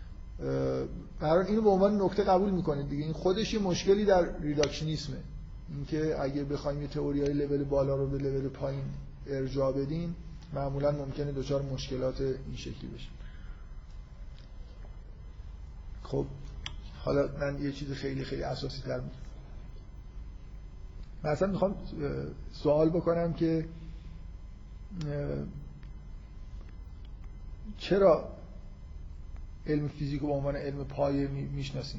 Speaker 2: برای اینو به عنوان نکته قبول میکنید دیگه. این خودش یه مشکلی در ریداکشنیسمه، اینکه اگه بخوایم یه تئوریای لول بالا رو به لول پایین ارجاع بدیم معمولاً ممکنه دچار مشکلات این شکلی بشیم. خب حالا من یه چیز خیلی خیلی اساسی تر میگم. مثلا میخوام سوال بکنم که چرا علم فیزیک رو به عنوان علم پایه میشناسیم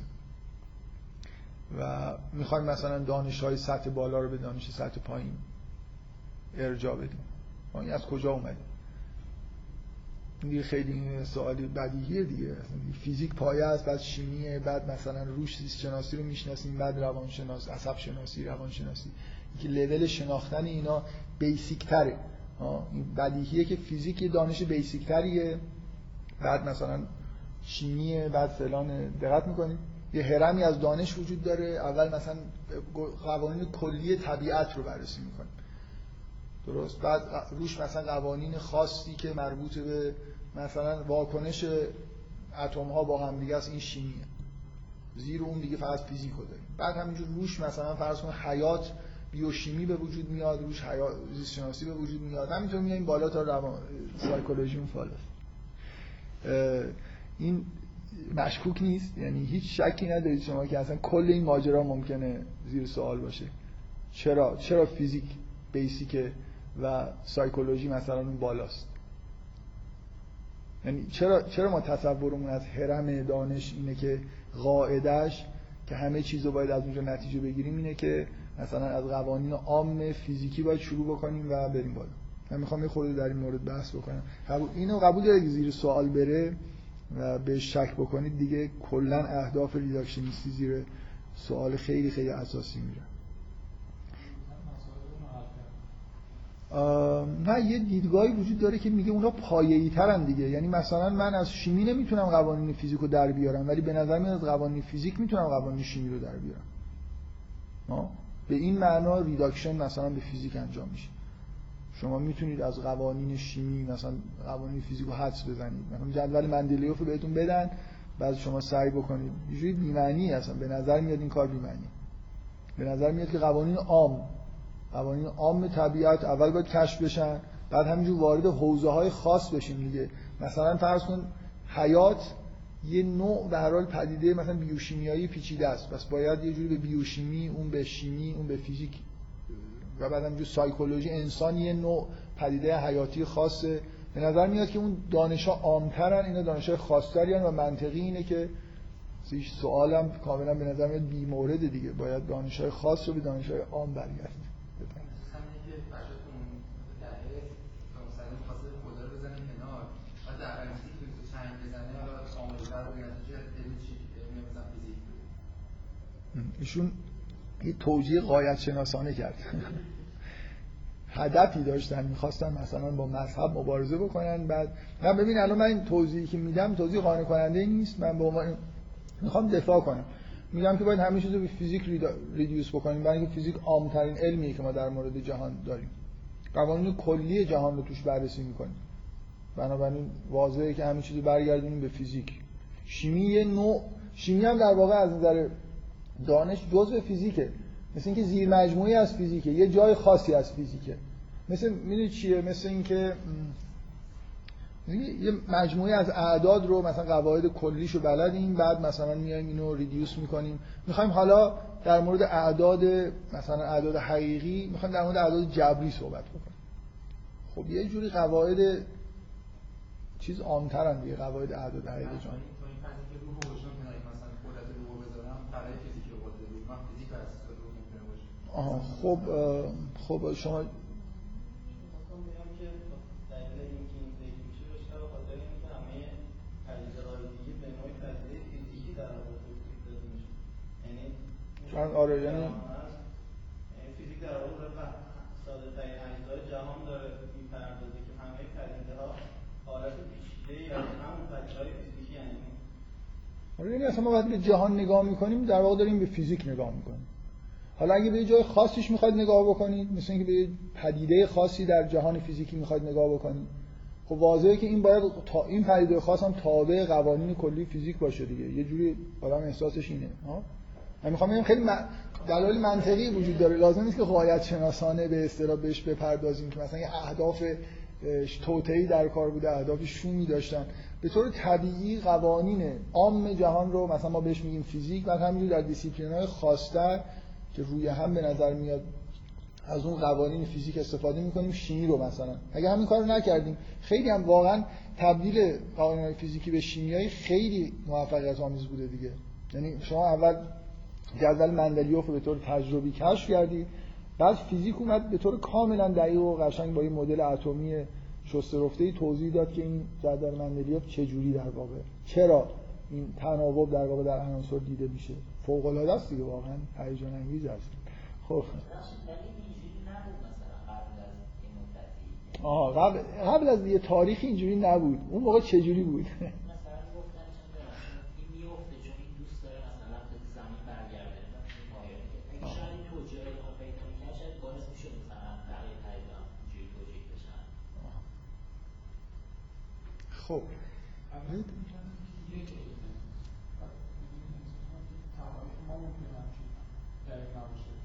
Speaker 2: و میخوایم مثلا دانش‌های سطح بالا رو به دانش سطح پایین ارجاع بدیم؟ این از کجا اومده؟ این دیگه خیلی سوالی بدیهیه دیگه. فیزیک پایه است، بعد شیمیه، بعد مثلا روش زیست شناسی رو میشناسیم، بعد روانشناسی، عصب شناسی، روانشناسی. اینکه لول شناختن اینا بیسیک تره. این بدیهیه که فیزیک یه دانش بیسیک تریه، بعد مثلا شیمیه، بعد فلان. دقت میکنید یه هرمی از دانش وجود داره. اول مثلا قوانین کلی طبیعت رو بررسی میکنیم، درست؟ بعد روش مثلا قوانین خاصی که مربوط به مثلا واکنش اتم ها با هم دیگه است، این شیمیه. زیر اون دیگه فقط فیزیکو داریم. بعد همینجور روش مثلا فرض کن حیات بیوشیمی به وجود میاد، روش زیست شناسی به وجود میاد، همینطور میایم بالا تا روان سایکولوژی اون بالاست. این مشکوک نیست، یعنی هیچ شکی ندارید شما که اصلا کل این ماجرا ممکنه زیر سوال باشه. چرا چرا فیزیک بیسیکه و سایکولوژی مثلا اون بالاست؟ یعنی چرا چرا ما تصورمون از هرم دانش اینه که قاعدش که همه چیزو باید از اونجا نتیجه بگیریم اینه که مثلا از قوانین عام فیزیکی باید شروع بکنیم و بریم بالا. من میخوام یه خورده در این مورد بحث بکنم. قبول اینو قبول داره که زیر سوال بره و به شک بکنید دیگه کلا اهداف ریداکشنیستی زیر سوال خیلی خیلی اساسی میره. نه یه دیدگاهی وجود داره که میگه اونا پایه‌ای ترن دیگه. یعنی مثلا من از شیمی نمیتونم قوانین فیزیک رو در بیارم، ولی به نظر میاد از قوانین فیزیک میتونم قوانین شیمی رو در بیارم. ها به این معنا ریداکشن مثلا به فیزیک انجام میشه. شما میتونید از قوانین شیمی مثلا قوانین فیزیک رو حدس بزنید، مثلا جدول مندلیوف رو بهتون بدن، بعد شما سعی بکنید. یه جوری بی‌معنی اصلا به نظر میاد این کار بی‌معنی. به نظر میاد که قوانین عام قوانین عام طبیعت اول باید کشف بشن، بعد همینجور وارد حوزه‌های خاص بشیم دیگه. مثلا فرض کن حیات یه نوع به هر حال پدیده مثلا بیوشیمیایی پیچیده است، پس باید یه جوری به بیوشیمی، اون به شیمی، اون به فیزیک و بعد همینجور سایکولوژی انسان یه نوع پدیده حیاتی خاصه. به نظر میاد که اون دانش‌ها عام‌ترن، اینا دانش‌های خاص‌ترین و منطقی اینه که هیچ سوالم کاملا به نظر میاد بی‌مورد دیگه، باید دانش‌های خاص رو به دانش‌های عام برگردیم. ایشون یه توجیه غایت شناسانه کرد. هدفی داشتن، میخواستن مثلا با مذهب مبارزه بکنن. بعد من ببین الان من این توضیحی که میدم توضیح قانع کننده نیست، من به عنوان میخوام دفاع کنم، میگم که باید همه چیز رو به فیزیک ریدیوس بکنیم، برای اینکه فیزیک عام‌ترین علمیه که ما در مورد جهان داریم. قوانین کلی جهان رو توش بررسی میکنیم، بنابراین واضحه که همه چیز رو برگردونیم به فیزیک. شیمی یه نوع شیمی هم در واقع از نظر دانش جزء فیزیکه، مثل اینکه زیر مجموعی از فیزیکه، یه جای خاصی از فیزیکه. مثل میدونید چیه؟ مثل اینکه یه مجموعه از اعداد رو مثلا قواعد کلیشو بلدیم، بعد مثلا میایم اینو ریدیوس میکنیم، میخوایم حالا در مورد اعداد مثلا اعداد حقیقی میخوایم در مورد اعداد جبری صحبت بکنیم. خب یه جوری قواعد چیز عام‌ترن دیگه، قواعد اعداد حقیقی جان. آها خب خب شما چون آره یعنی
Speaker 3: فیزیک در واقع به ساده ترین اجزای جهان داره میپردازه که همه پدیده‌ها حالت پیچیده‌ای از همون پدیده‌های فیزیکی یعنی
Speaker 2: آره یعنی اصلا ما وقتی به جهان نگاه میکنیم در واقع داریم به فیزیک نگاه میکنیم. حالا اگه به جای خاصیش میخواید نگاه بکنید، مثل اینکه به پدیده خاصی در جهان فیزیکی میخواید نگاه بکنید، خب واضحه که این باید تا این پدیده خاص هم تابع قوانین کلی فیزیک باشه دیگه. یه جوری آدم احساسش اینه. ها من میخوام بگم خیلی من... دلایل منطقی وجود داره، لازم نیست که غایت شناسانه به اصطلاح بهش بپردازیم که مثلا یه اهداف توطئه‌ای در کار بوده، اهداف شومی داشتن. به طور طبیعی قوانین عام جهان رو مثلا ما بهش میگیم فیزیک، بعد همینجور در دیسیپلین‌های خاص‌تر که روی هم به نظر میاد از اون قوانین فیزیک استفاده میکنیم، شیمی رو مثلا. اگه همین کارو نکردیم خیلی هم واقعا تبدیل قوانین فیزیکی به شیمیایی خیلی موفقیت آمیز بوده دیگه. یعنی شما اول جدول مندلیوف رو به طور تجربی کشف کردید، بعد فیزیک اومد به طور کاملا دقیق و قشنگ با این مدل اتمی شسته رفته‌ای توضیح داد که این جدول مندلیوف چه جوری در واقع چرا این تناوب در واقع در عناصر دیده میشه. فوق العاده است دیگه، واقعا هیجان انگیز است. خب آها قبل قبل از یه تاریخی اینجوری نبود. اون موقع چه جوری بود؟ خب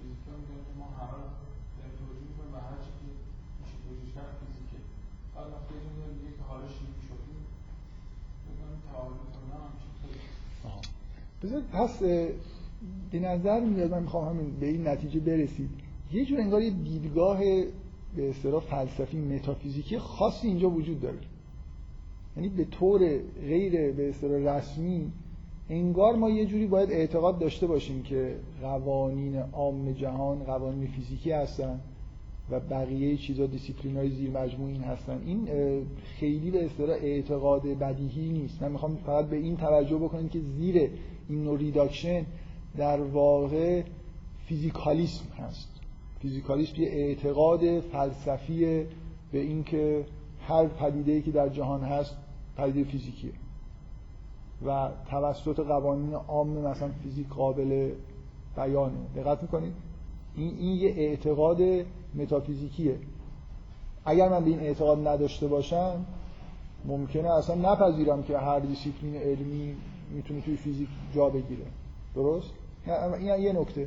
Speaker 4: فیزیکا میگن که ما همه رو داریم توجیه میکنیم و هر چی که میشه توجیه کرد فیزیکه. بعد نقطه جون میگه که حالا شیمی شدیم بگم تعامل کنه همچین خیلی
Speaker 2: بذار پس به نظر میاد من میخوام همین به این نتیجه برسید یه جور انگار یه دیدگاه به اصطلاح فلسفی متافیزیکی خاصی اینجا وجود داره. یعنی به طور غیر به اصطلاح رسمی انگار ما یه جوری باید اعتقاد داشته باشیم که قوانین عام جهان قوانین فیزیکی هستن و بقیه چیزا دیسیپلین‌های زیر مجموعه این هستن. این خیلی به اصطلاح اعتقاد بدیهی نیست. من میخوام فقط به این توجه بکنم که زیر این نوع ریداکشن در واقع فیزیکالیسم هست. فیزیکالیسم یه اعتقاد فلسفی به این که هر پدیده‌ای که در جهان هست پدیده فیزیکیه و توسط قوانین عام مثلا فیزیک قابل بیانه. دقت میکنید؟ این این یه اعتقاد متافیزیکیه. اگر من به این اعتقاد نداشته باشم ممکنه اصلا نپذیرم که هر دیسیپلین علمی میتونه توی فیزیک جا بگیره. درست؟ این یه نکته.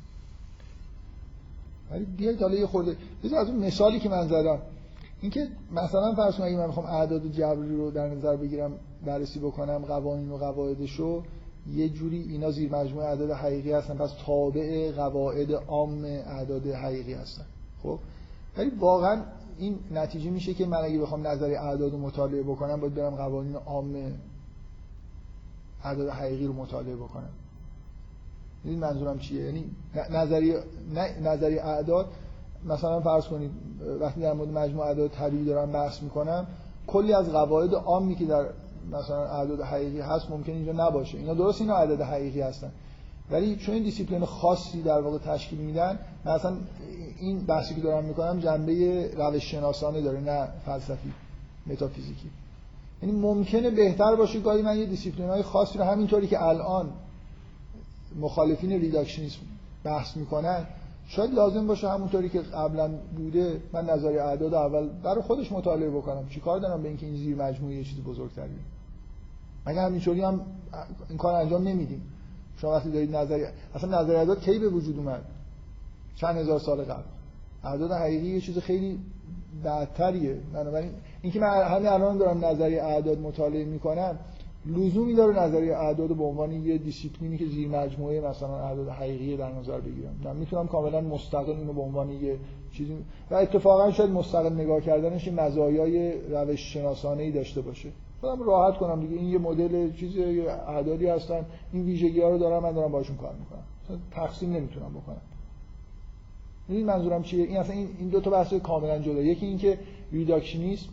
Speaker 2: ولی بیایید حالا یه خورده بذار از اون مثالی که من زدم اینکه مثلا فرض کنید اگه من بخوام اعداد جبری رو در نظر بگیرم بررسی بکنم قوانین و قواعدشو یه جوری اینا زیر مجموعه اعداد حقیقی هستن پس تابع قواعد عام اعداد حقیقی هستن. خب ولی واقعا این نتیجه میشه که من اگه بخوام نظریه اعداد رو مطالعه بکنم باید برم قوانین عام اعداد حقیقی رو مطالعه بکنم. این منظورم چیه؟ یعنی نظریه نظریه اعداد مثلا فرض کنید وقتی در مورد مجموع اعداد طبیعی دارم بحث میکنم کلی از قواعد عامی که در مثلا اعداد حقیقی هست ممکن اینجا نباشه. اینا درست اینا اعداد حقیقی هستن ولی چون این دیسیپلین خاصی در واقع تشکیل میدن مثلا این بحثی که دارم میکنم جنبه روش شناسانه داره نه فلسفی متافیزیکی. یعنی ممکنه بهتر باشه گاهی من یه دیسیپلین‌های خاصی رو همینطوری که الان مخالفین ریداکشنیسم بحث میکنن شاید لازم باشه همونطوری که قبلا بوده من نظریه اعداد اول برای خودش مطالعه بکنم. چیکار دارم به اینکه این زیر مجموعه یه چیز بزرگتریه؟ مگه همینطوری هم این کار انجام نمیدیم؟ شما وقتی دارید نظریه اصلا نظریه اعداد کی به وجود اومد؟ چند هزار سال قبل. اعداد حقیقی یه چیز خیلی بعدتریه. بنابراین اینکه من همین الان دارم نظریه اعداد مطالعه میکنم لزومی داره نظریه اعداد به عنوان یه دیسیپلینی که زیر مجموعه مثلا اعداد حقیقی در نظر بگیرم. من میتونم کاملا مستقل اینو به عنوان یه چیزی و اتفاقا شاید مستقل نگاه کردنش مزایای روش شناسانه‌ای داشته باشه. خودم راحت کنم دیگه این یه مدل چیزی اعدادی هستن این ویژگی‌ها رو دارم من دارم باشون کار میکنم. مثلا تقسیم نمیتونم بکنم. این منظورم چیه؟ این اصلا این این دو تا بحث کاملا جدا. یکی این که ریداکشنیسم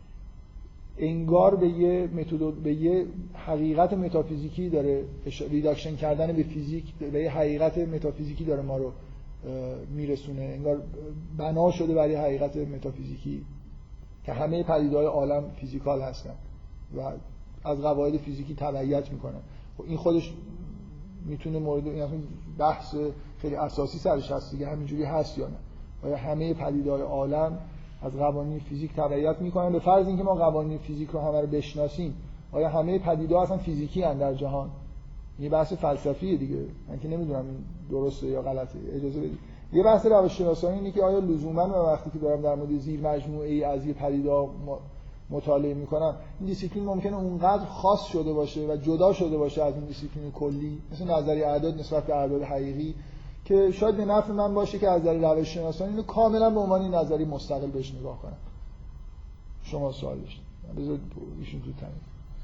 Speaker 2: انگار به یه متد به یه حقیقت متافیزیکی داره ریداکشن کردن به فیزیک به یه حقیقت متافیزیکی داره ما رو میرسونه. انگار بنا شده برای حقیقت متافیزیکی که همه پدیده‌های عالم فیزیکال هستن و از قواعد فیزیکی تبعیت میکنن. خب این خودش میتونه مورد این بحث خیلی اساسی سرش هست دیگه همینجوری هست یا نه؟ آیا همه پدیده‌های عالم از قوانین فیزیک تبعیت میکنن؟ به فرض اینکه ما قوانین فیزیک رو همه رو بشناسیم آیا همه پدیده‌ها اصلا فیزیکی هستن در جهان؟ این بحث فلسفیه دیگه. من که نمیدونم این درسته یا غلطه. اجازه بدید یه بحث روش شناسانی اینه که آیا لزوما من وقتی که دارم در مورد زیر مجموعه‌ای از یه پدیده مطالعه میکنم این دیسیپلین ممکنه اونقدر خاص شده باشه و جدا شده باشه از این دیسیپلین کلی مثل نظریه اعداد نسبت به اعداد حقیقی که شاید به نفع من باشه که از نظر روش شناسانی اینو کاملا به عنوان نظری مستقل بهش نگاه کنم. شما سوال داشتید بذار ایشون تو تمام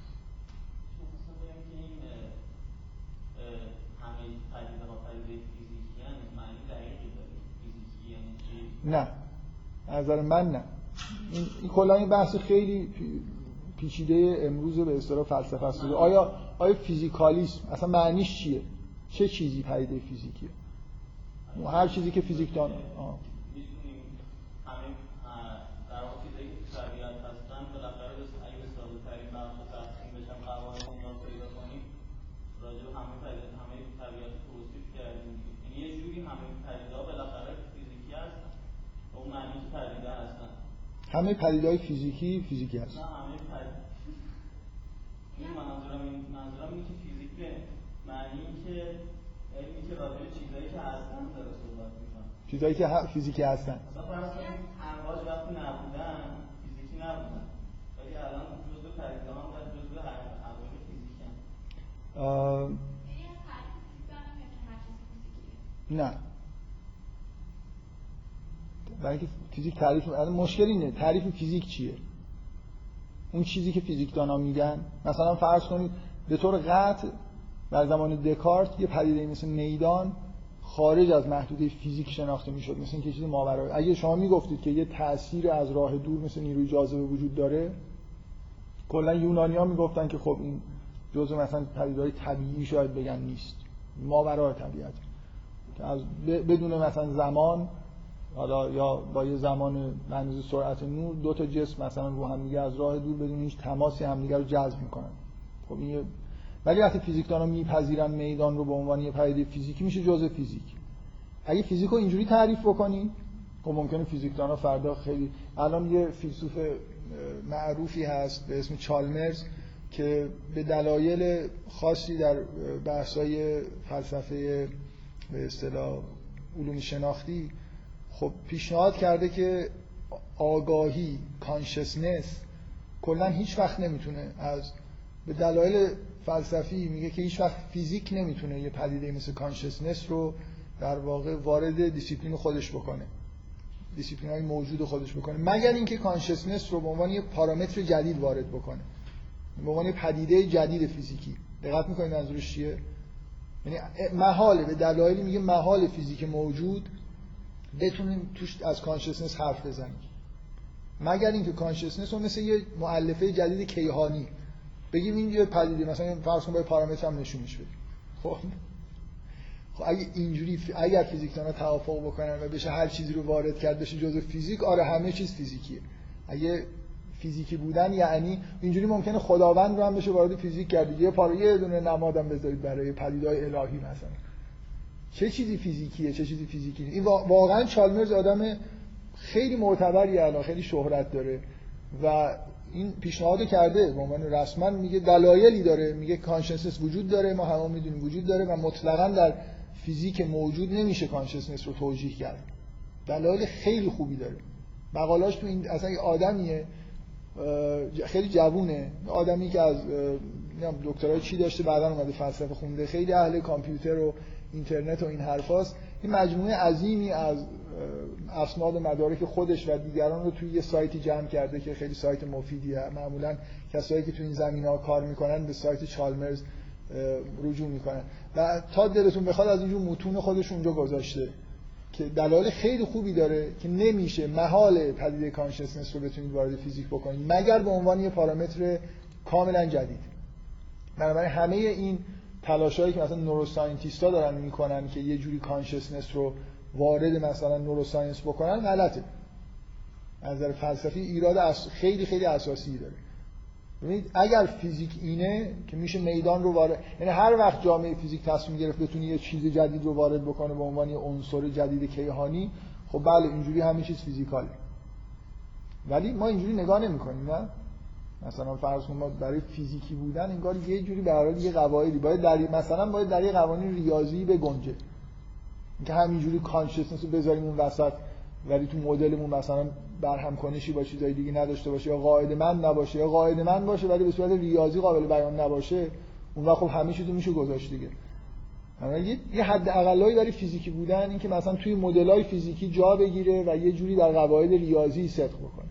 Speaker 2: نه نظر من نه. این, این کلا این بحث خیلی پیچیده امروز به اصطلاح فلسفه است. آیا آیا فیزیکالیسم اصلا معنیش چیه؟ چه چیزی پدیده فیزیکیه؟ هر چیزی که فیزیکدان آه
Speaker 3: میتونیم همین در واقع چیزایی که طبیعت هستن بالاخره اگه به ساده ترین بحث تقسیم بشن قوانین اونا رو پیدا کنیم راجع به همه پدیده همه طبیعت توصیف کردیم. یعنی یه جوری همه پدیده‌ها بالاخره فیزیکی هستن. اون معنی که پدیده هستن.
Speaker 2: همه پدیده‌های فیزیکی فیزیکی هستن.
Speaker 3: نه همه پدیده. این منظورم این منظورم اینه که فیزیک به معنی که علمی که راجع به چیزایی که هستن داره صحبت صحبت میکنن،
Speaker 2: چیزایی که فیزیکی هستن.
Speaker 3: مثلا فرض کنید امواج وقتی نبودن فیزیکی نبودن، ولی الان جزء پدیده‌ها و جزء امواج فیزیکی هستن.
Speaker 2: نه برای اینکه فیزیک تعریف مشکل اینه تعریف فیزیک چیه؟ اون چیزی که فیزیکدانا میگن، مثلا فرض کنید به طور قطع در زمان دکارت یه پدیده مثل میدان خارج از محدوده فیزیک شناخته میشد، مثل اینکه چیزی ماورای. اگه شما میگفتید که یه تأثیر از راه دور مثل نیروی جاذبه وجود داره، کلا یونانی‌ها میگفتن که خب این جزء مثلا پدیده‌های طبیعی شاید بگن نیست، ماورای طبیعت، که از بدون مثلا زمان حالا یا با یه زمان به اندازه سرعت نور دو تا جسم مثلا رو هم دیگه از راه دور بدون هیچ تماسی همدیگه رو جذب میکنن. خب این ولی وقتی فیزیکدانا میپذیرن میدان رو به عنوان یه پدیده فیزیکی میشه جزء فیزیک. اگه فیزیک رو اینجوری تعریف بکنی خب ممکنه فیزیکدانا فردا خیلی الان یه فیلسوف معروفی هست به اسم چالمرز که به دلایل خاصی در بحث‌های فلسفه به اصطلاح علوم شناختی خب پیشنهاد کرده که آگاهی کانشسنس کلا هیچ وقت نمیتونه از به دلایل فلسفی میگه که هیچ وقت فیزیک نمیتونه یه پدیده مثل کانشسنس رو در واقع وارد دیسیپلین خودش بکنه، دیسیپلین‌های موجود خودش بکنه، مگر اینکه کانشسنس رو به عنوان یه پارامتر جدید وارد بکنه، به عنوان یه پدیده جدید فیزیکی. دقت می‌کنید منظورش چیه؟ یعنی محاله به دلایلی میگه محال فیزیک موجود بتونیم توش از کانشسنس حرف بزنیم، مگر اینکه کانشسنس رو مثل یه مؤلفه جدید کیهانی بگیم این یه پدیده مثلا فرض کن با پارامتر هم نشونش بدیم. خب خب اگه اینجوری ف... اگر فیزیکدانا توافق بکنن و بشه هر چیزی رو وارد کرد بشه جزء فیزیک، آره همه چیز فیزیکیه. اگه فیزیکی بودن یعنی اینجوری ممکنه خداوند رو هم بشه وارد فیزیک کرد، یه پاره یه دونه نمادم بذارید برای پدیده‌های الهی مثلا. چه چیزی فیزیکیه چه چیزی فیزیکی نیست؟ این واقعا چالمرز آدم خیلی معتبریه، الان خیلی شهرت داره و این پیشنهاد کرده به عنوان رسما، میگه دلایلی داره، میگه کانشسنس وجود داره، ما همه میدونیم وجود داره و مطلقاً در فیزیک موجود نمیشه کانشسنس رو توجیه کرد. دلایل خیلی خوبی داره. مقالاش تو این اصلا آدمیه خیلی جوونه، آدمی که از نمیدونم دکترای چی داشته بعداً اومده فلسفه خونده، خیلی اهل کامپیوتر و اینترنت و این حرفاست. این مجموعه عظیمی از اسناد و مدارک خودش و دیگران رو توی یه سایتی جمع کرده که خیلی سایت مفیدیه. معمولاً کسایی که توی این زمینه‌ها کار میکنن به سایت چالمرز رجوع میکنن و تا دلتون بخواد از اینجور متون خودش اونجا گذاشته که دلایل خیلی خوبی داره که نمیشه محال پدیده کانشسنس رو بتونید وارد فیزیک بکنید مگر به عنوان یه پارامتر کاملا جدید. بنابراین همه این تلاشایی که مثلا نوروساینتیست‌ها دارن میکنن که یه جوری کانشسنس رو وارد مثلا نوروساینس بکنن غلطه. از نظر فلسفی ایراد از خیلی خیلی اساسی داره. ببینید اگر فیزیک اینه که میشه میدان رو وارد، یعنی هر وقت جامعه فیزیک تصمیم گرفت بتونه یه چیز جدید رو وارد بکنه به عنوان یه عنصر جدید کیهانی، خب بله اینجوری همه چیز فیزیکاله. ولی ما اینجوری نگاه نمی‌کنیم، نه؟ مثلا فرض کنیم ما برای فیزیکی بودن انگار یه جوری به هر حال یه قواعدی باید در مثلا باید در یه قوانین ریاضی بگنجه. اینکه همینجوری کانشسنس رو بذاریم اون وسط ولی تو مدلمون مثلا برهم کنشی با چیزای دیگه نداشته باشه یا قاعده‌مند نباشه یا قاعده‌مند باشه ولی به صورت ریاضی قابل بیان نباشه، اون وقت خب همه چیزو میشه گذاشت دیگه. اما یه یه حد اقلایی برای فیزیکی بودن این که مثلا توی مدل‌های فیزیکی جا بگیره و یه جوری در قواعد ریاضی صدق بکنه.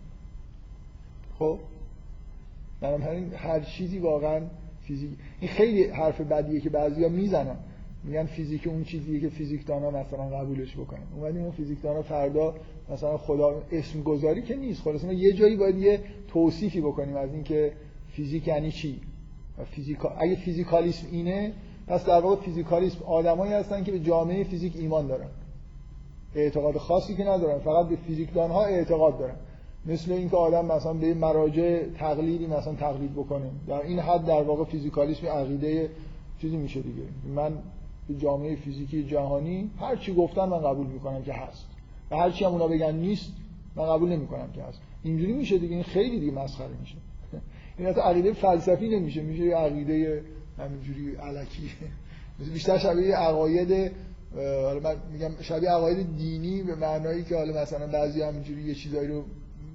Speaker 2: خب بنابراین هر چیزی واقعا فیزیک، این خیلی حرف بدیه که بعضیا میزنن، میگن فیزیک اون چیزیه که فیزیکدانا مثلا قبولش بکنن. اومدیم اون فیزیکدانا فردا مثلا خدا اسم گذاری که نیست، خلاص ما یه جایی باید یه توصیفی بکنیم از اینکه فیزیک یعنی چی. و فیزیکا اگه فیزیکالیسم اینه، پس در واقع فیزیکالیسم آدمایی هستن که به جامعه فیزیک ایمان دارن، اعتقاد خاصی که ندارن، فقط به فیزیکدانها اعتقاد دارن. مثل اینکه آدم مثلا به مراجع تقلیدی مثلا تقلید بکنه، در این حد در واقع فیزیکالیسم عقیده چیزی میشه دیگه. من به جامعه فیزیکی جهانی هر چی گفتن من قبول میکنم که هست و هر چی هم اونا بگن نیست من قبول نمیکنم که هست. اینجوری میشه دیگه، این خیلی دیگه مسخره میشه. این اصلا عقیده فلسفی نمیشه، میشه یه عقیده همینجوری الکی، بیشتر شبیه عقاید حالا من میگم شبیه عقاید دینی به معنایی که حالا مثلا بعضی همینجوری یه چیزایی رو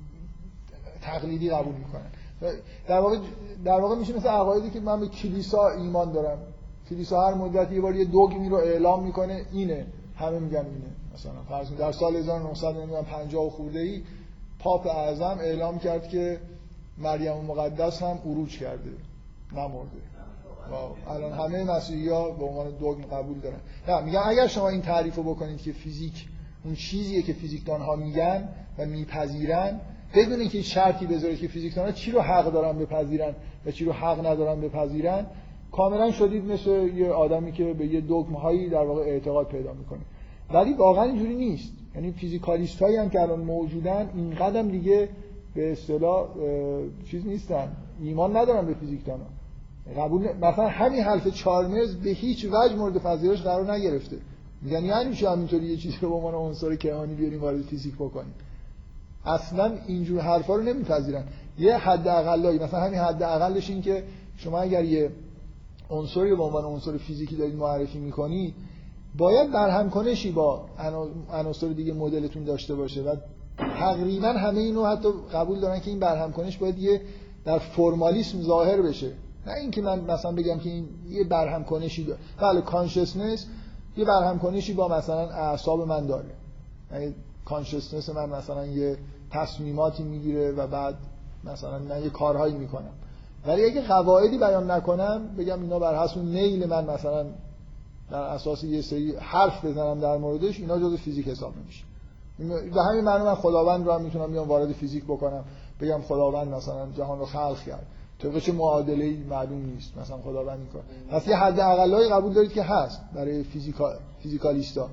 Speaker 2: تقلیدی قبول میکنن. در واقع در واقع میشه مثل عقایدی که من به کلیسا ایمان دارم. کلیسا هر مدت یه بار یه دوگمی رو اعلام میکنه، اینه، همه میگن اینه. مثلا فرض کنید در سال هزار و نهصد و پنجاه خورده‌ای پاپ اعظم اعلام کرد که مریم مقدس هم عروج کرده، نمرده. الان همه مسیحی‌ها به عنوان دوگم قبول دارن. نه میگم اگر شما این تعریفو بکنید که فیزیک اون چیزیه که فیزیکدان‌ها میگن و میپذیرن، بدون اینکه شرطی بذارید که فیزیکدان‌ها چی رو حق دارن بپذیرن و چی رو حق ندارن بپذیرن، کاملا شدید مثل یه آدمی که به یه دوگم‌هایی در واقع اعتقاد پیدا می‌کنه. ولی واقعا اینجوری نیست. یعنی فیزیکالیست‌هایی هم که الان موجودن این قدم دیگه به اصطلاح چیز نیستن، ایمان ندارن به فیزیکدان‌ها. قبول مثلا همین حرف چارلز به هیچ وجه مورد پذیرش قرار نگرفته. میگن یعنی میشه همینطوری یه چیزی رو به عنوان عنصر کیهانی بیاریم وارد فیزیک بکنیم. اصلا اینجور حرفا رو نمیپذیرن. یه حد اقلایی مثلا همین حد اقلش این که شما اگر یه عنصری رو به عنوان عنصر فیزیکی دارید معرفی می‌کنید، باید برهمکنشی با عناصر دیگه مدلتون داشته باشه و تقریبا همه اینو حتی قبول دارن که این برهمکنش باید یه در فرمالیسم ظاهر بشه. نه اینکه من مثلا بگم که این یه برهمکنشی داره. بله کانشسنس یه برهمکنشی با مثلا اعصاب من داره. یعنی کانشسنس من مثلا یه تصمیماتی میگیره و بعد مثلا من یه کارهایی میکنم. ولی اگه قواعدی بیان نکنم، بگم اینا بر حسب میل من مثلا در اساس یه سری حرف بزنم در موردش، اینا جزء فیزیک حساب نمیشه. به همین معنی من خداوند رو هم میتونم بیام وارد فیزیک بکنم، بگم خداوند مثلا جهان رو خلق کرد. طبق چه معادله‌ای معلوم نیست مثلا خداوند این کار. پس یه حد اقلایی قبول دارید که هست برای فیزیکا فیزیکالیستا.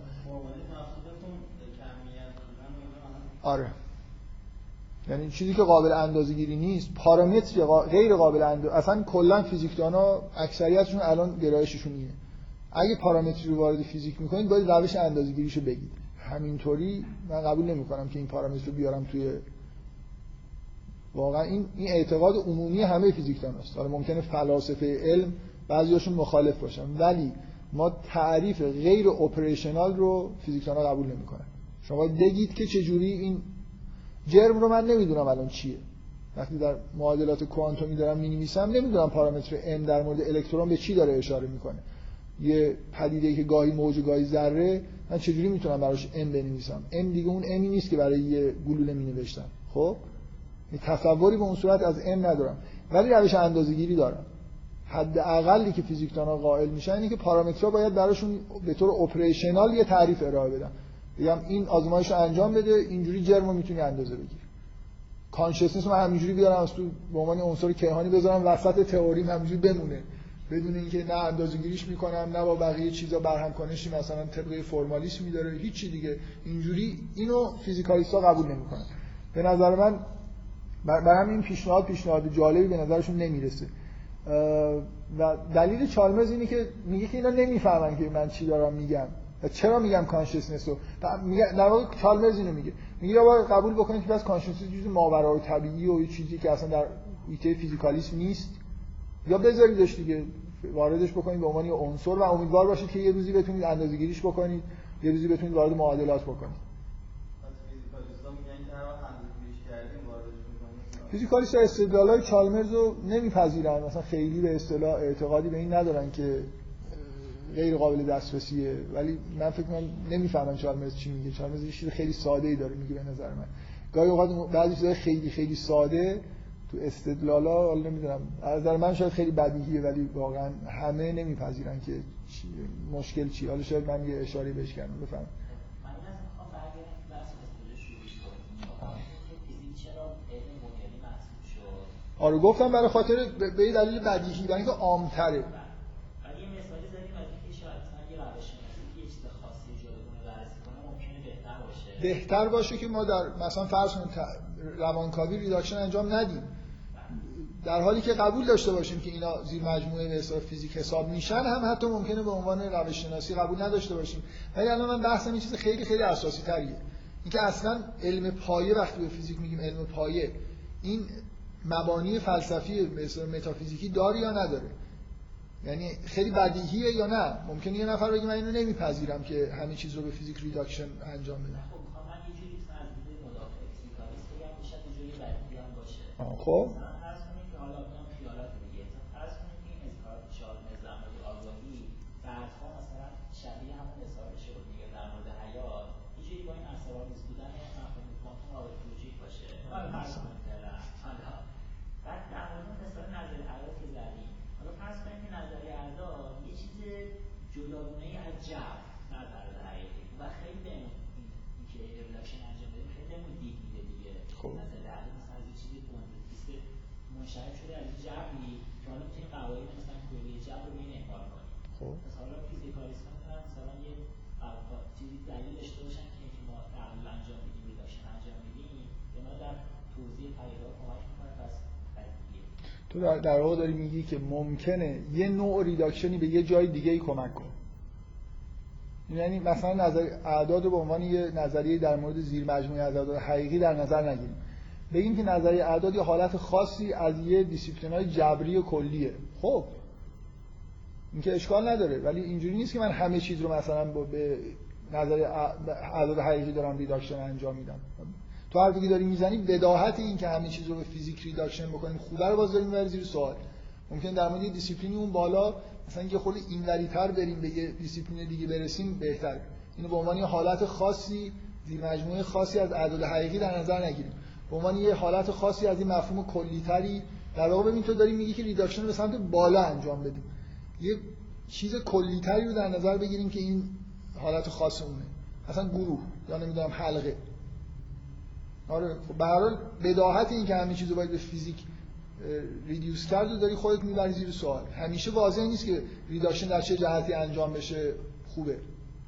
Speaker 2: آره. یعنی چیزی که قابل اندازه‌گیری نیست، پارامتر غیر قابل اندازه، اصلا کلا فیزیکدانا اکثریتشون الان گرایششون اینه. اگه پارامتری رو وارد فیزیک می‌کنید باید روش اندازه‌گیریشو بگید. همینطوری من قبول نمی‌کنم که این پارامتر رو بیارم توی واقعا این این اعتقاد عمومی همه فیزیکداناست. حالا ممکنه فلاسفه علم بعضیاشون مخالف باشن، ولی ما تعریف غیر اپریشنال رو فیزیکدانا قبول نمی‌کنن. شما باید بگید که چه جوری این جرم رو من نمیدونم الان چیه. وقتی در معادلات کوانتومی دارم می‌نویسم نمیدونم پارامتر m در مورد الکترون به چی داره اشاره میکنه. یه پدیده‌ای که گاهی موج گاهی ذره، من چجوری میتونم براش m بنویسم؟ m دیگه اون امی نیست که برای یه گلوله می‌نوشتم. خب این تصوری به اون صورت از m ندارم، ولی روش اندازه‌گیری دارم. حد اقلی که فیزیکدان‌ها قائل میشن اینه که پارامترها باید براشون به طور اپریشنال یه تعریف ارائه بدن. بگم این آزمایش رو انجام بده، اینجوری جرم رو میتونی اندازه بگیری. کانشسنس رو همینجوری بیارم از تو به عنوان عنصر کیهانی بذارم وسط تئوریم همینجوری بمونه، بدون اینکه نه اندازه‌گیریش میکنم نه با بقیه چیزا برهم کنشی مثلا طبقه فرمالیسم میداره هیچ چی دیگه. اینجوری اینو فیزیکالیست‌ها قبول نمیکنن. به نظر من برای همین پیشنهاد پیشنهاد جالبی به نظرشون نمیرسه. و دلیل چارلز اینه که میگه که اینا نمیفهمن که من چی دارم میگم و چرا میگم کانشسنس رو. میگه در واقع چارلز اینو میگه میگه یا باید قبول بکنید که بس کانشسنس چیز ماورای طبیعی و یه چیزی که اصلا در ایده فیزیکالیسم نیست، یا بذاریدش دیگه واردش بکنید به عنوان یه عنصر و امیدوار باشید که یه روزی بتونید اندازه‌گیریش بکنید، یه روزی بتونید وارد معادلات بکنید. فیزیکالیست استدلالای چارلز رو نمیپذیرن، مثلا خیلی به اصطلاح اعتقادی به این ندارن که غیر قابل دسترسیه، ولی من فکر کنم نمیفهمن چارلز چی میگه. چارلز یه چیز خیلی ساده‌ای داره میگه به نظر من. گاهی اوقات بعضی چیزای خیلی خیلی ساده تو استدلالا، حالا نمیدونم از نظر من شاید خیلی بدیهیه ولی واقعا همه نمیپذیرن که چی مشکل چیه. حالا شاید من یه اشاره بهش کردم بفهم. آره گفتم برای خاطر به این دلیل بدیهی برای اینکه عام‌تره.
Speaker 5: ولی یه مثالی زدیم از اینکه شاید مثلا یه روش شناسی که یه چیز خاصی جلوتون بررسی کنه ممکنه بهتر باشه.
Speaker 2: بهتر باشه که ما در مثلا فرض کنیم روانکاوی ریداکشن انجام ندیم. در حالی که قبول داشته باشیم که اینا زیر مجموعه به حساب فیزیک حساب میشن، هم حتی ممکنه به عنوان روش شناسی قبول نداشته باشیم. ولی الان من بحثم این چیز خیلی خیلی اساسی تریه. اینکه اصلا علم پایه، وقتی به فیزیک میگیم علم پایه، این مبانی فلسفی به اصطلاح متافیزیکی داره یا نداره. یعنی خیلی بدیهیه یا نه؟ ممکنه یه نفر بگه من اینو نمیپذیرم که همه چیز رو به فیزیک ریداکشن انجام بدم.
Speaker 5: خب من یه جوری از دید مدافع فیزیکالیست بگم که شاید یه جوری بدیهی هم باشه.
Speaker 2: خب
Speaker 5: مثلا فرض کنید که حالا میام خیالات دیگه، فرض کنید که این اظهارات چهار نظام آگاهی بعدها مثلا شبیه همون اظهارات شد دیگه در مورد حیات یه جوری با این عصبانیت بودن مفهوم کوانتوم آبروجی باشه. حالا فرض کنید حالا بعد در مورد مثلا نظریه اعداد که زدیم، حالا فرض کنید که نظریه اعداد یه چیز جداگونه‌ای از جبر نظر حقیقی و خیلی به این که ریداکشن انجام بدیم خیلی بهمون دید میده دیگه.
Speaker 2: خب
Speaker 5: نظریه اعداد مثلا از یه چیزی بوندتیست منشأ شده از جبری که حالا میتونیم قواعد مثلا کلی جبر رو به این اعمال کنیم.
Speaker 2: خب
Speaker 5: مثلا حالا فیزیکالیست‌ها میتونن مثلا یه چیزی دلیل داشته باشن که اینکه ما تعامل انجام میدیم ریداکشن انجام میدیم به ما در توضیح پدیده‌ها کمک میکنه. پس
Speaker 2: تو در, در واقع داری میگی که ممکنه یه نوع ریداکشنی به یه جای دیگه ای کمک کنه. یعنی مثلا نظریه اعداد رو به عنوان یه نظریه در مورد زیر مجموعه اعداد حقیقی در نظر نگیریم. بگیم که نظریه اعداد یه حالت خاصی از یه دیسیپلین‌های جبری و کلیه. خب این که اشکال نداره، ولی اینجوری نیست که من همه چیز رو مثلا به نظریه اعداد حقیقی دارم ریداکشن انجام میدم. تو حرفی که داری میزنی بداهت این که همه چیز رو به فیزیک ریداکشن بکنیم خوبه رو باز داریم میبری زیر سوال. ممکن در مورد دیسیپلینی اون بالا مثلا یه خورده اینوری‌تر بریم به یه دیسیپلین دیگه برسیم بهتره. اینو به عنوان یه حالت خاصی زیر مجموعه خاصی از اعداد حقیقی در نظر نگیریم. به عنوان یه حالت خاصی از این مفهوم کلی‌تری در واقع ببین تو داری میگی که ریداکشن رو به سمت بالا انجام بدیم. یه چیز کلی‌تری رو در نظر بگیریم که این حالت خاص اونه. مثلا گروه یا نمیدونم حلقه. آره خب به هر حال بداهت این که همه چیزو باید به فیزیک ریدیوس کرد و داری خودت میبری زیر سوال. همیشه واضح نیست که ریداکشن در چه جهتی انجام بشه خوبه.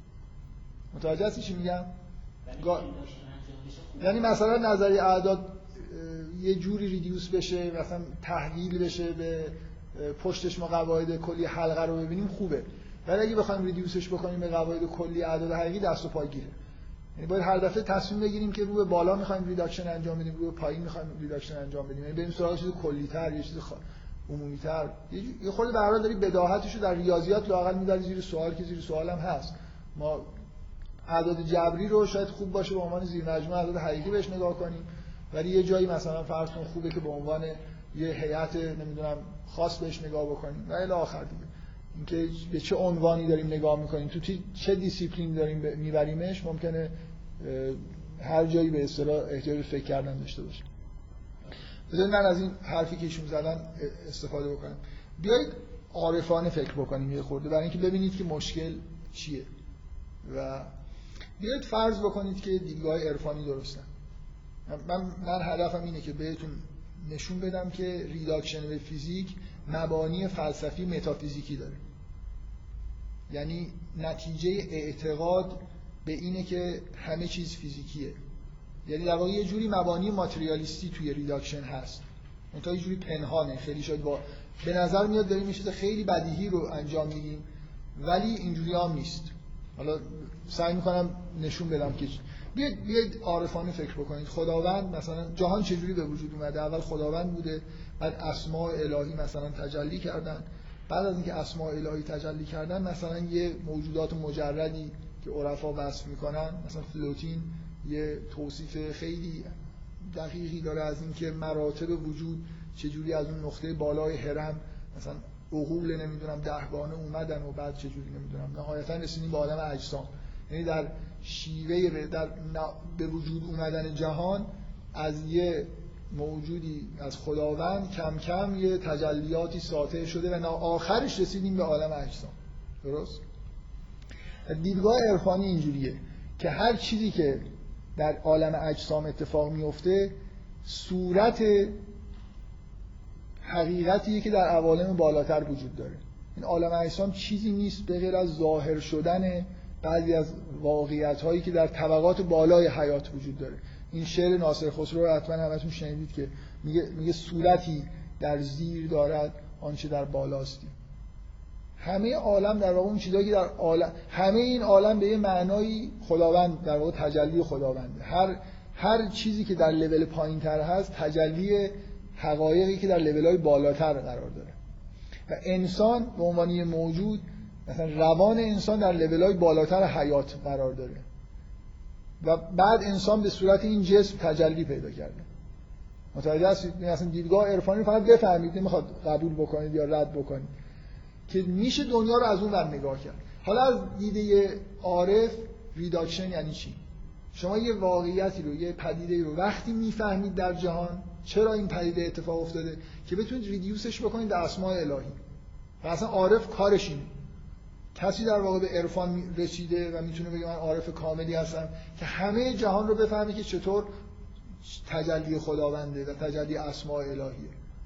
Speaker 2: متوجه هستی چی میگم؟ گا... یعنی مثلا نظریه اعداد یه جوری ریدیوس بشه، مثلا تحویل بشه به پشتش ما قواعد کلی حلقه رو ببینیم خوبه. ولی اگه بخوایم ریدیوسش بکنیم به قواعد کلی اعداد حقیقی دست و پا گیره. یعنی باید هر دفعه تصمیم بگیریم که رو به بالا می‌خوایم ریداکشن انجام بدیم، رو به پایین می‌خوایم ریداکشن انجام بدیم. یعنی بریم سراغ چیز کلی‌تر، یه چیز خ... عمومی‌تر. یه خورده به هر حال داری بداهتشو در ریاضیات لااقل می‌بری زیر سوال که زیر سوال هم هست. ما اعداد جبری رو شاید خوب باشه به عنوان زیر مجموعه اعداد حقیقی بهش نگاه کنیم، ولی یه جایی مثلا فرض کن خوبه که به عنوان یه هیئت نمیدونم خاص بهش نگاه بکنیم و الی آخر دیگه. اینکه به چه عنوانی داریم نگاه می‌کنیم، تو چه دیسیپلین داریم می‌بریمش، ممکنه هر جایی به اصطلاح احتیاج به فکر کردن داشته باشه. بذارید من از این حرفی که ایشون زدن استفاده بکنم. بیایید عارفانه فکر بکنیم یه خورده برای اینکه ببینید که مشکل چیه و بیایید فرض بکنید که دیدگاه عرفانی درستن. من من هدفم اینه که بهتون نشون بدم که ریداکشن به فیزیک مبانی فلسفی متافیزیکی داره. یعنی نتیجه اعتقاد به اینه که همه چیز فیزیکیه. یعنی در واقع یه جوری مبانی ماتریالیستی توی ریداکشن هست. اونتا یه جوری پنهانه، خیلی شاید با به نظر میاد داریم یه چیز خیلی بدیهی رو انجام میدیم ولی اینجوری هم نیست. حالا سعی میکنم نشون بدم که بیاید بیاید عارفانه فکر بکنید. خداوند مثلا جهان چجوری به وجود اومده؟ اول خداوند بوده، بعد اسماء الهی مثلا تجلی کردن، بعد از اینکه اسماء الهی تجلی کردن مثلا یه موجودات مجردی که عرفا وصف میکنن، مثلا فلوتین یه توصیف خیلی دقیقی داره از اینکه مراتب وجود چجوری از اون نقطه بالای هرم مثلا عقول نمیدونم دهگانه اومدن و بعد چجوری نمیدونم نهایتا رسیدیم به عالم اجسام. یعنی در شیوه در به وجود اومدن جهان از یه موجودی از خداوند کم کم یه تجلیاتی ساطع شده و آخرش رسیدیم به عالم اجسام. درست؟ دیدگاه عرفانی اینجوریه که هر چیزی که در عالم اجسام اتفاق میفته صورت حقیقتیه که در عوالم بالاتر وجود داره. این عالم اجسام چیزی نیست به غیر از ظاهر شدن بعضی از واقعیت‌هایی که در طبقات بالای حیات وجود داره. این شعر ناصر خسرو رو حتما همتون شنیدید که میگه میگه صورتی در زیر دارد آنچه در بالاست. همه عالم در واقع اون چیزایی که در عالم، همه این عالم به یه معنایی خداوند در واقع تجلی خداونده. هر هر چیزی که در لول پایین‌تر هست تجلی حقایقی که در لول‌های بالاتر قرار داره. و انسان به عنوان یه موجود، مثلا روان انسان در لول‌های بالاتر حیات قرار داره و بعد انسان به صورت این جسم تجلی پیدا کرده. متوجه هستید؟ مثلا دیدگاه عرفانی رو فقط بفهمید، نمیخواد قبول بکنید یا رد بکنید، که میشه دنیا رو از اون ور نگاه کرد. حالا از دیده عارف ریداکشن یعنی چی؟ شما یه واقعیتی رو، یه پدیده رو وقتی میفهمید در جهان چرا این پدیده اتفاق افتاده که بتونید ریدیوسش بکنید به اسماء الهی. و اصلا عارف کارش اینه. کسی در واقع به عرفان رسیده و میتونه بگه من عارف کاملی هستم که همه جهان رو بفهمه که چطور تجلی خداونده و تجلی اسماء الهیه.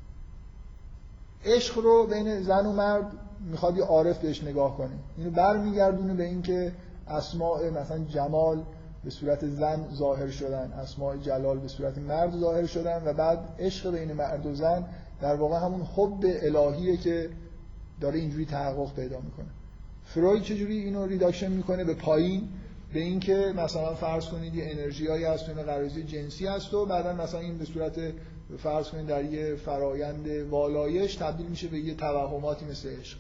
Speaker 2: عشق رو بین زن و مرد میخواد یه عارف بهش نگاه کنه، اینو برمیگردونه به این که اسماء مثلا جمال به صورت زن ظاهر شدن، اسماء جلال به صورت مرد ظاهر شدن و بعد عشق بین مرد و زن در واقع همون حب الهیه که داره اینجوری تحقق پیدا میکنه. فروید چجوری اینو ریداکشن میکنه به پایین، به این که مثلا فرض کنید یه انرژیایی هست و غریزه جنسی هست و بعدا مثلا این به صورت فرض کنید در یه فرایند والایش تبدیل میشه به یه توهماتی مثل عشق.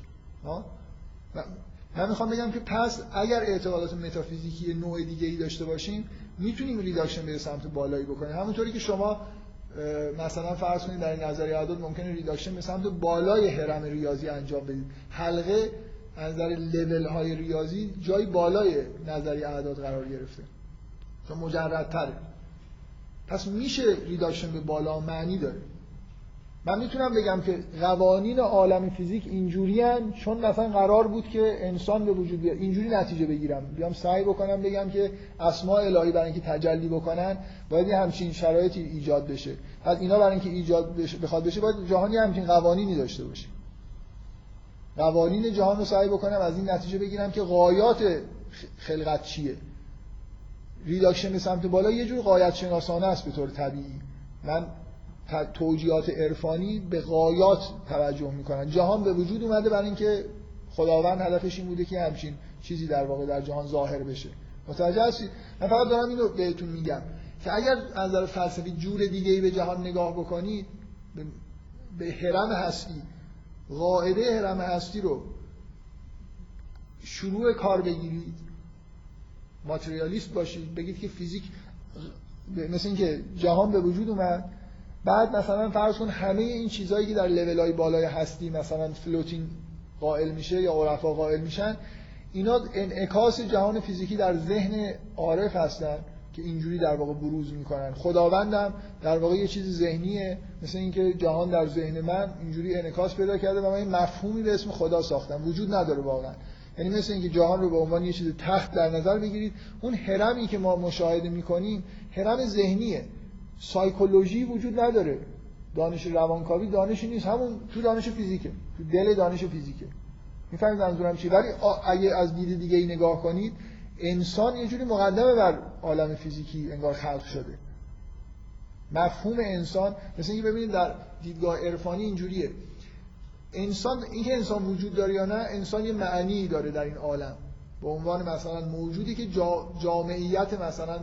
Speaker 2: من میخوام بگم که پس اگر اعتقادات متافیزیکی نوع دیگه ای داشته باشیم میتونیم ریداکشن به سمت بالایی بکنیم، همونطوری که شما مثلا فرض کنید در این نظریه اعداد ممکنه ریداکشن به سمت بالای هرم ریاضی انجام بدید. حلقه از نظر لول های ریاضی جای بالای نظریه اعداد قرار گرفته چون مجردتره، پس میشه ریداکشن به بالا معنی داره. من میتونم بگم که قوانین عالم فیزیک اینجوری هن چون مثلا قرار بود که انسان به وجود بیاد، اینجوری نتیجه بگیرم، بیام سعی بکنم بگم که اسماء الهی برای اینکه تجلی بکنن باید یه همچین شرایطی ایجاد بشه، پس اینا برای اینکه ایجاد بشه بخواد بشه باید جهانی همچین قوانینی داشته باشه. قوانین جهان رو سعی بکنم از این نتیجه بگیرم که غایات خلقت چیه. ریداکشن به سمت بالا یه جور غایت شناسانه است به طور طبیعی. من توجیهات عرفانی به غایات توجه میکنن. جهان به وجود اومده برای اینکه خداوند هدفش این بوده که همچین چیزی در واقع در جهان ظاهر بشه. متوجه هستید؟ من فقط دارم اینو بهتون میگم که اگر از نظر فلسفی جور دیگه‌ای به جهان نگاه بکنید، به هرم هستی، قاعده هرم هستی رو شروع کار بگیرید، ماتریالیست باشید، بگید که فیزیک مثل این که جهان به وجود اومد، بعد مثلا فرض کن همه این چیزهایی که در لول‌های بالای هستی مثلا فلوتینگ قائل میشه یا عرفا قائل میشن، اینا انعکاس جهان فیزیکی در ذهن عارف هستن که اینجوری در واقع بروز میکنن. خداوندم در واقع یه چیز ذهنیه، مثل اینکه جهان در ذهن من اینجوری انعکاس پیدا کرده و من این مفهومی به اسم خدا ساختم، وجود نداره واقعا. یعنی مثل اینکه جهان رو به عنوان یه چیز تخت در نظر بگیرید، اون هرمی که ما مشاهده میکنیم هرم ذهنیه، سایکولوژی وجود نداره، دانش روانکاوی دانشی نیست، همون تو دانش فیزیکه، تو دل دانش فیزیکه. میفهمید منظورم چی؟ ولی اگه از دید دیگه ای نگاه کنید، انسان یه جوری مقدمه بر عالم فیزیکی انگار خلق شده. مفهوم انسان مثلا اینکه ببینید در دیدگاه عرفانی اینجوریه، انسان اینکه انسان وجود داره یا نه، انسان یه معنی داره در این عالم به عنوان مثلا موجودی که جا جامعیت مثلا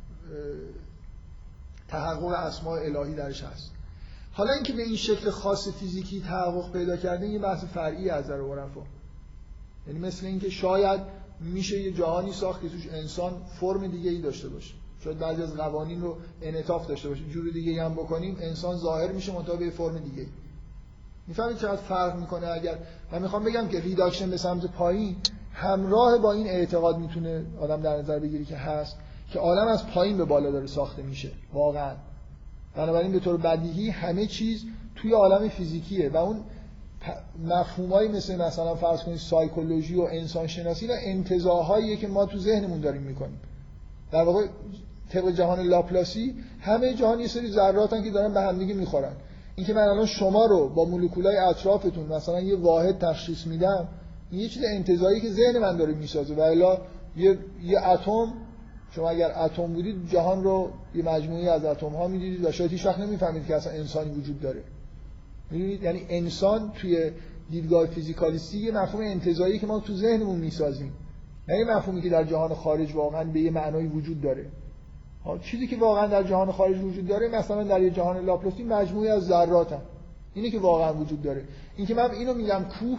Speaker 2: تحقق اسماء الهی درش هست. حالا اینکه به این شکل خاص فیزیکی تحقق پیدا کرده یه بحث فرعی از نظر عرفا، یعنی مثل اینکه شاید میشه یه جهانی ساخت که توش انسان فرم دیگه ای داشته باشه، شاید بعضی از قوانین رو انعطاف داشته باشه، جور دیگه ای هم بکنیم انسان ظاهر میشه منتها به فرم دیگه ای. میفهمید چقدر فرق میکنه؟ اگر من میخوام بگم که ریداکشن به سمت پایین همراه با این اعتقاد میتونه آدم در نظر بگیری که هست که عالم از پایین به بالا داره ساخته میشه واقعا. بنابراین به طور بدیهی همه چیز توی عالم فیزیکیه و اون مفهومایی مثل مثلا فرض کنید سایکولوژی و انسان شناسی و انتزاعهایی که ما تو ذهنمون داریم میکنیم، در واقع طبق جهان لاپلاسی همه جهان یه سری ذراتن که دارن به هم دیگه میخورن. اینکه من الان شما رو با مولکولای اطرافتون مثلا یه واحد تشخیص میدم، این یه چیز انتزاعی که ذهن من داره میسازه، و الا یه یه اتم، شما اگر اتم بودید جهان رو یه مجموعه از اتم ها میدیدید و شاید هیچ وقت نمیفهمید که اصلا انسانی وجود داره. میدونید یعنی انسان توی دیدگاه فیزیکالیستی یه مفهوم انتزاعی که ما تو ذهنمون میسازیم، نه یه مفهومی که در جهان خارج واقعا به یه معنای وجود داره. چیزی که واقعا در جهان خارج وجود داره مثلا در یه جهان لاپلاسی مجموعه از ذراتن، اینه که واقعا وجود داره. این که من اینو میگم کوه،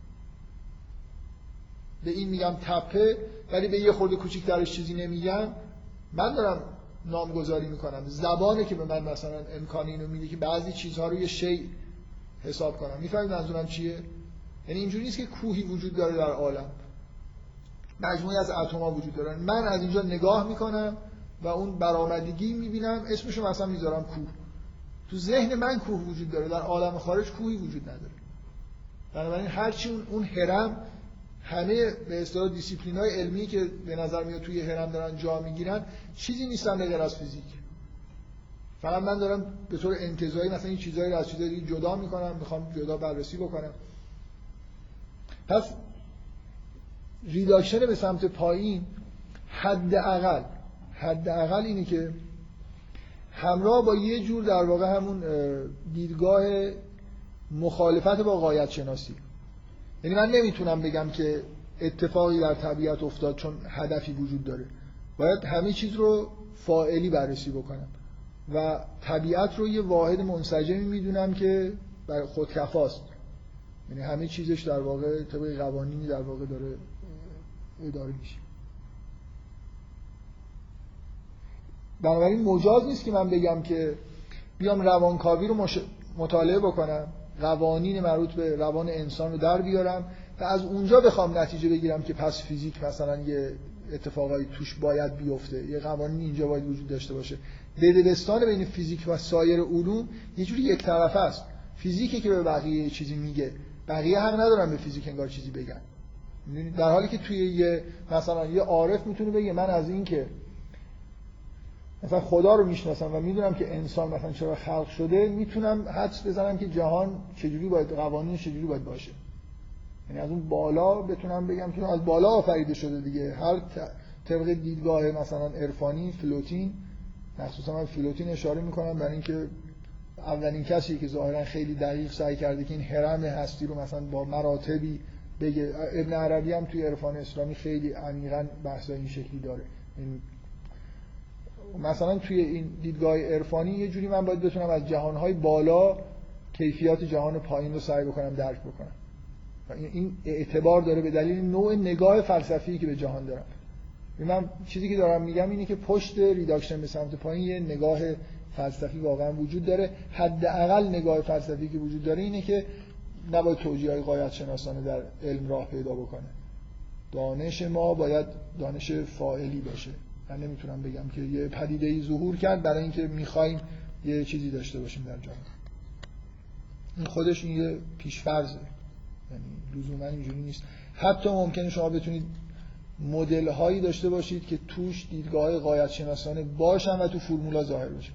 Speaker 2: به این میگم تپه، ولی به یه خورده کوچیک‌ترش چیزی نمیگم، من دارم نامگذاری میکنم. زبانه که به من مثلا امکان اینو میده که بعضی چیزها رو یه شی حساب کنم. میفهمید منظورم چیه؟ یعنی اینجوری نیست که کوهی وجود داره در عالم، مجموعی از اتم‌ها وجود دارن، من از اینجا نگاه میکنم و اون برآمدگی میبینم، اسمشو مثلا میذارم کوه. تو ذهن من کوه وجود داره، در عالم خارج کوهی وجود نداره. بنابراین هرچی اون اون هرم، همه به اصطلاح دیسیپلین‌های علمی که به نظر میاد توی هرم دارن جا میگیرن، چیزی نیستن به غیر از فیزیک. فقط من دارم به طور انتزاعی مثلا این چیزایی رو از چیزای دیگه جدا میکنم، میخوام جدا بررسی بکنم. پس ریداکشن به سمت پایین حداقل حداقل اینه که همراه با یه جور در واقع همون دیدگاه مخالفت با غایت شناسی. یعنی من نمیتونم بگم که اتفاقی در طبیعت افتاد چون هدفی وجود داره، باید همه چیز رو فاعلی بررسی بکنم و طبیعت رو یه واحد منسجمی میدونم که بر خودکفاست، یعنی همه چیزش در واقع طبق قوانینی در واقع داره اداره میشه. بنابراین مجاز نیست که من بگم که بیام روانکاوی رو مش... مطالعه بکنم، قوانین مربوط به روان انسان رو در بیارم و از اونجا بخوام نتیجه بگیرم که پس فیزیک مثلا یه اتفاقایی توش باید بیفته، یه قوانین اینجا باید وجود داشته باشه. دلبستان بین فیزیک و سایر علوم یه جوری یک طرفه است. فیزیکی که به بقیه چیزی میگه، بقیه حق ندارن به فیزیک انگار چیزی بگن. در حالی که توی یه مثلا یه عارف میتونه بگه من از این که مثلا خدا رو میشناسم و میدونم که انسان مثلا چرا خلق شده، میتونم حدس بزنم که جهان چجوری باید، قوانینش چجوری باید باشه. یعنی از اون بالا بتونم بگم که از بالا آفریده شده دیگه. هر طبق دیدگاه مثلا عرفانی فلوتین، مخصوصا من فلوتین اشاره میکنم برای اینکه اولین کسی که ظاهرا خیلی دقیق سعی کرده که این هرم هستی رو مثلا با مراتبی بگه. ابن عربی هم توی عرفان اسلامی خیلی عمیقاً بحثای این شکلی داره. این مثلا توی این دیدگاه عرفانی یه جوری من باید بتونم از جهانهای بالا کیفیات جهان پایین رو سعی بکنم درک بکنم. این اعتبار داره به دلیل نوع نگاه فلسفی که به جهان دارم. من چیزی که دارم میگم اینه که پشت ریداکشن به سمت پایین یه نگاه فلسفی واقعا وجود داره. حداقل نگاه فلسفی که وجود داره اینه که نباید توجیه‌های غایت شناسانه در علم راه پیدا بکنه. دانش ما باید دانش فاعلی باشه. من نمیتونم بگم که یه پدیده‌ای ظهور کرد برای اینکه میخوایم یه چیزی داشته باشیم در جهان. این خودش این یه پیش‌فرضه، یعنی لزوما اینجوری نیست. حتی ممکنه شما بتونید مدل هایی داشته باشید که توش دیدگاه غایت شناسانه باشن و تو فرمولا ظاهر بشن.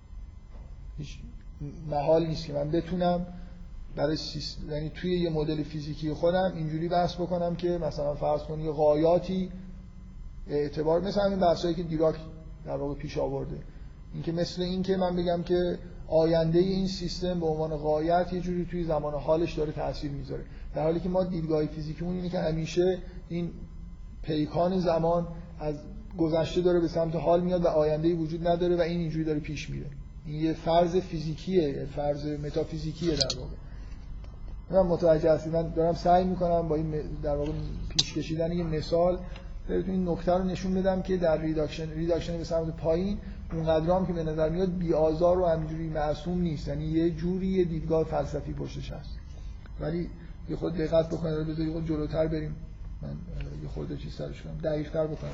Speaker 2: هیچ محال نیست که من بتونم برای سیست... یعنی توی یه مدل فیزیکی خودم اینجوری بحث بکنم که مثلا فرض کنید یه غایاتی اعتبار، مثلا همین بحثایی که دیراک در واقع پیش آورده، این که مثل این که من بگم که آینده این سیستم به عنوان غایت یه جوری توی زمان حالش داره تاثیر میذاره، در حالی که ما دیدگاه فیزیکیمون اینه که همیشه این پیکان زمان از گذشته داره به سمت حال میاد و آینده‌ای وجود نداره و این اینجوری داره پیش میره. این یه فرض فیزیکیه، فرض متافیزیکیه در واقع. من متوجه هستم، من دارم سعی میکنم با این در واقع پیش کشیدن یه مثال بهتون این نکته رو نشون بدم که در ریداکشن ریداکشن به سمت پایین اونقدرام که به نظر میاد بی آزار و همینجوری معصوم نیست، یعنی یه جوری یه دیدگاه فلسفی پشتش هست. ولی یه خود دقت بکنید، بذارید خود جلوتر بریم، من یه خورده چیز سرش کنم دقیق‌تر بکنم.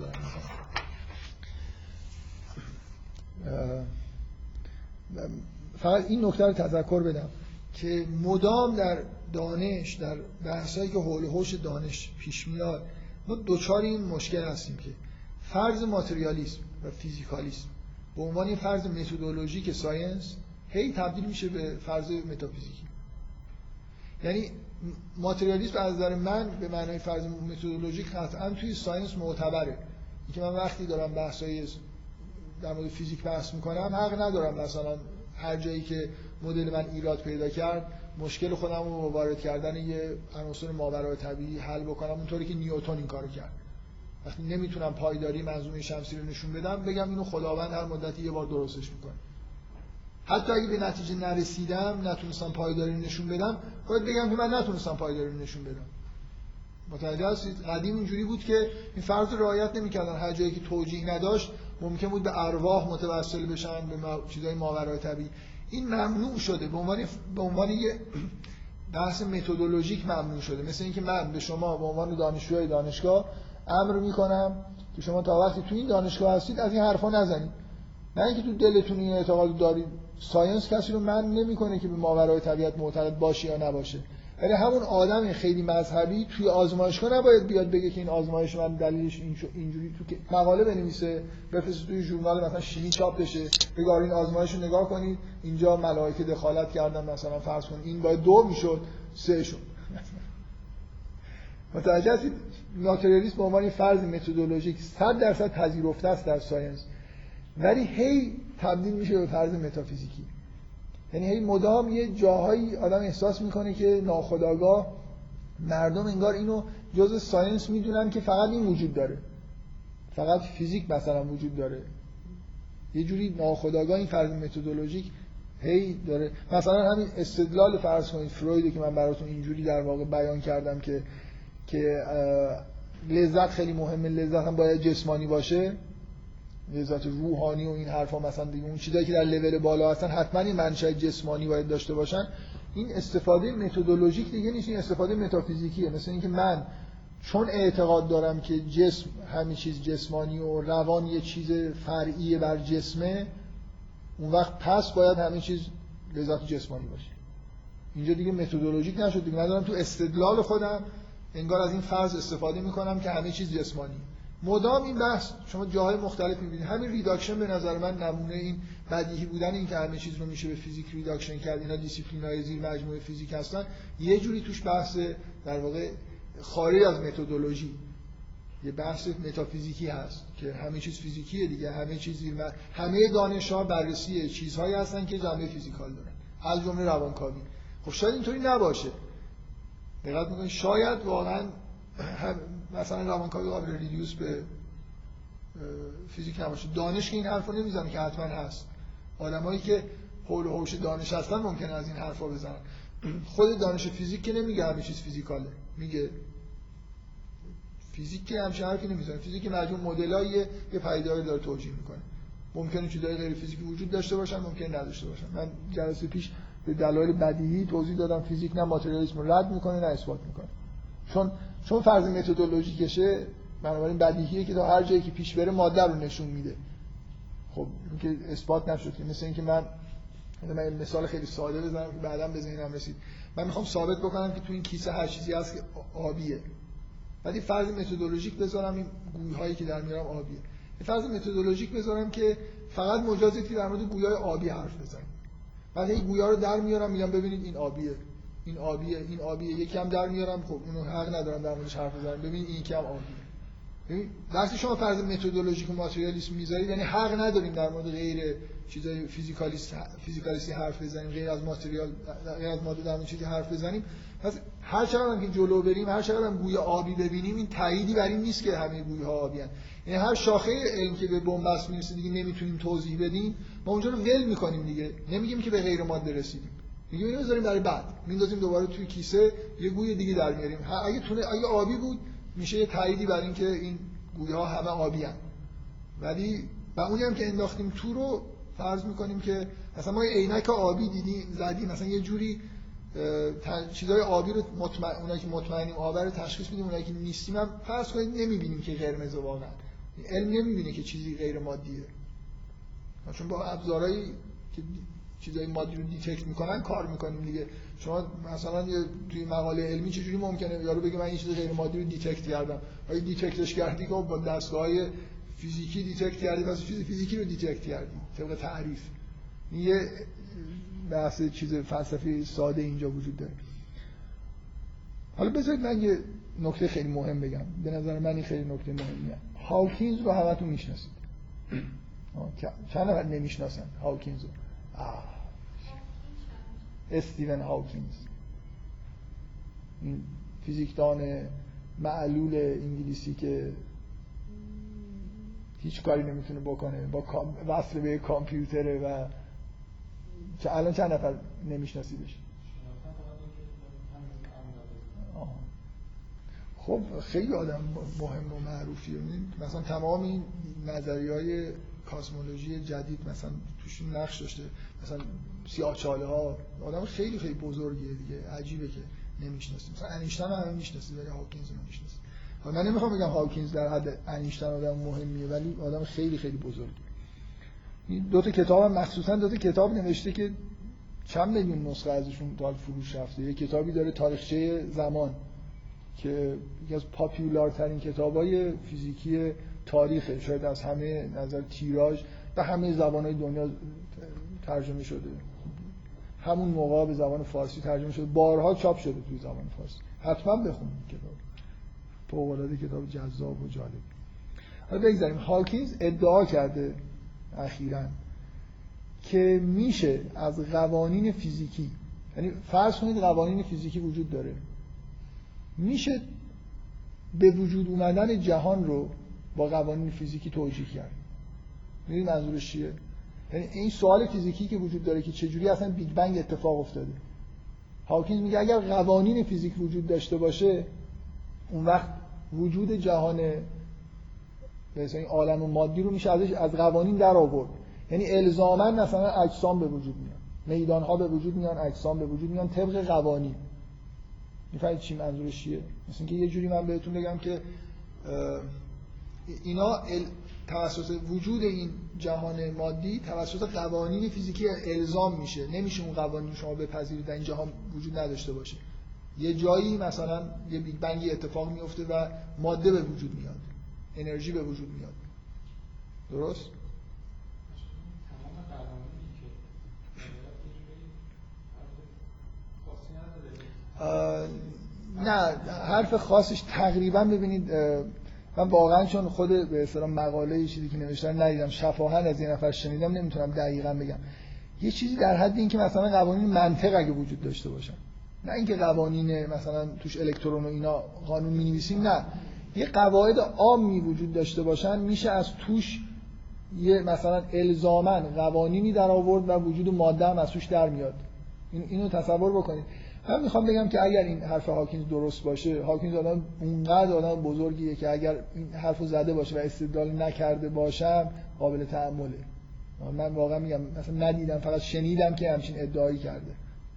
Speaker 2: فقط این نکته رو تذکر بدم که مدام در دانش، در بحثایی که حول و حوش دانش پیش میاد، ما دوچار این مشکل هستیم که فرض ماتریالیسم و فیزیکالیسم به عنوان فرض متدولوژیک ساینس هی تبدیل میشه به فرض متافیزیکی. یعنی ماتریالیسم از نظر من به معنای فرض متدولوژیک قطعا توی ساینس معتبره. اینکه من وقتی دارم بحثای در مورد فیزیک بحث میکنم حق ندارم مثلا هر جایی که مدل من ایراد پیدا کرد مشکل خودم رو وارد کردن یه عناصر ماورای طبیعی حل بکنم اونطوری که نیوتن این کارو کرد. وقتی نمیتونم پایداری منظومه شمسی رو نشون بدم بگم اینو خداوند هر مدتی یه بار درستش میکنه. حتی اگه به نتیجه نرسیدم، نتونستم پایداری نشون بدم، باید بگم که من نتونستم پایداری نشون بدم. متوجه هستید؟ قدیم اینجوری بود که این فرض رعایت نمی‌کردن، هر جایی که توجیه نداشت ممکن بود به ارواح متوسل بشن، به چیزای ماورای طبیعی. این ممنوع شده، به عنوان به عنوان یه بحث متدولوژیک ممنوع شده. مثل اینکه من به شما به عنوان دانشجوی دانشگاه امر میکنم که شما تا وقتی تو این دانشگاه هستید از این حرفا نزنید. نه اینکه تو دلتون این اعتقاد دارید. ساینس کسی رو منع نمیکنه که به ماورای طبیعت معتقد باشه یا نباشه. ولی همون آدم خیلی مذهبی توی آزمایشگاه نباید بیاد بگه که این آزمایش من دلیلش این اینجوری تو که مقاله بنویسه بفرسته توی ژورنال مثلا شیمی چاپ بشه، بگه این آزمایش رو نگاه کنید اینجا ملائکه دخالت کردن، مثلا فرض کنید این باید دو میشد سه شد. متوجه هستید؟ ناتورالیسم به عنوان فرض متدولوژیک صد درصد پذیرفته است در ساینس، ولی هی تبدیل میشه به فرض متافیزیکی. یعنی هی مدام یه جاهایی آدم احساس میکنه که ناخودآگاه مردم انگار اینو جزء ساینس میدونن که فقط این وجود داره، فقط فیزیک مثلا وجود داره. یه جوری ناخودآگاه این فرض متدولوژیک هی داره. مثلا همین استدلال فرض کنید فروید که من براتون اینجوری در واقع بیان کردم که که لذت خیلی مهمه، لذت هم باید جسمانی باشه، لذت روحانی و این حرفا مثلا دیگه اون چیزایی که در لول بالا هستن حتما این منشأ جسمانی باید داشته باشن. این استفاده متدولوژیک دیگه نیست، این استفاده متافیزیکیه. مثل اینکه من چون اعتقاد دارم که جسم همین چیز جسمانی و روان یه چیز فرعی بر جسمه، اون وقت پس باید همین چیز لذت جسمانی باشه. اینجا دیگه متدولوژیک نشد دیگه. من دارم تو استدلال خودم انگار از این فرض استفاده میکنم که همه چیز جسمانی. مدام این بحث شما جاهای مختلف می‌بینید. همین ریداکشن به نظر من نمونه این بدیهی بودن این که همه چیز رو میشه به فیزیک ریداکشن کرد. اینا دیسیپلین‌های زیر مجموعه فیزیک هستن. یه جوری توش بحث در واقع خارج از متدولوژی، یه بحث متافیزیکی هست که همه چیز فیزیکیه دیگه. همه چیز زیر مج... همه دانش‌ها بررسی چیزهایی هستن که جنبه فیزیکال دارن، از جمله روانکاوی. خب شاید اینطوری نباشه. دقت می‌کنید شاید واقعاً مثلا روانکاوی قابل ریدیوس به فیزیک نباشه. دانش که این حرفو نمیزنه که حتما هست. آدمایی که حول و حوش دانش هستن ممکنه از این حرفا بزنن. خود دانش فیزیک که نمیگه همه چیز فیزیکاله، میگه فیزیک که همچین حرفی نمیزنه. فیزیک مجموع مدلای یه پدیده‌ای داره توجیه میکنه. ممکنه چیزای غیر فیزیکی وجود داشته باشن، ممکنه نداشته باشن. من جلسه پیش به دلایل بدیهی توضیح دادم رفیزیک نه ماتریالیسم رو رد میکنه نه اثبات میکنه. چون چون فرض متدولوژیکشه، بنابراین بدیهیه که تا هر جایی که پیش بره ماده رو نشون میده. خب این که اثبات نشد. مثل اینکه من من مثال خیلی ساده بزنم که بعداً به ذهنم رسید. من میخوام ثابت بکنم که تو این کیسه هر چیزی هست که آبیه. ولی فرض متدولوژیک بذارم این گوی‌هایی که در میارم آبیه. فرض متدولوژیک بذارم که فقط مجازی که در مورد گویای آبی حرف بزنم. بعد این گویا رو در میارم میگم ببینید این آبیه. این آبیه، این آبیه، یکی هم در میارم، خب اونو حق ندارم در موردش حرف بزنم. ببین این یکی هم آبیه. ببین وقتی شما فرض متدولوژیک و ماتریالیسم میذارید یعنی حق نداریم در مورد غیر چیزای فیزیکالیست فیزیکالیستی حرف بزنیم، غیر از ماتریال، غیر از ماده در مورد چیزی حرف بزنیم. پس هر چقدر هم که جلو بریم، هر چقدر هم گویا آبی ببینیم، این تاییدی بر این نیست که همه گویاها آبی ان. یعنی هر شاخه علم که به بن‌بست میرسه دیگه نمیتونیم توضیح بدیم، ما اونجا رو ول میکنیم دیگه. نمیگیم که به غیر ماده رسیدیم. میگیم اینو بذاریم برای بعد. میندازیم دوباره توی کیسه یه گوی دیگه در میاریم. اگه تونه اگه آبی بود میشه یه تاییدی بر این که این گویاها همه آبی ان. ولی و اونی هم که انداختیم تو رو فرض میکنیم که مثلا ما عینک آبی دیدیم زدیم، مثلا یه جوری چیزای آبی رو مطمئن، اونایی که مطمئنیم آبی رو تشخیص میدیم، اونایی که نیستیم هم فرض کنید نمیبینیم که قرمز واقعا. علم نمیبینه که چیزی غیر مادیه. چون با ابزارهایی که چیزای مادی رو دیتکت میکنن کار میکنیم دیگه. شما مثلا یه توی مقاله علمی چجوری ممکنه یارو بگه من این چیز غیر مادی رو دیتکت کردم؟ آیا دیتکتش کردی که با دستگاه‌های فیزیکی دیتکت کردی، واسه چیز فیزیکی رو دیتکت کردی طبق تعریف. یه بحث چیز فلسفی ساده اینجا وجود داره. حالا بذارید من یه نکته خیلی مهم بگم. به نظر من این خیلی نکته مهمیه. هاوکینز رو همتون میشناسید. چند نفر نمیشناسن هاوکینز رو؟ استیون هاوکینز، این فیزیکدان معلول انگلیسی که هیچ کاری نمیتونه بکنه، با وصل به کامپیوتره و که الان چند نفر نمیشناسیدش؟ خب خیلی آدم مهم و معروفیه. مثلا تمام این نظریه‌های کاسمولوژی جدید مثلا توش نقش داشته، مثلا سیاه‌چاله ها آدم خیلی خیلی بزرگیه دیگه، عجیبه که نمیشناسیم. مثلا انیشتین هم نمیشناسید ولی هاکینز رو نمیشناسید. من نمیخوام بگم هاکینز در حد انیشتین آدم مهمیه، ولی آدم خیلی خیلی بزرگیه. این دو تا کتابم مخصوصا دو تا کتاب نوشته که چند میلیون نسخه ازشون تا فروش رفته. یه کتابی داره تاریخچه زمان که یکی از پاپولارترین کتابای فیزیکی تاریخه، شاید از همه نظر تیراژ به همه زبان‌های دنیا ترجمه شده. همون موقع به زبان فارسی ترجمه شده، بارها چاپ شده توی زبان فارسی. حتما بخونید کتاب. فوق‌العاده کتاب جذاب و جالب. حالا بگذاریم. هاکینز ادعا کرده اخیراً که میشه از قوانین فیزیکی، یعنی فرض کنید قوانین فیزیکی وجود داره، میشه به وجود اومدن جهان رو با قوانین فیزیکی توجیه کرد. میدونید منظورش چیه؟ یعنی این سوال فیزیکی که وجود داره که چجوری اصلا بیگ بنگ اتفاق افتاده، هاکینز میگه اگر قوانین فیزیک وجود داشته باشه اون وقت وجود جهان مثلا این عالم مادی رو میشه ازش از قوانین در آورد. یعنی الزاما مثلا اجسام به وجود میان، میدان‌ها به وجود میان، اجسام به وجود میان طبق قوانین. میفهمید چی منظورش چیه؟ مثلا اینکه یه جوری من بهتون بگم که اینا توسط وجود این جهان مادی توسط قوانین فیزیکی الزام میشه، نمیشه اون قوانین شما بپذیرید در این جهان وجود نداشته باشه. یه جایی مثلا یه بیگ بنگی اتفاق میفته و ماده به وجود میاد، انرژی به وجود میاد. درست؟ نه حرف خاصش تقریبا ببینید من واقعا چون خود به اصطلاح مقاله یه چیزی که نوشتن ندیدم، شفاهن از این نفر شنیدم، نمیتونم دقیقا بگم. یه چیزی در حد این که مثلا قوانین منطق اگه وجود داشته باشن، نه اینکه قوانین مثلا توش الکترون و اینا قانون می‌نویسیم، نه یه قواعد عامی وجود داشته باشن میشه از توش یه مثلا الزاما قوانینی در آورد و وجود ماده هم از توش در میاد. این اینو تصور بکنید. من میخوام بگم که اگر این حرف هاکینز درست باشه، هاکینز آدم اونقدر آدم بزرگیه که اگر این حرفو زده باشه و استدلال نکرده باشم قابل تأمله. من واقعا میگم مثلا ندیدم، فقط شنیدم که همچین ادعایی کرده.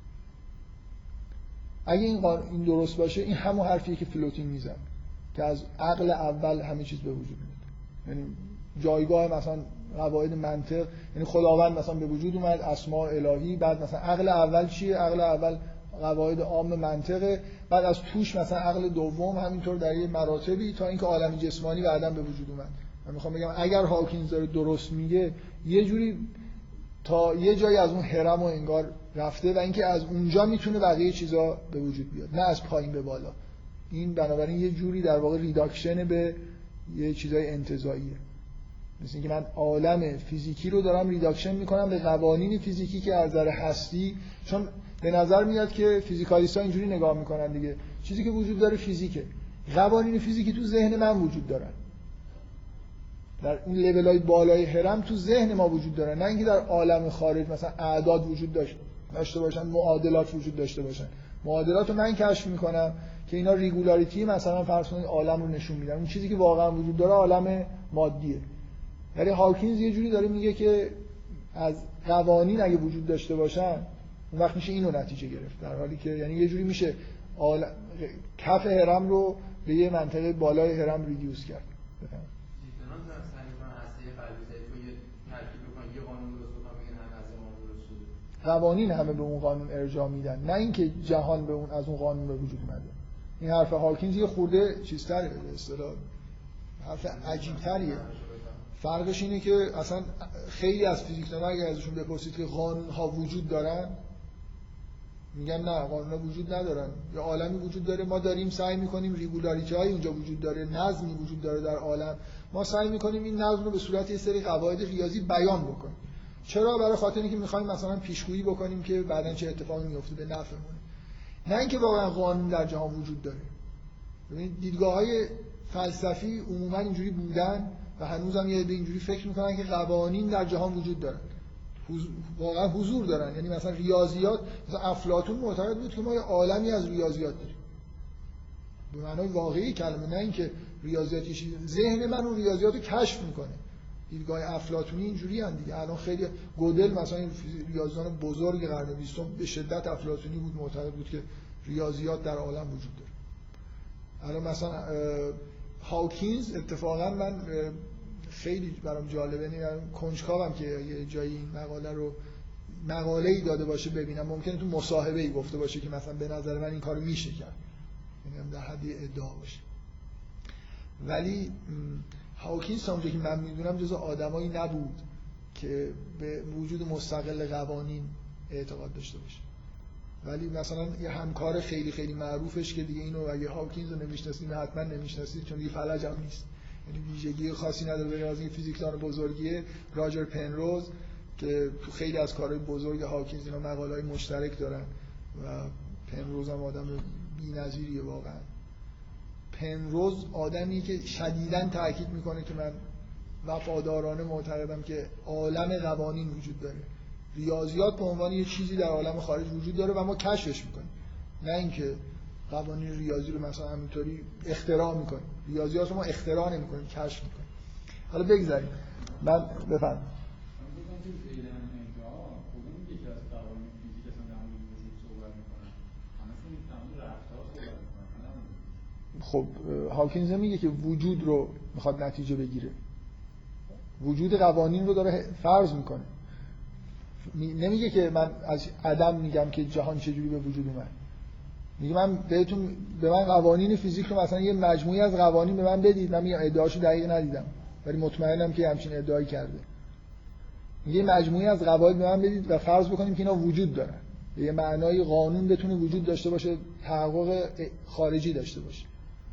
Speaker 2: اگه این این درست باشه این همون حرفیه که فلوتینگ میزنه که از عقل اول همه چیز به وجود میاد. یعنی جایگاه مثلا قواعد منطق، یعنی خداوند مثلا به وجود اومد، اسماء الهی، بعد مثلا عقل اول چیه؟ عقل اول قواعد عام منطقه، بعد از توش مثلا عقل دوم همینطور در یه مراتبی تا اینکه عالم جسمانی بعداً به وجود اومد. من میخوام بگم اگر هاکینز داره درست میگه یه جوری تا یه جایی از اون هرم و انگار رفته و اینکه از اونجا میتونه بقیه چیزا به وجود بیاد، نه از پایین به بالا. این بنابراین یه جوری در واقع ریداکشن به یه چیزای انتزاعیه. مثل اینکه من عالم فیزیکی رو دارم ریداکشن میکنم به قوانین فیزیکی که از نظر هستی، چون به نظر میاد که فیزیکالیست‌ها اینجوری نگاه میکنن دیگه، چیزی که وجود داره فیزیکه، قوانین فیزیکی تو ذهن من وجود دارن، در اون لول‌های بالای هرم تو ذهن ما وجود دارن، نه اینکه در عالم خارج مثلا اعداد وجود داشته باشن، معادلات وجود داشته باشن. معادلات رو من کشف میکنم که اینا ریگولاریتی مثلا فرض کنید عالم رو نشون میدن. اون چیزی که واقعا وجود داره عالم مادیه. ولی هاکینز یه جوری داره میگه که از قوانین اگه وجود داشته باشن اون وقت میشه اینو نتیجه گرفت، در حالی که یعنی یه جوری میشه آل... کف هرم رو به یه منطقه بالای هرم ریدیوس کرد. بفهم
Speaker 6: دیفرانس در سنگان هسته قلبی زایی یه ترکیب بکنن یه قانون درست بکنن میگن همه از این قانون درست شده.
Speaker 2: قوانین همه به اون قانون ارجاع میدن، نه اینکه جهان به اون از اون قانون به وجود اومده. این حرف هاکینز یه خورده چیزتره، به اصطلاح حرف عجیب‌تریه. فرقش اینه که اصلا خیلی از فیزیکدانا اگه ازشون بپرسید که قانون ها وجود دارن میگن نه قانون ها وجود ندارن، یا عالمی وجود داره، ما داریم سعی میکنیم ریگولاریتی های اونجا وجود داره، نظمی وجود داره در عالم، ما سعی میکنیم این نظم رو به صورت یه سری قواعد ریاضی بیان بکنیم. چرا؟ برای خاطر اینکه میخوایم مثلا پیشگویی بکنیم که بعداً چه اتفاقی میفته به نفعمون، نه اینکه واقعا قانون در جهان وجود داره. ببینید دیدگاه‌های فلسفی عموما اینجوری بودن و هنوزم یه عده اینجوری فکر میکنن که قوانین در جهان وجود دارن. واقعا حضور دارن. یعنی مثلا ریاضیات، مثلا افلاطون معتقد بود که ما یه عالمی از ریاضیات داریم به معنای واقعی کلمه، نه اینکه ریاضیات یه چیز، ذهن من اون ریاضیات رو کشف میکنه. دیدگاه افلاطونی اینجوری ان دیگه. الان خیلی گودل مثلا این ریاضیدان بزرگ قرن بیستم به شدت افلاطونی بود، معتقد بود که ریاضیات در عالم وجود داره. الان مثلا هاوکینز، اتفاقا من خیلی برام جالبه، یعنی کنجکاوم که یه جایی این مقاله رو مقاله‌ای داده باشه ببینم، ممکنه تو مصاحبه‌ای گفته باشه که مثلا به نظر من این کارو میشه کرد، یعنی در حد ادعا باشه. ولی هاوکینز تا اونجایی که من میدونم جزو آدمایی نبود که به وجود مستقل قوانین اعتقاد داشته باشه. ولی مثلا یه همکار خیلی خیلی معروفش که دیگه اینو اگه هاوکینز رو نمیشناسید حتما نمیشناسید چون دیگه فلج هم نیست، یعنی ویژگی خاصی نداره به از این فیزیکدان بزرگیه، راجر پنروز، که تو خیلی از کارهای بزرگ هاوکینز اینا مقاله‌های مشترک دارن و پنروز هم آدم بی‌نظیریه واقعا. پنروز آدمی که شدیداً تاکید میکنه که من وفادارانه معتقدم که عالم قوانین وجود داره، ریاضیات به عنوان یه چیزی در عالم خارج وجود داره و ما کشفش میکنیم، نه اینکه قوانین ریاضی رو مثلا همینطوری اختراع میکنیم. ریاضیات رو ما اختراع نمیکنیم، کشف میکنیم. حالا بگذاریم من بفهم. خب هاکینز میگه که وجود رو میخواد نتیجه بگیره، وجود قوانین رو داره فرض میکنه، نمیگه که من از عدم میگم که جهان چجوری به وجود اومد. میگه من بهتون به من قوانین فیزیک رو مثلا یه مجموعی از قوانین به من بدید، من میگم ادعاشو دقیق ندیدم ولی مطمئنم که همچین ادعایی کرده. میگه مجموعی از قواعد به من بدید و فرض بکنیم که اینا وجود دارن، به یه معنای قانون بتونه وجود داشته باشه، تحقق خارجی داشته باشه.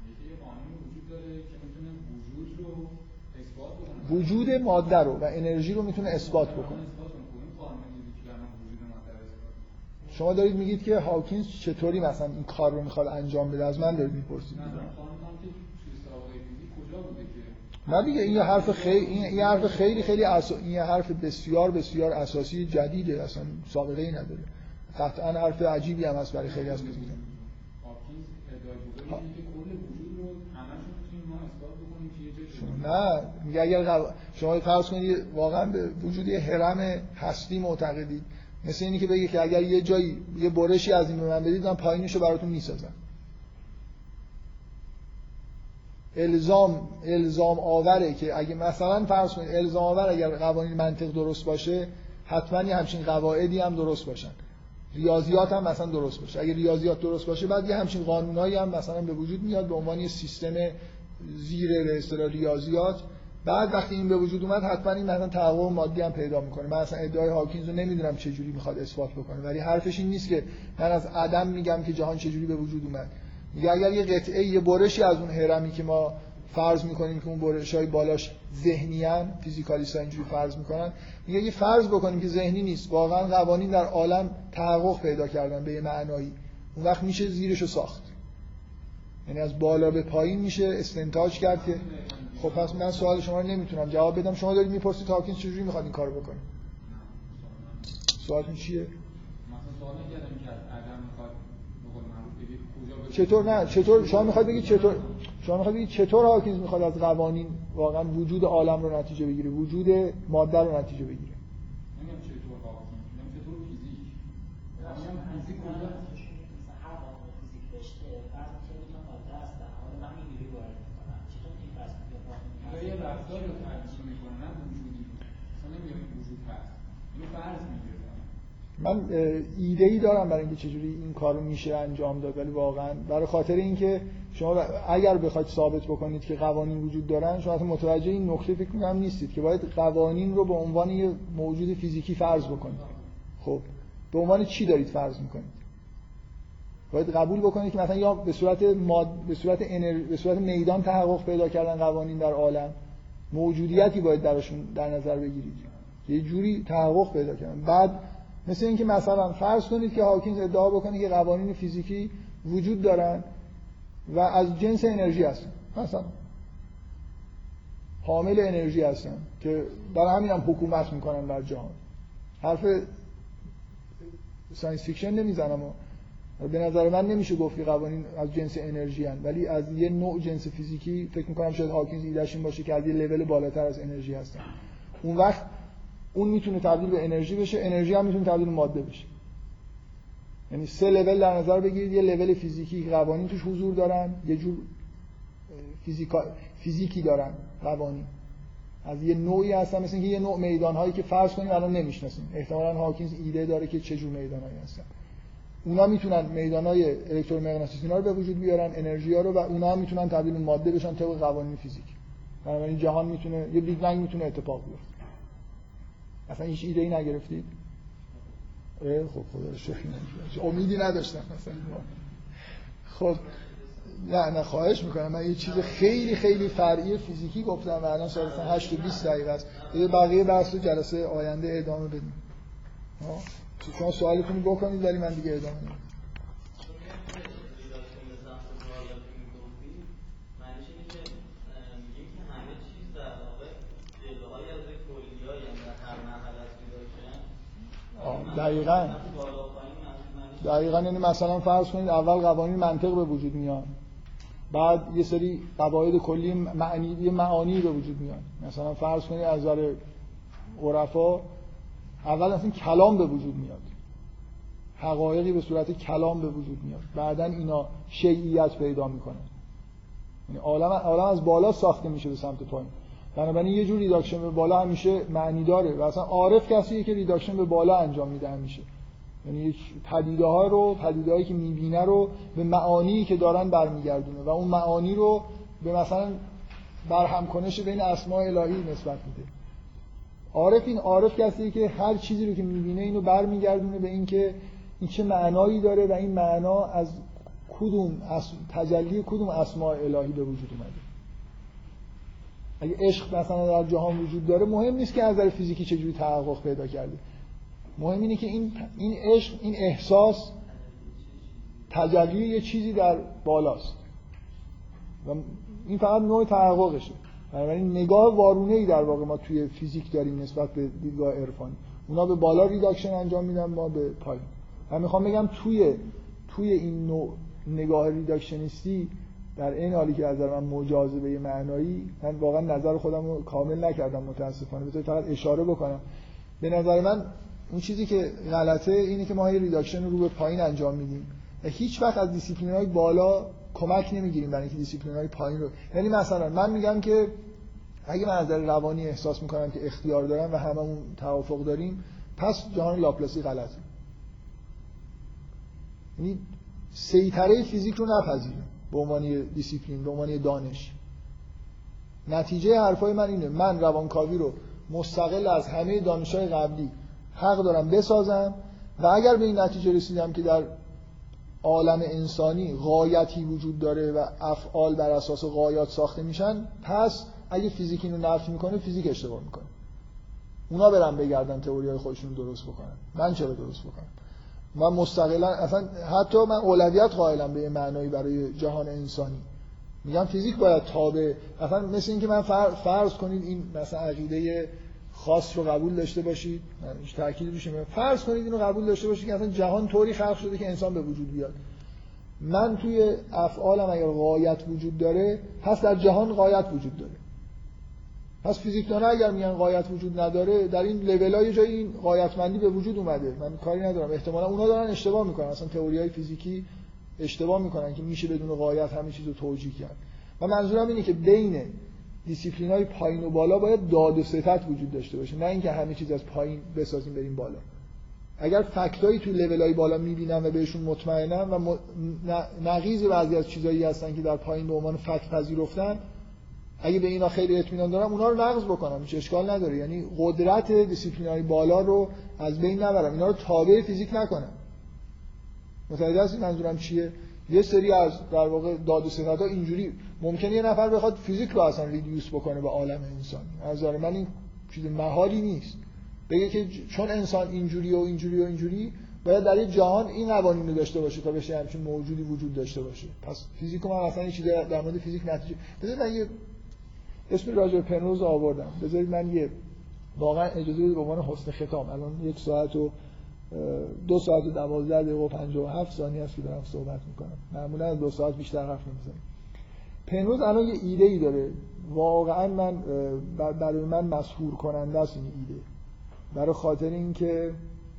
Speaker 2: وجود ماده رو و انرژی رو میتونه اثبات بکنه. شما دارید میگید که هاکینز چطوری مثلا این کار رو میخواد انجام بده، از من دارید میپرسید. نه دیگه این یه حرف خیلی این یه حرف خیلی خیلی اسا... این یه حرف بسیار بسیار اساسی جدیده، اصلا سابقه ای نداره. قطعا حرف عجیبی هم هست برای خیلی از فیزیکدان.
Speaker 4: هاکینز ادعای بزرگی که کل وجود رو همه‌شون میتونیم ما اثبات بکنیم که یه جای
Speaker 2: نه میگه اگر قو... شما فرض کنید واقعا به وجود یه هرم هستی معتقدید، مثل اینی که بگی که اگر یه جایی یه برشی از این به من بدید من پایینشو براتون میسازم. الزام الزام آوره که اگه مثلا فرض کنید الزام آور اگر قوانین منطق درست باشه حتما یه همچین قواعدی هم درست باشن، ریاضیات هم مثلا درست باشه. اگه ریاضیات درست باشه بعد یه همچین قانونایی هم مثلا به وجود میاد به عنوان یه سیستم زیر به اصطلاح ریاضیات. بعد وقتی این به وجود اومد حتما این مثلا تحقق مادی هم پیدا میکنه. من اصلا ادعای هاکینز رو نمیدونم چه جوری میخواد اثبات بکنه، ولی حرفش این نیست که من از عدم میگم که جهان چه جوری به وجود اومد. میگه اگر یه قطعه یه برشی از اون هرمی که ما فرض میکنیم که اون برشای بالاش ذهنیان، فیزیکالیست‌ها اینجوری فرض میکنن، میگه اگه فرض بکنیم که ذهنی نیست، واقعا قوانین در عالم تحقق پیدا کردن به یه معنایی، اون وقت میشه زیرشو ساخت. یعنی از بالا به پایین میشه استنتاج کرد که خب پس من سوال شما رو نمیتونم جواب بدم. شما دارید میپرسید هاکینز چجوری میخواد این کارو بکنه. سوالتون چیه؟
Speaker 4: مثلا سوال نکردم که از عدم میخواد به قول معروف بگید کجا
Speaker 2: چطور نه چطور شما میخواید بگید چطور شما میخواید بگید چطور هاکینز میخواد از قوانین واقعا وجود عالم رو نتیجه بگیره، وجود ماده رو نتیجه بگیره.
Speaker 4: نمیگم چطور هاکینز، میگم چطور فیزیک. میگم فیزیک کجا
Speaker 5: مثلا هر قانون فیزیک داشته فرض کنید دو تا ماده هستن، حالا من اینجوری وارد میکنم چطور این فرض میگم قانون
Speaker 4: یه رفتار رو تعریف میکنه نه وجودی. مثلا نمیگم وجود هست، اینو فرض میگیره.
Speaker 2: من ایده ای دارم برای اینکه چجوری این کارو میشه انجام داد، ولی واقعا برای خاطر اینکه شما اگر بخواید ثابت بکنید که قوانین وجود دارن، شما اصلا متوجه این نکته فکر می‌کنم نیستید که باید قوانین رو به عنوان یه موجود فیزیکی فرض بکنید. خب به عنوان چی دارید فرض میکنید؟ باید قبول بکنید که مثلا یا به صورت ماد... به صورت انر... به صورت میدان تحقق پیدا کردن قوانین در عالم، موجودیتی باید درشون در نظر بگیرید، یه جوری تحقق پیدا کردن. بعد مثل اینکه مثلا فرض کنید که هاکینز ادعا بکنه که قوانین فیزیکی وجود دارن و از جنس انرژی هستن، مثلا حامل انرژی هستن که برای همین هم حکومت میکنن بر جهان. حرف ساینس فیکشن نمیزنم و به نظر من نمیشه گفت قوانین از جنس انرژی هستند، ولی از یه نوع جنس فیزیکی فکر میکنم شاید هاکینز ایدهش این باشه که از یه لول بالاتر از انرژی هستن. اون وقت اون میتونه تبدیل به انرژی بشه، انرژی هم میتونه تبدیل به ماده بشه. یعنی سه لول در نظر بگیرید، یه لول فیزیکی قوانین توش حضور دارن، یه جور فیزیکا فیزیکی دارن قوانین از یه نوعی هستن، مثل اینکه یه نوع میدان‌هایی که فرض کنیم الان نمی‌شناسیم، احتمالاً هاکینز ایده داره که چه جور میدان‌هایی هستن. اونا میتونن میدان‌های الکترومغناطیسی اینا رو به وجود بیارن، انرژی‌ها رو، و اونا هم میتونن تبدیل به ماده بشن طبق قوانین فیزیک. بنابراین جهان میتونه یه بیگ بنگ میتونه اتفاق بیفته. اصلا هیچ ایده‌ای نگرفتید؟ خب خدا رو شکر امیدی نداشتم مثلا. خب نه نه خواهش میکنم، من یه چیز خیلی خیلی فرعی فیزیکی گفتم و الان ساعت هشت و بیست دقیقه است. دیگه بقیه بحث رو جلسه آینده ادامه بدیم. ها شما سوالتون رو بکنید ولی من دیگه ادامه نمیدم. دقیقاً دقیقاً یعنی مثلا فرض کنید اول قوانین منطق به وجود میاد، بعد یه سری قواعد کلی معنی یه معانی به وجود میاد. مثلا فرض کنید از نظر عرفا اول اصلا کلام به وجود میاد، حقایقی به صورت کلام به وجود میاد، بعداً اینا شیعیت پیدا میکنه، یعنی عالم عالم از بالا ساخته میشه به سمت پایین. بنابراین یه جور ریداکشن به بالا همیشه معنی داره و اصلا عارف کسیه که ریداکشن به بالا انجام میده همیشه، یعنی پدیده ها رو پدیده‌هایی که میبینه رو به معانی که دارن برمیگردونه و اون معانی رو به مثلا برهم کنش بین اسماء الهی نسبت میده. عارف این عارف کسیه که هر چیزی رو که میبینه اینو برمیگردونه به این که این چه معنایی داره و این معنا از کدوم از تجلی کدوم اسماء الهی به وجود اومده. اگه عشق مثلا در جهان وجود داره مهم نیست که از نظر فیزیکی چجوری تحقق پیدا کرده، مهم اینه که این این عشق، این احساس تجلی یه چیزی در بالاست و این فقط نوع تحققشه. بنابراین نگاه وارونه‌ای در واقع ما توی فیزیک داریم نسبت به دیدگاه عرفانی. اونا به بالا ریداکشن انجام میدن، ما به پایین. من میخوام بگم توی توی این نوع نگاه ریداکشنیستی در این حالی که از من مجاذبه معنایی، من واقعا نظر خودم رو کامل نکردم متاسفانه، بذارید فقط اشاره بکنم. به نظر من اون چیزی که غلطه اینه که ما هی ریداکشن رو به پایین انجام میدیم و هیچ وقت از دیسیپلین‌های بالا کمک نمیگیریم برای اینکه دیسیپلین‌های پایین رو، یعنی مثلا من میگم که اگه من از نظر روانی احساس میکنم که اختیار دارم و هممون توافق داریم، پس جهان لاپلاسی غلطه. یعنی سیطره فیزیک رو نپذیریم به عنوان دیسیپلین، به عنوان دانش. نتیجه حرفای من اینه، من روانکاوی رو مستقل از همه دانش‌های قبلی حق دارم بسازم و اگر به این نتیجه رسیدم که در عالم انسانی غایتی وجود داره و افعال بر اساس غایات ساخته میشن، پس اگه فیزیک اینو نفی میکنه فیزیک اشتباه میکنه. اونا برن بگردن تئوریای خودشون درست بکنن، من چرا درست بکنم؟ من مستقلا اصلا حتی من اولویت قائلم به معنایی برای جهان انسانی. میگم فیزیک باید تابع، مثلا مثل اینکه من فرض کنید این مثلا عقیده خاص رو قبول داشته باشید، من هیچ تأکید روش نمی‌کنم، فرض کنید اینو قبول داشته باشید که اصلا جهان طوری خلق شده که انسان به وجود بیاد. من توی افعالم اگر غایت وجود داره، پس در جهان غایت وجود داره. پس فیزیکدانا اگر میگن غایت وجود نداره، در این لول‌های جای این غایتمندی به وجود اومده. من کاری ندارم، احتمالاً اونا دارن اشتباه میکنن، اصلا تئوریای فیزیکی اشتباه میکنن که میشه بدون غایت همه چیزو توجیه کرد. و منظورم اینه که بین دیسیپلین‌های پایین و بالا باید داد و ستد وجود داشته باشه، نه اینکه همه چیز از پایین بسازیم بریم بالا. اگر فکتایی تو لول‌های بالا میبینم و بهشون مطمئنم و م... نقیض بعضی از چیزایی هستن که در پایین به عنوان فکت پذیرفتن، اگه به اینا خیلی اطمینان دارم اونا رو نقض بکنم، هیچ اشکال نداره. یعنی قدرت دیسیپلین‌های بالا رو از بین نبرم، اینا رو تابع فیزیک نکنم. متوجه هستید منظورم چیه؟ یه سری از در واقع داد و ستدها اینجوری ممکنه یه نفر بخواد فیزیک رو اصلا ریدیوس بکنه به عالم انسانی. از نظر من این چیز محالی نیست. بگه که چون انسان اینجوری و اینجوری و اینجوری باید در یه جهان این قوانین رو داشته باشه تا بشه همچین موجودی وجود داشته باشه. پس فیزیک رو من اصلا یه چیز در مورد فیزیک نتیجه بذارید من یه اسم راجع به پنروز آوردم. بذارید من یه واقعا اجازه بدید به عنوان حسن ختام، الان یک ساعت و دو ساعت و دوازده دقیقه و پنجاه و هفت ثانیه است که دارم صحبت میکنم، معمولا از دو ساعت بیشتر حرف نمیزنم. پنروز الان یه ایده ای داره، واقعا من برای من مسحور کننده است این ایده، برای خاطر اینکه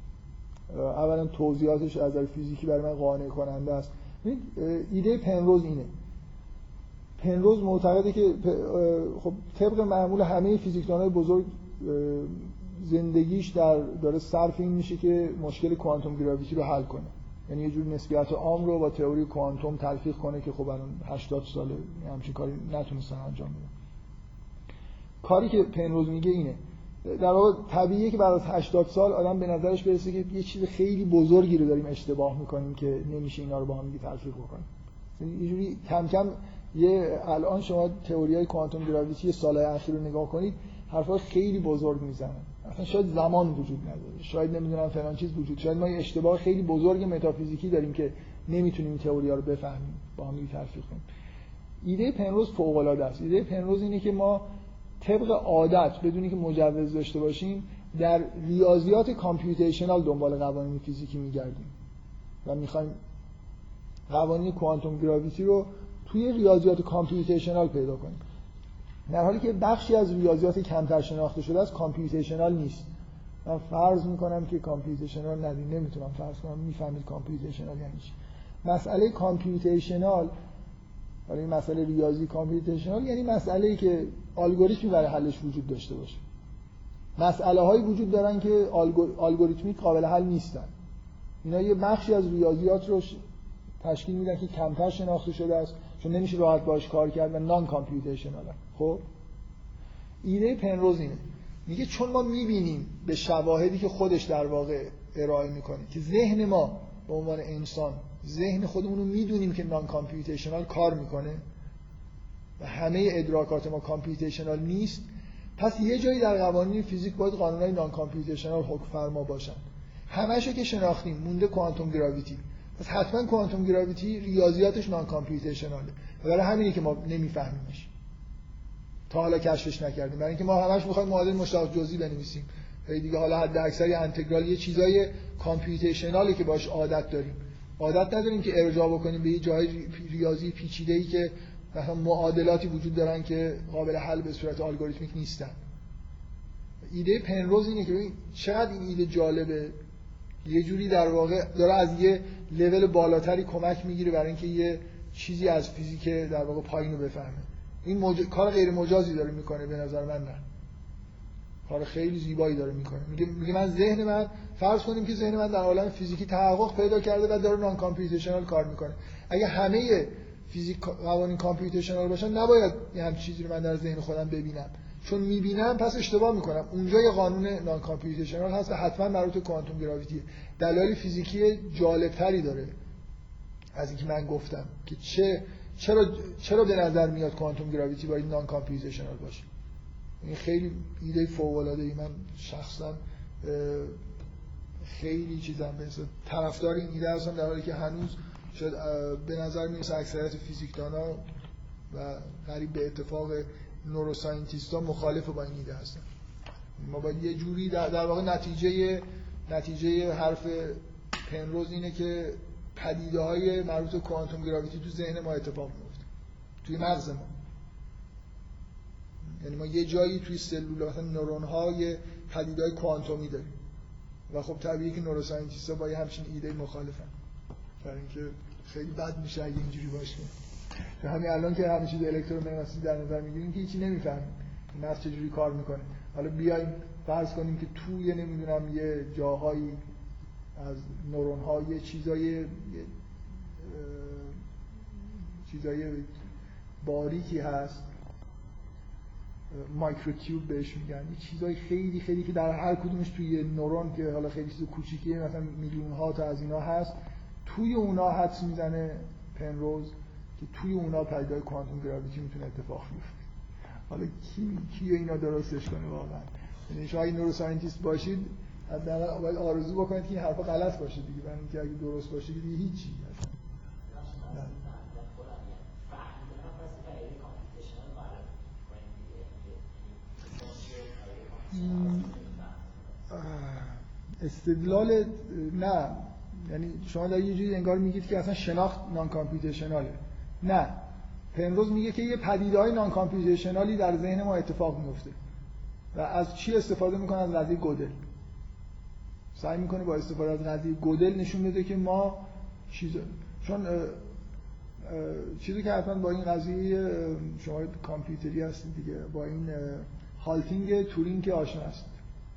Speaker 2: اولا توضیحاتش از نظر فیزیکی برای من قانع کننده است. ایده پنروز اینه، پنروز معتقده که خب طبق معمول همه فیزیکدانای بزرگ زندگیش در داره صرف این میشه که مشکل کوانتوم گراویتی رو حل کنه، یعنی یه جور نسبیت عام رو با تئوری کوانتوم تلفیق کنه که خب الان هشتاد ساله همچین کاری نتونستن انجام بدن. کاری که پنروز میگه اینه، در واقع طبیعیه که بعد از هشتاد سال آدم به نظرش برسه که یه چیز خیلی بزرگی رو داریم اشتباه میکنیم که نمیشه اینا رو با هم دیگه تلفیق بکنیم. یه جوری کم کم یه الان شما تئوریای کوانتوم گراویتی سالهای اخیر رو نگاه کنید، حرفای خیلی بزرگ میزنن، اصلا شاید زمان وجود نداره، شاید نمیدونم فلان چیز وجود، شاید ما یه اشتباه خیلی بزرگ متافیزیکی داریم که نمیتونیم این تئوریا رو بفهمیم با هم دیگه تلفیق کنیم. ایده پنروز فوق العاده است. ایده پنروز اینه که ما طبق عادت بدون اینکه مجوز داشته باشیم در ریاضیات کامپیوتیشنال دنبال قوانین فیزیکی میگردیم و میخوایم قوانین کوانتوم گراویتی رو توی ریاضیات کامپیوتیشنال پیدا کنیم، در حالی که بخشی از ریاضیات کمتر شناخته شده از کامپیوتیشنال نیست. من فرض میکنم که کامپیوتیشنال ندید، نمیتونم فرض کنم میفهمید کامپیوتیشنال یعنی چی. مسئله کامپیوتیشنال، حالا این مسئله ریاضی کامپیوتیشنال یعنی مسئله‌ای که الگوریتمی برای حلش وجود داشته باشه. مسئله هایی وجود دارن که الگوریتمیک قابل حل نیستن. اینا یه بخشی از ریاضیات رو تشکیل میدن که کمتر شناخته شده است، چون نمیشه راحت باهاش کار کرد و نان کامپیوتیشنال. خب ایده پنروز اینه، میگه چون ما میبینیم به شواهدی که خودش در واقع ارائه میکنه که ذهن ما به عنوان انسان، ذهن خودمون رو میدونیم که نان کامپیوتیشنال کار میکنه و همه ادراکات ما کامپیوتیشنال نیست، پس یه جایی در قوانین فیزیک باید قانونهای نان کامپیوتیشنال حکم فرما باشن. همه‌شو که شناختیم، مونده کوانتوم گراویتی، پس حتما کوانتوم گراویتی ریاضیاتش نان کامپیوتیشناله و برای همینه که ما نمیفهمیمش، تا حالا کشفش نکردیم، برای اینکه ما همش می‌خوایم معادل مشتق جزئی بنویسیم و دیگه حالا حد اکثر انتگرال یه چیزای کامپیوتیشنالی که باش عادت داریم، عادت نداریم که ارجاع بکنیم به یه جای ریاضی پیچیده‌ای که مثلا معادلاتی وجود دارن که قابل حل به صورت الگوریتمیک نیستن. ایده پنروز اینه که ببین چقدر این ایده جالبه، یه جوری در واقع داره از یه لول بالاتری کمک میگیره برای اینکه یه چیزی از فیزیک در واقع پایین رو بفهمه. این مج... کار غیر مجازی داره میکنه به نظر من، نه کار خیلی زیبایی داره میکنه. میگه میگه من ذهن من، فرض کنیم که ذهن من در عالم فیزیکی تحقق پیدا کرده و داره نان کامپیوتیشنال کار میکنه. اگه همه فیزیک قوانین کامپیوتیشنال باشن نباید یه همچین چیزی رو من در ذهن خودم ببینم، چون میبینم پس اشتباه میکنم. اونجا یه قانون نان کامپیوتیشنال هست و حتما مربوط به کوانتوم گراویتی، دلایل فیزیکی جالبتری داره از اینکه من گفتم که چه چرا چرا به نظر میاد کوانتوم گراویتی باید نان کامپیوتیشنال باشه. این خیلی ایده فوق العاده ای، من شخصا خیلی چیزام به حساب طرفدار این ایده هستم، در حالی که هنوز شاید به نظر میرسه اکثریت فیزیکدانا و قریب به اتفاق نوروساینتیست‌ها مخالف با این ایده هستن. ما باید یه جوری در, در واقع نتیجه نتیجه حرف پنروز اینه که پدیده‌های مربوط به کوانتوم گراویتی تو ذهن ما اتفاق میفته، توی مغز ما. یعنی ما یه جایی توی سلول مثلا نورون‌ها یه پدیده‌های کوانتومی داریم و خب طبیعیه که نوروساینتیست‌ها با یه همچین ایده مخالفن، برای اینکه خیلی بد میشه اگه اینجوری باشه. تو همین الان که همه چیز الکترومغناطیسی در نظر میگیریم که هیچی نمیفهمیم مغز چجوری کار میکنه. حالا بیایم فرض کنیم که توی نمیدونم یه جاهایی از نورون ها یه چیزای چیزای باریکی هست، مایکروتیوب بهش میگن، یه چیزای خیلی خیلی که در هر کدومش توی نورون که حالا خیلی چیز کوچیکیه مثلا میلیون ها تا از اینا هست، توی اونا حدس میزنه پنروز که توی اونا پدیده‌های کوانتوم گراویتی میتونه اتفاق بیفته. حالا کی کی اینا درستش کنه واقعا؟ یعنی شما اگه نوروساینتیست باشید حداقل باید آرزو بکنید که این حرفا غلط باشه دیگه، برای اینکه اگه درست باشه دیگه هیچی اصلا. استدلال نه، یعنی شما در یه جوری انگار میگید که اصلا شناخت نان کامپیوتیشناله. نه، پنروز میگه که یه پدیده‌های نان کامپیوتیشنالی در ذهن ما اتفاق میفته و از چی استفاده میکنه؟ از قضیه گودل. سعی میکنه با استفاده از قضیه گودل نشون بده که ما چیز، چون اه، اه، چیزی که حتما با این قضیه شما کامپیوتری هستید دیگه، با این هالتینگ تورینگ آشنا هستید.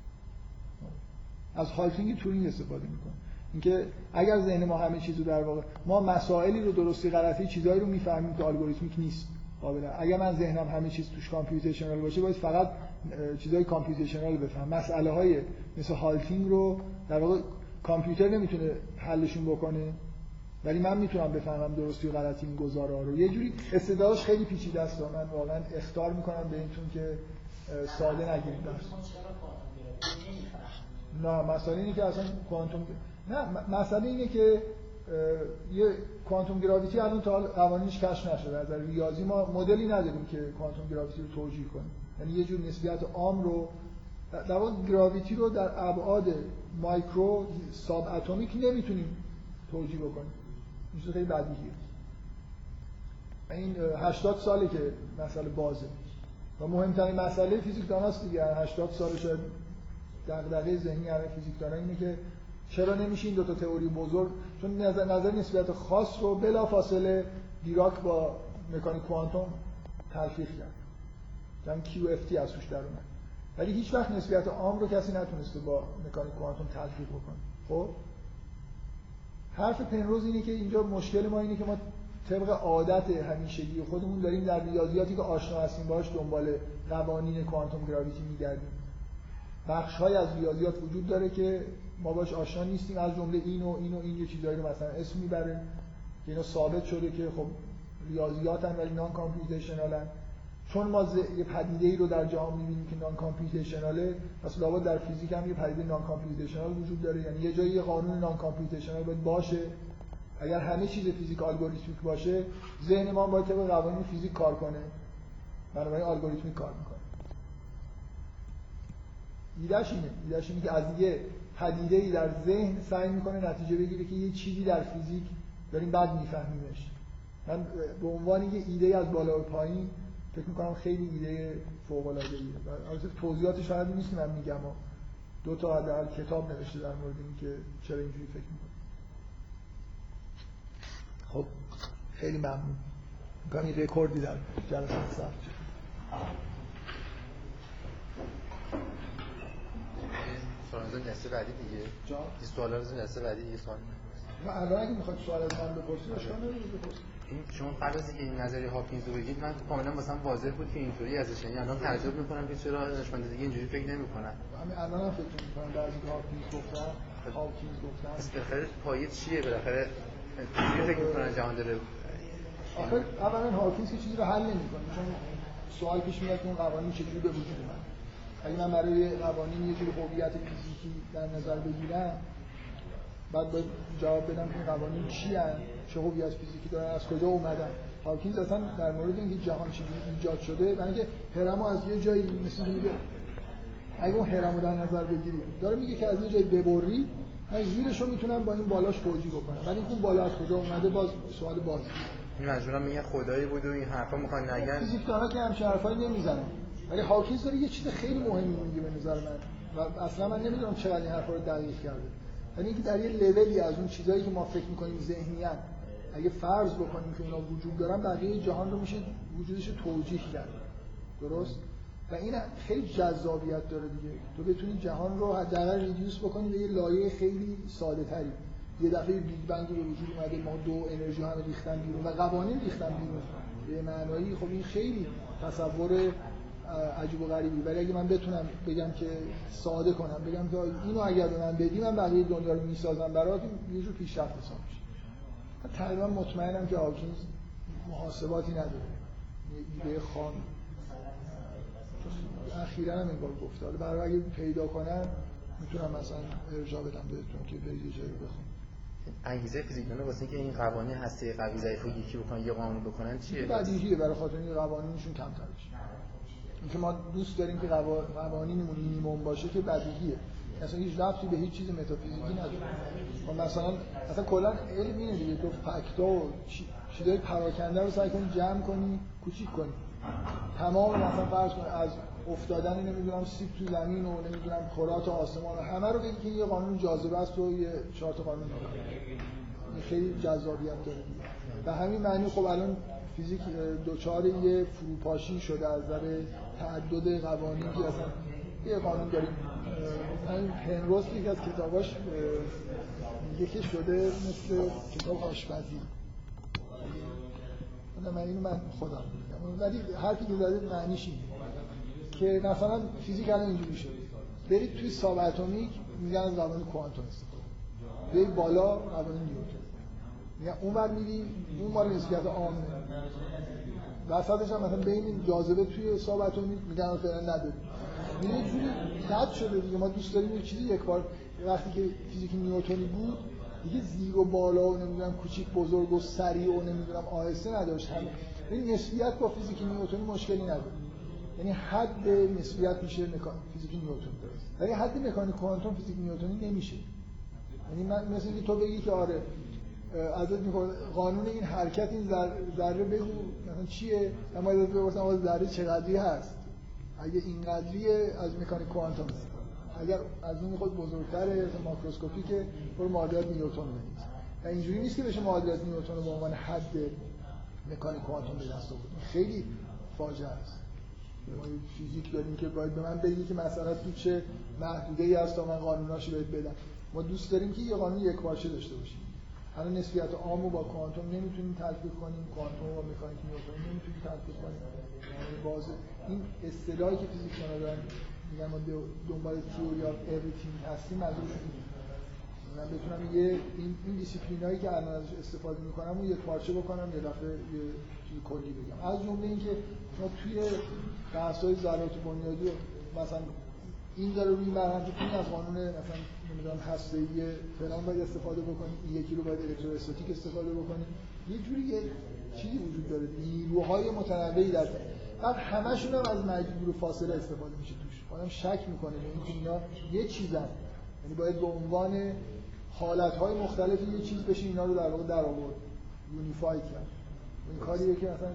Speaker 2: از هالتینگ تورینگ استفاده میکنه، اینکه اگر ذهن ما همه چیزو در واقع ما مسائلی رو درستی غلطی چیزایی رو میفهمیم که الگوریتمیک نیست قابل. اگر من ذهنم همه چیز توش کامپیوتیشنال باشه باید فقط چیزای کامپیوتیشنال بفهم. مسئله های مثل هالتینگ رو در واقع کامپیوتر نمیتونه حلشون بکنه، ولی من میتونم بفهمم درستی و غلطی این گزاره‌ها رو. یه جوری استدلالش خیلی پیچیده است و من واقعا اخطار میکنم به اینتون که ساده نگیرید. نه، مسئله اینه که اصلا کوانتوم نه مسئله اینه که یه کوانتوم گراویتی الان تا قوانینش کشف نشده. از نظر ریاضی ما مدلی نداریم که کوانتوم گراویتی رو توجیه کنیم، یعنی یه جور نسبیت عام رو در واقع گراویتی رو در ابعاد مایکرو ساب اتمیک نمیتونیم توجیه بکنیم. این چیز خیلی بدیهیه. این هشتاد ساله که مسئله بازه و مهمترین مسئله فیزیکداناست دیگه. هشتاد سال شاید دغدغه ذهنی همه فیزیکدانا اینه که چرا نمیشه این دو تا تئوری بزرگ، چون نظر نظر نسبیت خاص رو بلافاصله دیراک با مکانیک کوانتوم تلفیق کرد، یعنی کیو اف تی از توش در اومد، ولی هیچ وقت نسبیت عام رو کسی نتونسته با مکانیک کوانتوم تلفیق بکنه. خب حرف پنروز اینه که اینجا مشکل ما اینه که ما طبق عادت همیشگی خودمون داریم در ریاضیاتی که آشنا هستیم باهاش دنبال قوانین کوانتوم گراویتی میگردیم. بخش‌های از ریاضیات وجود داره که ما باش آشنا نیستیم، از جمله این و این و این یه چیزایی رو مثلا اسم میبره که اینا ثابت شده که خب ریاضیاتن ولی نان کامپیوتیشنالن. چون ما ز... یه پدیده‌ای رو در جهان می‌بینیم که نان کامپیوتیشناله، پس لابد در فیزیک هم یه پدیده نان کامپیوتیشنال وجود داره، یعنی یه جایی یه قانون نان کامپیوتیشنال باید باشه. اگر همه چیز فیزیک الگوریتمیک باشه، ذهن ما باید طبق قوانین فیزیک کار کنه، بنابراین الگوریتمیک کار می‌کنه. ایده‌اش اینه، ایده‌اش اینه که از یه پدیده‌ای در ذهن سعی می‌کنه نتیجه بگیره که یه چیزی در فیزیک داریم بعد می‌فهمیمش. من به عنوان یه ایده از بالا به پایین فکر می‌کنم خیلی ایده فوق‌العاده‌ایه. البته توضیحاتش شاید نیست که من میگم، دو تا حداقل کتاب نوشته در مورد اینکه چرا اینجوری فکر می‌کنه. خب خیلی ممنون. می‌گم این رکوردی در جلسه ثبت شد.
Speaker 6: سوال نسل بعدی دیگه.
Speaker 2: جا؟
Speaker 6: این سوالا رو نسل بعدی دیگه سوال.
Speaker 2: من الان اگه می‌خواید سوال از من بپرسید اشکال نداره بپرسید.
Speaker 6: این شما قبل از اینکه این نظریه هاکینز رو بگید من کاملا واسم واضح بود که اینطوری ازش، یعنی الان تعجب می‌کنم که چرا دانشمند دیگه اینجوری فکر نمی‌کنن.
Speaker 2: همین الان هم فکر می‌کنم بعضی هاکینز گفتن، هاکینز گفتن.
Speaker 6: بالاخره پایه چیه بالاخره؟ چجوری فکر می‌کنن جهان داره؟
Speaker 2: آخه اولا هاکینز که چیزی رو حل نمی‌کنه، چون سوال پیش میاد که اون قوانین چجوری به وجود اومد. اگه من برای قوانین یه جور هویت فیزیکی در نظر بگیرم، بعد باید جواب بدم که این قوانین چی هستن، چه هویت فیزیکی دارن، از کجا اومدن. هاکینز اصلا در مورد اینکه جهان چجوری ایجاد شده، برای اینکه هرمو از یه جایی مثل میگه اگه اون هرمو در نظر بگیری داره میگه که از یه جایی ببری، من زیرش رو میتونم با این بالاش توجیه بکنم، ولی اینکه اون بالا از کجا اومده باز سوال بازه.
Speaker 6: این منظورم میگه خدایی بود و این حرفا میخوان نگن.
Speaker 2: فیزیکدانا که همچین حرفایی نمیزنن، ولی هاکینز داره یه چیز خیلی مهمی میگه به نظر من و اصلا من نمیدونم چقدر این حرفا رو دقیق کرده. یعنی اینکه در یه لولی از اون چیزایی که ما فکر می‌کنیم ذهنی‌اند، اگه فرض بکنیم که اینا وجود دارن، بقیه جهان رو میشه وجودش رو توجیه کرد. درست؟ و این خیلی جذابیت داره دیگه. تو بتونی جهان رو حداقل ریدیوس بکنی به یه لایه خیلی ساده‌تری. یه دفعه بیگ بنگ به وجود اومده، ما دو انرژی هم ریختن بیرون و قوانین ریختن بیرون. به معنایی خب این خیلی تصور عجیب و غریبی، ولی اگه من بتونم بگم که ساده کنم، بگم که اینو اگر به من بدی من بقیه دنیا رو میسازم برات، یه جور پیشرفت حساب میشه. من تقریبا مطمئنم که هاکینز محاسباتی نداره، یه ایده خام. اخیراً هم این کار گفته، حالا برای اگه پیدا کنم میتونم مثلا ارجاع بدم بهتون که برید یه جایی بخونید.
Speaker 6: انگیزه فیزیکدانا واسه اینکه این قوانین هسته قوی ضعیف رو یکی بکنن، یه قانون بکنن چیه؟
Speaker 2: بدیهیه، برای خاطر این قوانینشون کمتر بشه. اینکه ما دوست داریم که قوانینمون مینیمم باشه که بدیهیه، اصلا هیچ ربطی به هیچ چیز متافیزیکی نداره. مثلا مثلا کلا علم اینه دیگه، تو فکتا و چیزای پراکنده رو سعی کنی جمع کنی، کوچیک کنی. تمام مثلا فرض کن از افتادن نمیدونم سیب تو زمین و نمیدونم کرات آسمان و همه رو بگی که یه قانون جاذبه است و یه چهار تا قانون دیگه، خیلی جذابیت داره دیگه. به همین معنی خب الان فیزیک دوچار یه فروپاشی شده از نظر تعدد قوانین که اصلا یه قانون داریم. همین پنروز که یکی از کتاباش میگه که شده مثل کتاب آشپزی. من اینو من خودم میگم، ولی حرفی که زده معنیش اینه که مثلا فیزیک الان اینجوری شده، برید توی ساب اتمیک میگن از قوانین کوانتوم استفاده، برید بالا قوانین نیوتن، میگن اونور میری اون مال نسبیت عامه، وسطش هم مثلا بین جاذبه توی ساب اتمیک میگن فعلا نداریم. یه جوری رد شده دیگه. ما دوست داریم یه چیزی یک بار وقتی که فیزیک نیوتنی بود دیگه زیر و بالا و نمیدونم کوچیک بزرگ و سریع و نمیدونم آهسته نداشت. همه این نسبیت با فیزیک نیوتنی مشکلی نداره، یعنی حد نسبیت میشه مکانیک فیزیک نیوتن، ولی حد مکانیک کوانتوم فیزیک نیوتنی نمیشه. یعنی من مثل اینکه تو بگی که آره ازت میگه قانون این حرکت این ذره بگو مثلا چیه، اما ازت بپرسم ذره چقدری هست، اگه این قدریه از مکانیک کوانتوم است، اگر از اون خود بزرگتره ماکروسکوپی که برو معادلات نیوتن بنویس. و اینجوری نیست که بشه معادلات نیوتن رو به عنوان حد مکانیک کوانتوم به دست آورد. خیلی فاجعه است. ما فیزیک داریم که باید به من بگی که مثلا تو چه محدوده‌ای هست تا من قانوناشو بهت بدم. ما دوست داریم که یه قانون یکپارچه داشته باشیم. الان نسبیت عامو با کوانتوم نمیتونیم تطبیق کنیم، کوانتوم با مکانیک نیوتن نمیتونیم تطبیق کنیم. باز این اصطلاحی که فیزیکدانا دارن میگن ما دنبال تئوری آف اوریثینگ هستیم، منظورشون من بتونم یه این این دیسیپلینایی که الان ازش استفاده میکنم اون یک پارچه بکنم یه دفعه یه چیز کلی بگم. از جمله اینکه شما توی بحث‌های ذرات بنیادی مثلا این داره روی برنامه که از قانون مثلا نمیدونم هسته‌ای فلان باید استفاده بکنید، این یکی رو باید الکتروستاتیک استفاده بکنید، یه جوری یه چیزی وجود داره، نیروهای متنوعی در بعد همشون هم از مجبور فاصله استفاده میشه توش. آدم شک میکنه به اینکه اینا یه چیزن، یعنی باید به عنوان حالتهای مختلفی یه چیز بشه اینا رو در واقع در آورد، یونیفای کرد. این کاریه که مثلا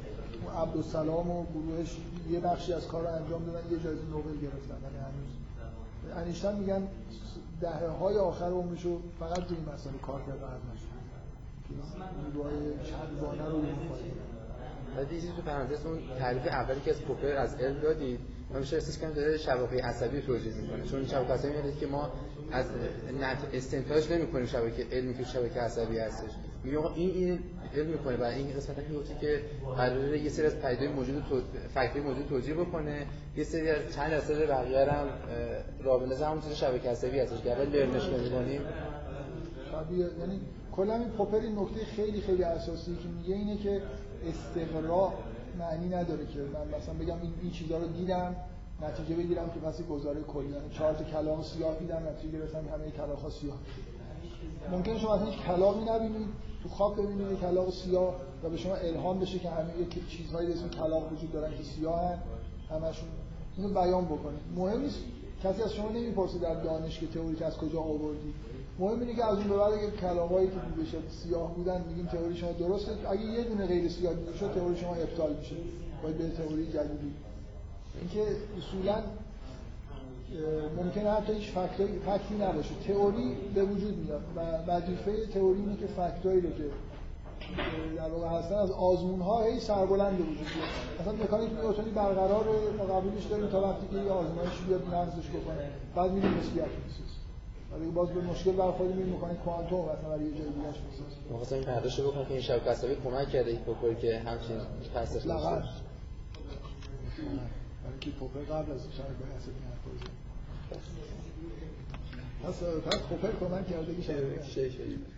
Speaker 2: عبدالسلام و گروهش یه بخشی از کار رو انجام دادن، یه جایزه نوبل گرفتن. یعنی هنوز انیشتین میگن دهه‌های آخر عمرشو فقط روی این مسئله کار کرده ازش که نیروهای چندگانه رو یونیفای کنه.
Speaker 6: بعد یه چیزی تو پرانتز اون تعریف اولی که از پوپر از علم دادید، من میشه احساس کنم داره شبکه عصبی توجیه میکنه، چون شبکه عصبی میاد که ما از استنتاج نمی‌کنیم شبکه علمی که شبکه عصبی هستش، میگه این این علم میکنه و این قسمت میگه که قراره یه سری از پدیده‌های موجود تو فکت‌های موجود توجیه بکنه، یه سری از چند درصد بقیه هم رابطه همون چیز شبکه عصبی هستش که اول لرنش می‌کنیم
Speaker 2: شبیه. یعنی کلا این پوپر این نکته خیلی خیلی اساسی که میگه اینه که استقراء معنی نداره که من مثلا بگم این این چیزا رو دیدم نتیجه بگیرم که پس گزاره کلی، یعنی چهار تا کلاغ سیاه دیدم نتیجه گرفتم همه کلاغ‌ها سیاه. ممکنه شما اصلا هیچ کلاغی نبینید، تو خواب ببینید یک کلاغ سیاه و به شما الهام بشه که همه یک چیزهایی به اسم کلاغ وجود دارن که سیاهن، همشون اینو بیان بکنید. مهم نیست، کسی از شما نمیپرسه در دانش که تئوری از کجا آوردید. مهم اینه که از اون به بعد اگه کلاغایی که دیده شد سیاه بودن میگیم تئوری شما درسته، اگه یه دونه غیر سیاه دیده شد تئوری شما ابطال میشه، باید به تئوری جدیدی. اینکه اصولاً ممکنه حتی هیچ فکتی فکتی نباشه، تئوری به وجود میاد و وظیفه تئوری اینه که فکتایی رو که در واقع هستن از آزمون‌ها هی سربلند به وجود بیاد. مثلا مکانیک نیوتنی برقراره ما قبولش داریم تا وقتی که یه آزمایش بیاد نقضش بکنه، بعد میریم نسبیت می‌سازیم. ولی باز به مشکل برخورد می‌کنیم مکانیک کوانتوم مثلا برای یه جای دیگه‌اش می‌سازیم.
Speaker 6: ما خواستیم پرداش بکنیم که این شبکه عصبی کمک کرده پوپر که همچین فلسفه
Speaker 2: لغت برای که پوپر قبل از شبکه عصبی حرف پس پس پوپر کمک کرده که شبکه